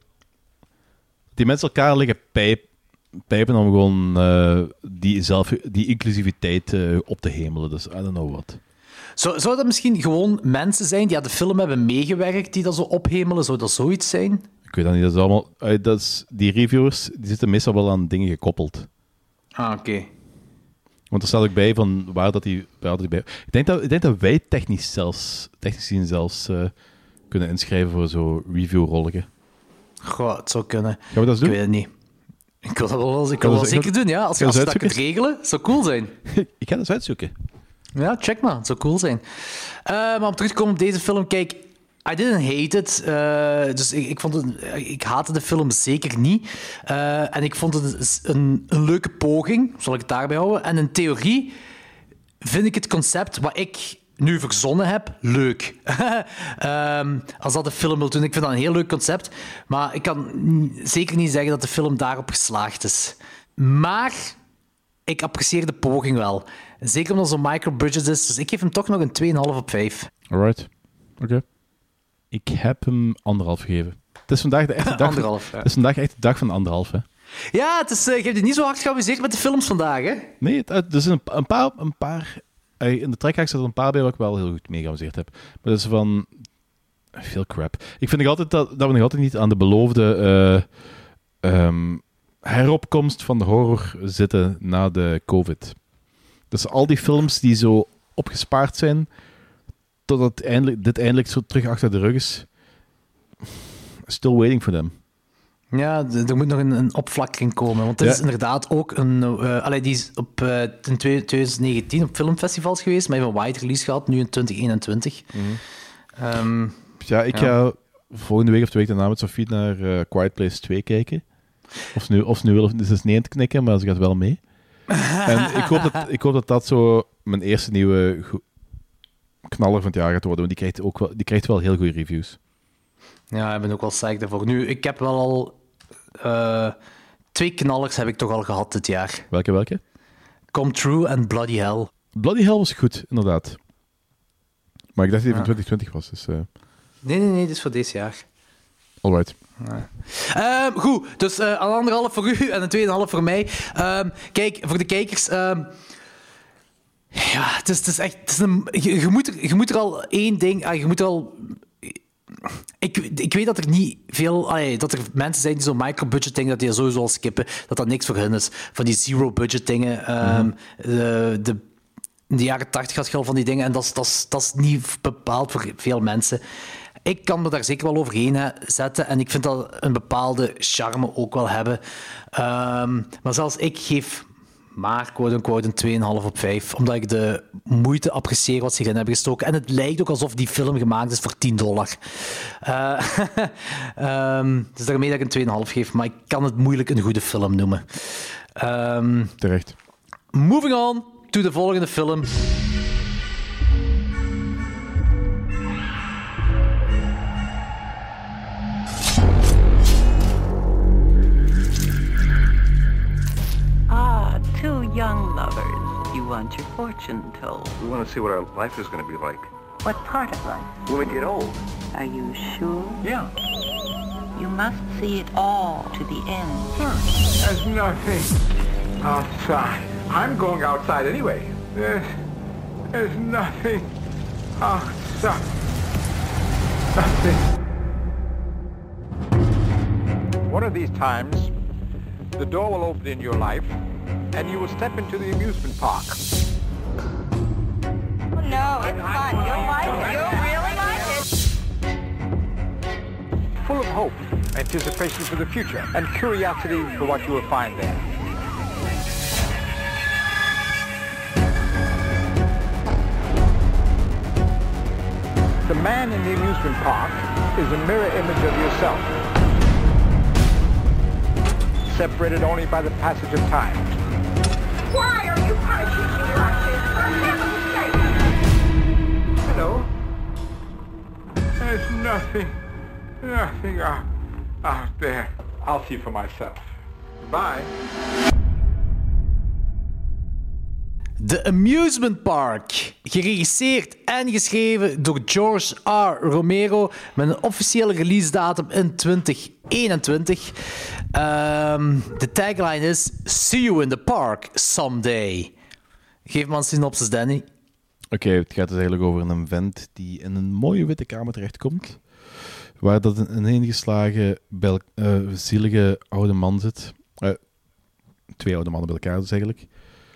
die mensen elkaar liggen pijp, pijpen om gewoon uh, die, zelf, die inclusiviteit uh, op te hemelen. Dus I don't know what.
Zou, zou dat misschien gewoon mensen zijn die aan de film hebben meegewerkt die dat zo ophemelen? Zou dat zoiets zijn?
Ik weet dat niet. Dat is allemaal... Uh, dat is, die reviewers die zitten meestal wel aan dingen gekoppeld.
Ah, oké. Okay.
Want er staat ook bij van waar dat die, waar dat die bij... Ik denk dat, ik denk dat wij technisch zelfs, technisch gezien zelfs uh, kunnen inschrijven voor zo'n review-rollen.
Goh, het zou kunnen.
Gaan we dat doen?
Ik weet het niet. Ik wil dat wel, ik wil wel zeker doen, ja. Als je, als je dat kunt regelen, het zou cool zijn.
Ik ga dat eens uitzoeken.
Ja, check maar. Het zou cool zijn. Uh, maar om terug te komen op deze film, kijk... I didn't hate it. Uh, dus ik, ik, vond het, ik haatte de film zeker niet. Uh, en ik vond het een, een leuke poging, zal ik het daarbij houden. En in theorie vind ik het concept wat ik nu verzonnen heb, leuk. um, als dat de film wil doen. Ik vind dat een heel leuk concept. Maar ik kan zeker niet zeggen dat de film daarop geslaagd is. Maar ik apprecieer de poging wel. Zeker omdat het zo'n micro-budget is. Dus ik geef hem toch nog een twee komma vijf op vijf.
Alright. Oké. Okay. Ik heb hem anderhalf gegeven. Het is vandaag de echte dag.
Anderhalf, ja.
Het is vandaag echt de dag van anderhalf, hè?
Ja, het is, uh, je hebt het niet zo hard geamuseerd met de films vandaag, hè?
Nee, het, er zijn een, een paar... Een paar uh, in de trekhaak zitten een paar bij waar ik wel heel goed mee geamuseerd heb. Maar dat is van... Veel crap. Ik vind nog altijd dat, dat we nog altijd niet aan de beloofde uh, um, heropkomst van de horror zitten na de COVID. Dus al die films die zo opgespaard zijn, totdat eindelijk, dit eindelijk zo terug achter de rug is. Still waiting for them.
Ja, d- er moet nog een, een opflakkering komen. Want dit
Ja.
is inderdaad ook een... Uh, allee, die is op, uh, in twintig negentien op filmfestivals geweest, maar heeft een wide release gehad, nu in twintig eenentwintig.
Mm-hmm.
Um,
ja, ik ga ja. volgende week of de week daarna met Sophie naar uh, Quiet Place twee kijken. Of ze nu, of ze nu wil, of ze is nee aan het knikken, maar ze gaat wel mee. En ik hoop, dat, ik hoop dat dat zo mijn eerste nieuwe go- knaller van het jaar gaat worden. Want die krijgt, ook wel, die krijgt wel heel goede reviews.
Ja, ik ben ook wel psyched daarvoor. Nu, ik heb wel al... Uh, twee knallers heb ik toch al gehad dit jaar.
Welke, welke?
Come True en Bloody Hell.
Bloody Hell was goed, inderdaad. Maar ik dacht dat die van twintig twintig was. Dus, uh...
Nee, nee, nee, dit is voor dit jaar.
Alright.
Ja. Um, goed, dus uh, een anderhalf voor u en een tweeënhalf voor mij. Um, kijk, voor de kijkers... Um, ja, het is, het is echt... Het is een, je, je, moet er, je moet er al één ding... Uh, je moet er al... Ik, ik weet dat er niet veel... Allee, dat er mensen zijn die zo'n micro-budget dingen, dat die er sowieso al skippen, dat dat niks voor hun is. Van die zero-budget dingen. Um, mm-hmm. de, de, in de jaren tachtig had je al van die dingen en dat is, dat is, dat is niet bepaald voor veel mensen. Ik kan me daar zeker wel overheen zetten en ik vind dat een bepaalde charme ook wel hebben. Um, maar zelfs ik geef maar quote-unquote een twee komma vijf op vijf, omdat ik de moeite apprecieer wat ze erin hebben gestoken. En het lijkt ook alsof die film gemaakt is voor tien dollar. Uh, um, dus daarmee dat ik een twee komma vijf geef, maar ik kan het moeilijk een goede film noemen. Um,
Terecht.
Moving on to de volgende film.
Ah, two young lovers. You want your fortune told.
We want to see what our life is going to be like.
What part of life?
When we get old.
Are you sure?
Yeah.
You must see it all to the end.
There's nothing outside. I'm going outside anyway. There's, there's nothing outside. Nothing. One of these times, the door will open in your life, and you will step into the amusement park.
No, it's fun. You'll like it. You'll really like it.
Full of hope, anticipation for the future, and curiosity for what you will find there. The man in the amusement park is a mirror image of yourself, separated only by the passage of time.
Why are you punishing me like this? For heaven's sake!
Hello? There's nothing, nothing out, out there. I'll see for myself. Bye.
The Amusement Park, geregisseerd en geschreven door George R. Romero, met een officiële release datum in twintig eenentwintig. Um, de tagline is See you in the park someday. Geef me een synopsis, Danny.
Oké, okay, het gaat dus eigenlijk over een vent die in een mooie witte kamer terechtkomt, waar dat een ineengeslagen, bel- uh, zielige oude man zit. Uh, twee oude mannen bij elkaar dus eigenlijk.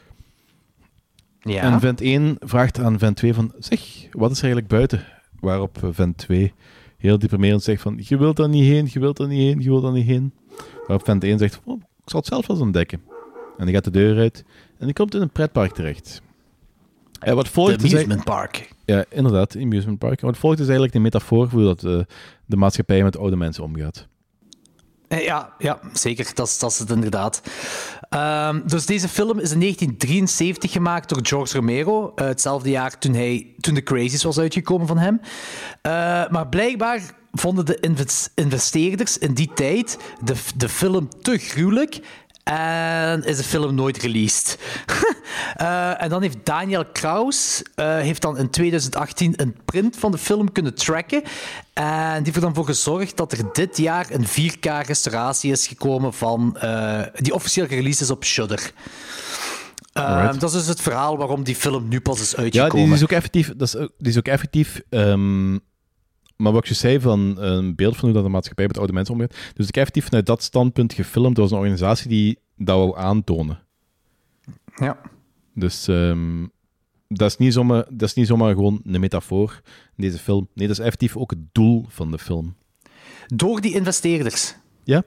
Ja.
En vent één vraagt aan vent twee van, zeg, wat is er eigenlijk buiten? Waarop vent twee heel deprimerend zegt van, je wilt daar niet heen, je wilt daar niet heen, je wilt daar niet heen. Waarop vent één zegt, oh, ik zal het zelf wel eens ontdekken. En die gaat de deur uit en die komt in een pretpark terecht. En wat volgt
de
is
amusement park.
Ja, inderdaad, een amusement park. En wat volgt is eigenlijk de metafoor voor hoe dat, uh, de maatschappij met oude mensen omgaat.
Ja, ja, zeker. Dat is, dat is het inderdaad. Um, dus deze film is in negentien drieënzeventig gemaakt door George Romero. Uh, hetzelfde jaar toen, hij, toen The Crazies was uitgekomen van hem. Uh, maar blijkbaar vonden de investeerders in die tijd de, de film te gruwelijk En is de film nooit released. uh, en dan heeft Daniel Kraus uh, heeft dan in twintig achttien een print van de film kunnen tracken. En die heeft er dan voor gezorgd dat er dit jaar een vier K-restauratie is gekomen van, uh, die officieel gereleased is op Shudder. Uh, dat is dus het verhaal waarom die film nu pas is uitgekomen.
Ja, die is ook effectief. Dat is, die is ook effectief um, maar wat je zei van een beeld van hoe dat de maatschappij met oude mensen omgaat. Dus ik effectief vanuit dat standpunt gefilmd. Dat was een organisatie die dat wou aantonen.
Ja.
Dus um, dat, is niet zomaar, dat is niet zomaar gewoon een metafoor in deze film. Nee, dat is effectief ook het doel van de film.
Door die investeerders.
Ja.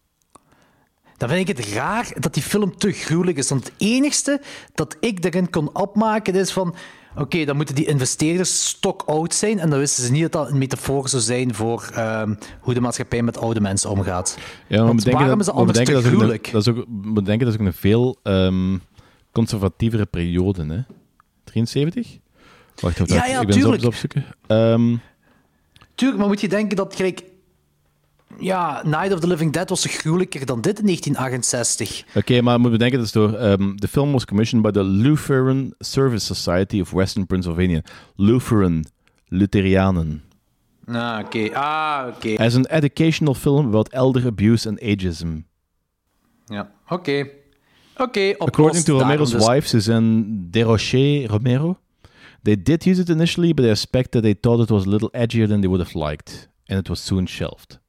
Dan vind ik het raar dat die film te gruwelijk is. Want het enigste dat ik erin kon opmaken is van... Oké, okay, dan moeten die investeerders stock-out zijn. En dan wisten ze niet dat dat een metafoor zou zijn voor um, hoe de maatschappij met oude mensen omgaat.
Ja,
want waarom
dat,
is dat anders te
dat
gruwelijk?
Een, dat is ook, we denken dat is ook een veel um, conservatievere periode, hè? drieënzeventig? Wacht,
ja, ja,
ik ben
tuurlijk.
zo op opzoeken. Um,
tuurlijk, maar moet je denken dat gelijk... Ja, Night of the Living Dead was gruwelijker dan dit in negentien achtenzestig.
Oké, okay, maar moet bedenken, dat is door... Um, de film was commissioned by the Lutheran Service Society of Western Pennsylvania. Lutheran. Lutherianen.
Ah, oké. Okay. Ah, oké. Okay.
As an educational film about elder abuse and ageism.
Ja, oké. Okay. Oké, okay,
According to Romero's dus... wife, Suzanne Desrochers Romero, they did use it initially, but they suspect that they thought it was a little edgier than they would have liked. And it was soon shelved.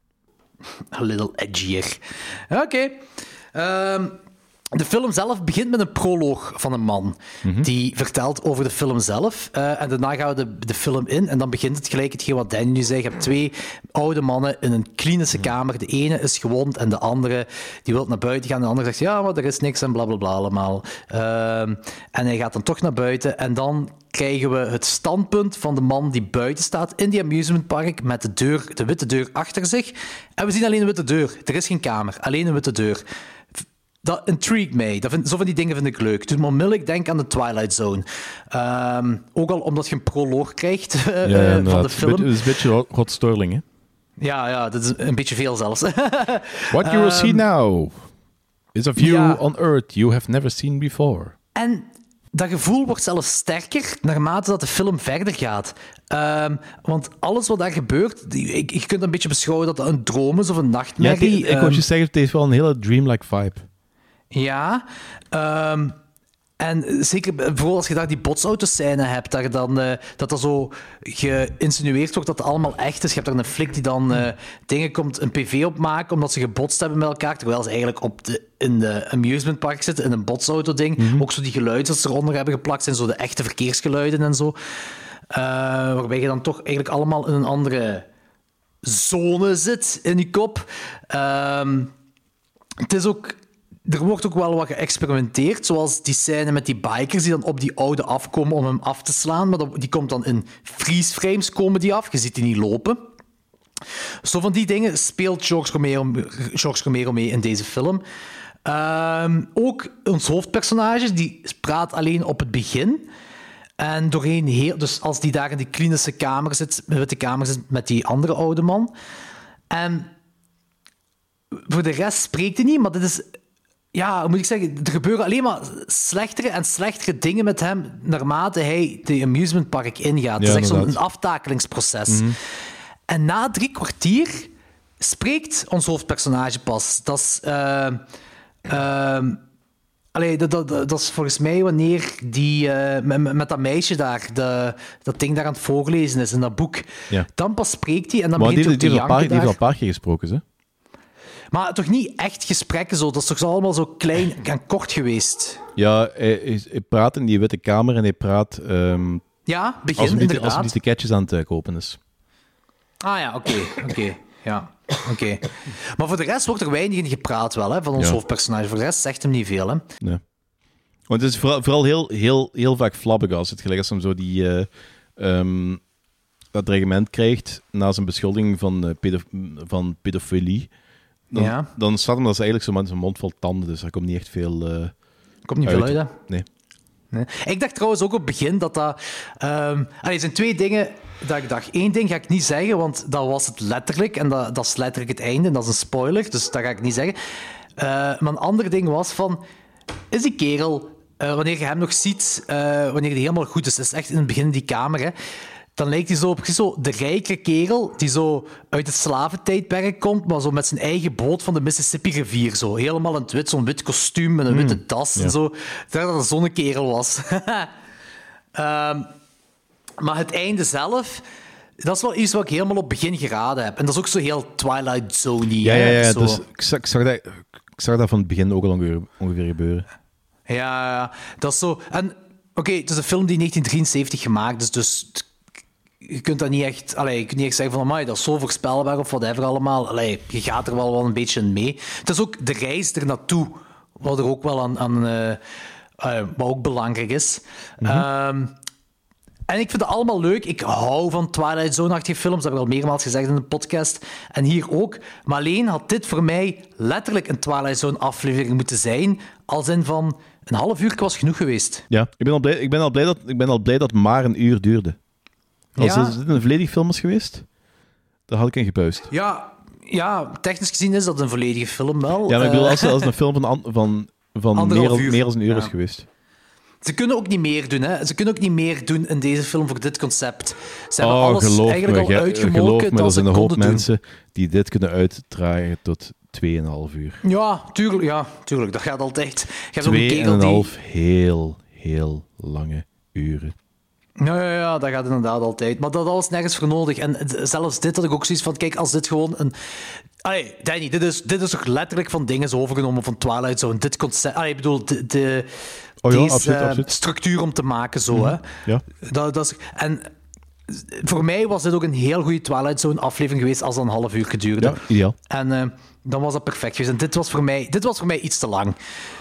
A little edgier. Oké. Okay. Um, de film zelf begint met een proloog van een man. Mm-hmm. Die vertelt over de film zelf. Uh, en daarna gaan we de, de film in. En dan begint het gelijk hetgeen wat Danny nu zei. Je hebt twee oude mannen in een klinische kamer. De ene is gewond en de andere die wil naar buiten gaan. De andere zegt, ja, maar er is niks en blablabla bla, bla, allemaal. Uh, en hij gaat dan toch naar buiten. En dan krijgen we het standpunt van de man die buiten staat in die amusementpark met de, deur, de witte deur achter zich. En we zien alleen een witte deur. Er is geen kamer, alleen een witte deur. Dat intrigued mij. Dat vind, zo van die dingen vind ik leuk. Dus onmiddellijk denk aan de Twilight Zone. Um, ook al omdat je een proloog krijgt uh, ja, uh, van de film.
Het is een beetje Rod Sterling, hè?
Ja, ja, dat is een beetje veel zelfs.
What you will um, see now is a view ja. on Earth you have never seen before.
En dat gevoel wordt zelfs sterker naarmate dat de film verder gaat. Um, want alles wat daar gebeurt, je, je kunt een beetje beschouwen dat het een droom is of een nachtmerrie.
Ja, het, ik wou je zeggen, het heeft wel een hele dreamlike vibe.
Ja, um, en zeker bijvoorbeeld als je daar die botsauto-scène hebt, daar dan, uh, dat er zo geïnsinueerd wordt dat het allemaal echt is. Je hebt daar een flik die dan uh, dingen komt een P V opmaken omdat ze gebotst hebben met elkaar, terwijl ze eigenlijk op de, in de amusementpark zitten, in een botsauto-ding. Mm-hmm. Ook zo die geluiden dat ze eronder hebben geplakt zijn, zo de echte verkeersgeluiden en zo. Uh, waarbij je dan toch eigenlijk allemaal in een andere zone zit in je kop. Um, het is ook... Er wordt ook wel wat geëxperimenteerd, zoals die scène met die bikers die dan op die oude afkomen om hem af te slaan, maar die komt dan in freeze frames komen die af, je ziet die niet lopen. Zo van die dingen speelt George Romero, George Romero mee in deze film. Um, ook ons hoofdpersonage, die praat alleen op het begin. En doorheen heel... Dus als die daar in die klinische kamer zit, met de kamer zit met die andere oude man. En voor de rest spreekt hij niet, maar dit is... Ja, hoe moet ik zeggen? Er gebeuren alleen maar slechtere en slechtere dingen met hem naarmate hij de amusementpark ingaat. Ja, het is echt zo'n aftakelingsproces. Mm-hmm. En na drie kwartier spreekt ons hoofdpersonage pas. Dat is... Uh, uh, allee, dat, dat, dat is volgens mij wanneer die uh, met, met dat meisje daar, de, dat ding daar aan het voorlezen is in dat boek. Ja. Dan pas spreekt hij en dan maar begint hij ook te janken daar.
Die heeft al een paar keer gesproken, hè?
Maar toch niet echt gesprekken zo. Dat is toch allemaal zo klein en kort geweest?
Ja, hij, hij praat in die witte kamer en hij praat... Um,
ja, begin
als
inderdaad.
Als hij die ticketjes aan het uh, kopen is.
Ah ja, oké. Okay, oké. Okay, ja, oké. Okay. Maar voor de rest wordt er weinig in gepraat wel, hè, van ons ja. hoofdpersonage. Voor de rest zegt hem niet veel, hè.
Nee. Want het is vooral, vooral heel, heel, heel vaak flabbergast. Gelijk als hij zo die... Uh, um, dat dreigement krijgt na zijn beschuldiging van, uh, pedof- van pedofilie... Dan, ja. dan staat hem dat ze eigenlijk zo met zijn mond vol tanden, dus er komt niet echt veel uh,
komt niet uit. veel uit, hè?
Nee.
nee. Ik dacht trouwens ook op het begin dat dat... Um, er zijn twee dingen dat ik dacht. Eén ding ga ik niet zeggen, want dat was het letterlijk, en dat, dat is letterlijk het einde, en dat is een spoiler, dus dat ga ik niet zeggen. Uh, maar een ander ding was van... Is die kerel, uh, wanneer je hem nog ziet, uh, wanneer hij helemaal goed is, is echt in het begin die kamer, hè, dan lijkt hij zo op zo de rijke kerel die zo uit het slaventijdperk komt, maar zo met zijn eigen boot van de Mississippi-rivier. Zo. Helemaal in het wit, zo'n wit kostuum met een witte mm, das ja. en zo. Dat dat zo'n kerel was. um, maar het einde zelf... Dat is wel iets wat ik helemaal op het begin geraden heb. En dat is ook zo heel Twilight Zone-y.
Ja, ja, ja. Dus ik, zag, ik, zag dat, ik zag dat van het begin ook al ongeveer, ongeveer gebeuren.
Ja, ja, dat is zo. En oké, okay, het is een film die negentien drieënzeventig gemaakt is, dus je kunt dat niet echt... Allee, je kunt niet echt zeggen van, amai, dat is zo voorspelbaar of whatever allemaal. Allee, je gaat er wel, wel een beetje in mee. Het is ook de reis er naartoe, wat er ook wel aan... aan uh, uh, wat ook belangrijk is. Mm-hmm. Um, En ik vind het allemaal leuk. Ik hou van Twilight Zone-achtige films. Dat heb ik al meermaals gezegd in de podcast. En hier ook. Maar alleen had dit voor mij letterlijk een Twilight Zone-aflevering moeten zijn. Als in van een half uur was genoeg geweest.
Ja, ik ben al blij, ik ben al blij, dat, ik ben al blij dat het maar een uur duurde. Als
ja.
dit een volledige film was geweest, dan had ik een gebuist.
Ja, ja, technisch gezien is dat een volledige film wel.
Ja, maar ik bedoel, als, als een film van, van, van meer, meer dan een uur ja. is geweest.
Ze kunnen ook niet meer doen, hè. Ze kunnen ook niet meer doen in deze film voor dit concept. Ze hebben
oh,
alles eigenlijk
me,
al uitgemolken.
Geloof me,
dat
er zijn een hoop
doen.
mensen die dit kunnen uitdragen tot twee en een half uur.
Ja, tuurlijk. Ja, tuurlijk. Dat gaat altijd.
twee en een half die... heel, heel lange uren.
Ja, ja, ja, dat gaat inderdaad altijd. Maar dat was nergens voor nodig. En zelfs dit had ik ook zoiets van... Kijk, als dit gewoon een... Allee, Danny, dit is, dit is toch letterlijk van dingen overgenomen van Twilight Zone. Dit concept... Allee, ik bedoel, de... de
Oh ja,
deze
absoluut, absoluut.
structuur om te maken, zo,
mm-hmm.
hè.
Ja.
Dat, dat is, en voor mij was dit ook een heel goede Twilight Zone-aflevering geweest als dat een half uur geduurde.
Ja, ideaal.
En uh, dan was dat perfect geweest. En dit was voor mij, dit was voor mij iets te lang.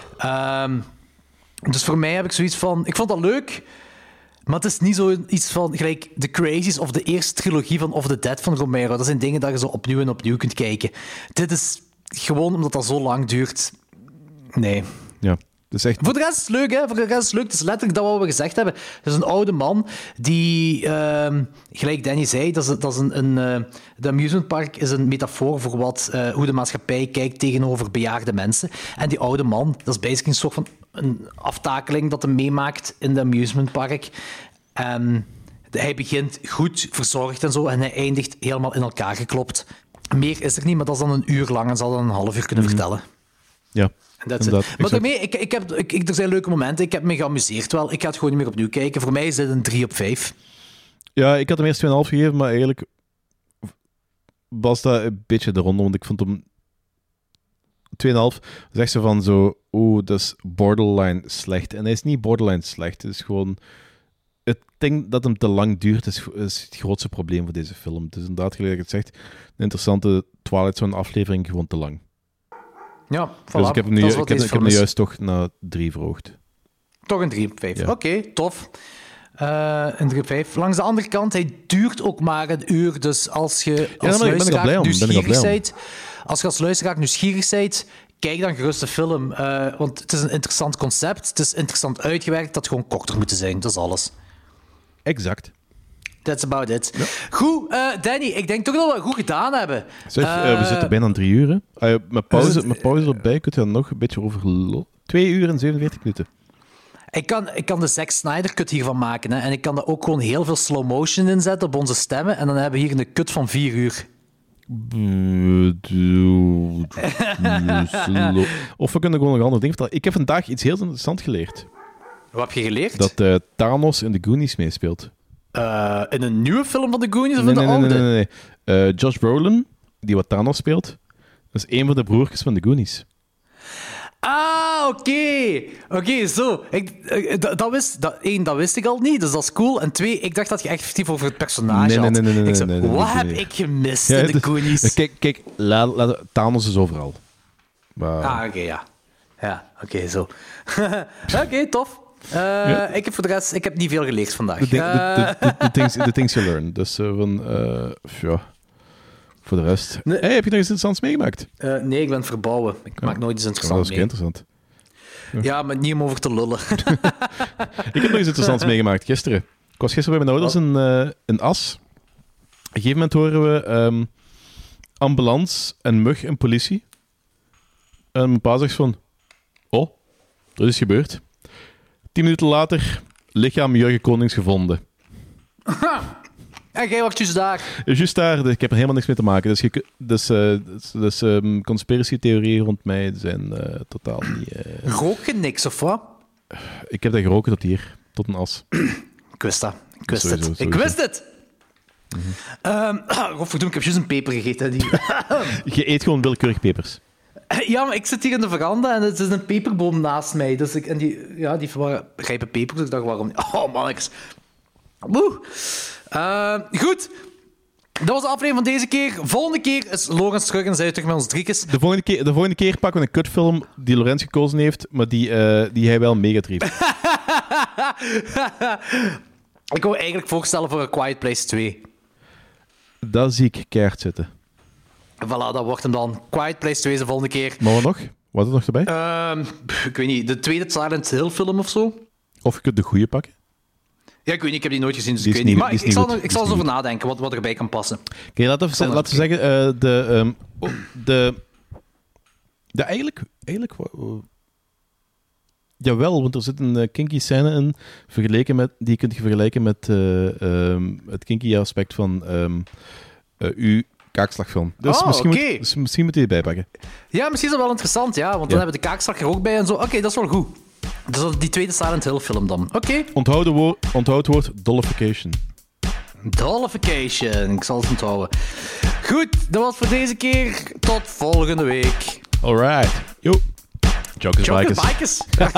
Um, dus voor mij heb ik zoiets van... Ik vond dat leuk, maar het is niet zo iets van... Gelijk The Crazies of de eerste trilogie van Of the Dead van Romero. Dat zijn dingen dat je zo opnieuw en opnieuw kunt kijken. Dit is gewoon omdat dat zo lang duurt... Nee.
Ja. Dus echt...
Voor de rest is het leuk, hè? Voor de rest is het leuk. Het is letterlijk dat wat we gezegd hebben. Het is een oude man die, uh, gelijk Danny zei, dat is, dat is een, een, uh, de amusementpark is een metafoor voor wat, uh, hoe de maatschappij kijkt tegenover bejaarde mensen. En die oude man, dat is basically een soort van een aftakeling dat hij meemaakt in de amusementpark. En hij begint goed verzorgd en zo, en hij eindigt helemaal in elkaar geklopt. Meer is er niet, maar dat is dan een uur lang en zal dan een half uur kunnen mm. vertellen.
Ja.
Maar daarmee, ik, ik heb, ik, ik, er zijn leuke momenten. Ik heb me geamuseerd wel. Ik ga het gewoon niet meer opnieuw kijken. Voor mij is dit een drie op vijf.
Ja, ik had hem eerst twee komma vijf gegeven, maar eigenlijk was dat een beetje de ronde, want ik vond hem twee komma vijf. Zegt ze van zo, oeh, dat is borderline slecht. En hij is niet borderline slecht. Het is gewoon... Het ding dat hem te lang duurt, is, is het grootste probleem voor deze film. Het is inderdaad, gelijk dat het zegt, een interessante Twilight Zone aflevering, gewoon te lang.
Ja, voilà.
Dus ik heb hem nu, ik heb, ik heb hem nu juist toch naar drie verhoogd.
Toch een drie op vijf. Ja. Oké, okay, tof. Uh, een drie op vijf. Langs de andere kant, hij duurt ook maar een uur. Dus als je als
ja,
luisteraar nieuwsgierig bent, als je als luisteraar nieuwsgierig bent, kijk dan gerust de film. Uh, want het is een interessant concept. Het is interessant uitgewerkt. Dat gewoon korter moeten zijn. Dat is alles.
Exact.
That's about it. Ja. Goed, uh, Danny, ik denk toch dat we het goed gedaan hebben.
Zeg, uh, uh, we zitten bijna aan drie uur. Uh, met, pauze, met pauze erbij kun je dan nog een beetje over... Twee uur en zevenenveertig minuten.
Ik kan, ik kan de Zack Snyder cut hiervan maken. Hè, en ik kan er ook gewoon heel veel slow motion in zetten op onze stemmen. En dan hebben we hier een cut van vier uur.
Of we kunnen gewoon nog andere dingen vertellen. Ik heb vandaag iets heel interessants geleerd.
Wat heb je geleerd?
Dat uh, Thanos in The Goonies meespeelt.
Uh, in een nieuwe film van The Goonies of
nee,
in de
nee,
oude?
Nee, nee, nee. Uh, Josh Brolin, die wat Thanos speelt, dat is een van de broertjes van The Goonies.
Ah, oké. Okay. Oké, okay, zo. Ik, uh, dat, dat, wist, dat, één, dat wist ik al niet, dus dat is cool. En twee, ik dacht dat je echt effectief over het personage
nee,
had.
Nee, nee, nee. nee,
ik zo,
nee, nee
wat
nee,
heb
nee.
ik gemist
ja,
in The
dus,
Goonies?
Kijk, kijk laat, laat, Thanos is overal.
Maar... Ah, oké, okay, ja. Ja, oké, okay, zo. Oké, okay, tof. Uh, ja. Ik heb voor de rest ik heb niet veel geleerd vandaag.
The things, things you learn. Dus uh, van, uh, ja, voor de rest. Nee. Hey, heb je nog iets interessants meegemaakt?
Uh, nee, ik ben het verbouwen. Ik ja. maak nooit iets interessants
mee.
Dat
is interessant.
Ja. ja, maar niet om over te lullen.
Ik heb nog iets interessants meegemaakt gisteren. Ik was gisteren bij mijn ouders in, uh, in As. Op een gegeven moment horen we um, ambulance en mug en politie. En mijn pa zegt van... Oh, dat is gebeurd. Tien minuten later, lichaam Jurgen Konings gevonden.
En jij was juist daar.
Juist daar, ik heb er helemaal niks mee te maken. Dus, je, dus, uh, dus, dus um, conspiracy-theorieën rond mij zijn uh, totaal niet... Uh...
Rook je niks, of wat?
Ik heb dat geroken tot hier, tot een as.
Ik wist dat. Ik wist
Sowieso,
het.
sowieso.
Ik wist het! Mm-hmm. Um, Godverdomme, ik heb juist een peper gegeten. Die...
Je eet gewoon willekeurig pepers.
Ja, maar ik zit hier in de veranda en het is een peperboom naast mij. Dus ik, en die, ja, die waren rijpe pepers, dus ik dacht, waarom niet? Oh, mannetjes. Woe. Uh, goed. Dat was de aflevering van deze keer. Volgende keer is Lorenz terug en zijn we terug met ons driekes.
De volgende keer, de volgende keer pakken we een kutfilm die Lorenz gekozen heeft, maar die, uh, die hij wel mega trieft.
Ik wou eigenlijk voorstellen voor A Quiet Place twee.
Dat zie ik keihard zitten.
Voilà, dat wordt hem dan. Quiet Place twee is de volgende keer.
Maar wat nog? Wat is er nog erbij?
Uh, ik weet niet, de tweede Silent Hill film of zo?
Of je kunt de goede pakken.
Ja, ik weet niet, ik heb die nooit gezien, dus
die
ik weet niet.
niet.
Maar ik, ik zal, ik zal eens over nadenken wat, wat erbij kan passen.
Oké, okay, laten we, laten we zeggen, uh, de, um, oh, de, de... Eigenlijk... eigenlijk uh, jawel, want er zit een uh, kinky scène in, vergeleken met, die kun je vergelijken met uh, um, het kinky aspect van um, uh, uw kaakslagfilm. Dus,
oh,
misschien
okay.
moet, dus misschien moet je die bijpakken.
Ja, misschien is dat wel interessant, ja, want dan ja. hebben we de kaakslag er ook bij en zo. Oké, okay, dat is wel goed. Dus dat is die tweede Silent Hill film dan. Oké. Okay.
Onthoud, woor- onthoud het woord dollification.
Dollification, ik zal het onthouden. Goed, dat was voor deze keer. Tot volgende week.
Alright. Yo. Jokers
Jokers
bikers.
uh,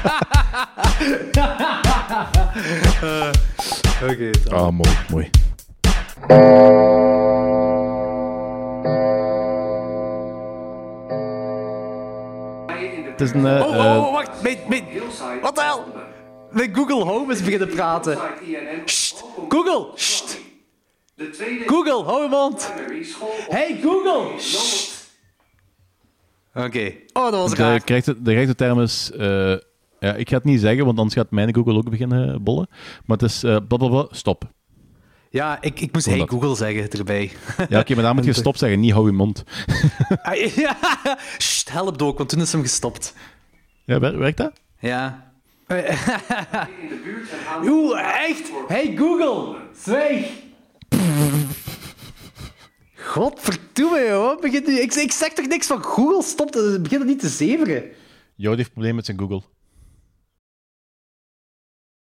Oké. Okay,
ah, mooi, mooi. Het is een... Uh,
oh, oh, oh, wacht. Mijn, mijn, wat de hel? Mijn Google Home is beginnen praten. Sst, Google. Sst. Google, hou je mond. Hey, Google. Oké. Okay. Oh, dat was raar.
De, correcte, de rechte term is... Uh, ja, ik ga het niet zeggen, want anders gaat mijn Google ook beginnen bollen. Maar het is... Uh, blablabla, stop.
Ja, ik, ik moest hey Google zeggen erbij.
Ja, oké, okay, maar dan moet je stop zeggen, niet hou je mond.
Ja, sst, help ook, want toen is hem gestopt.
Ja, werkt dat?
Ja. Oeh, echt? Hey Google, zwijg. Godverdomme, joh. Begint nu... ik, ik zeg toch niks van Google, stop, begin er niet te zeveren.
Jo, die heeft problemen met zijn Google.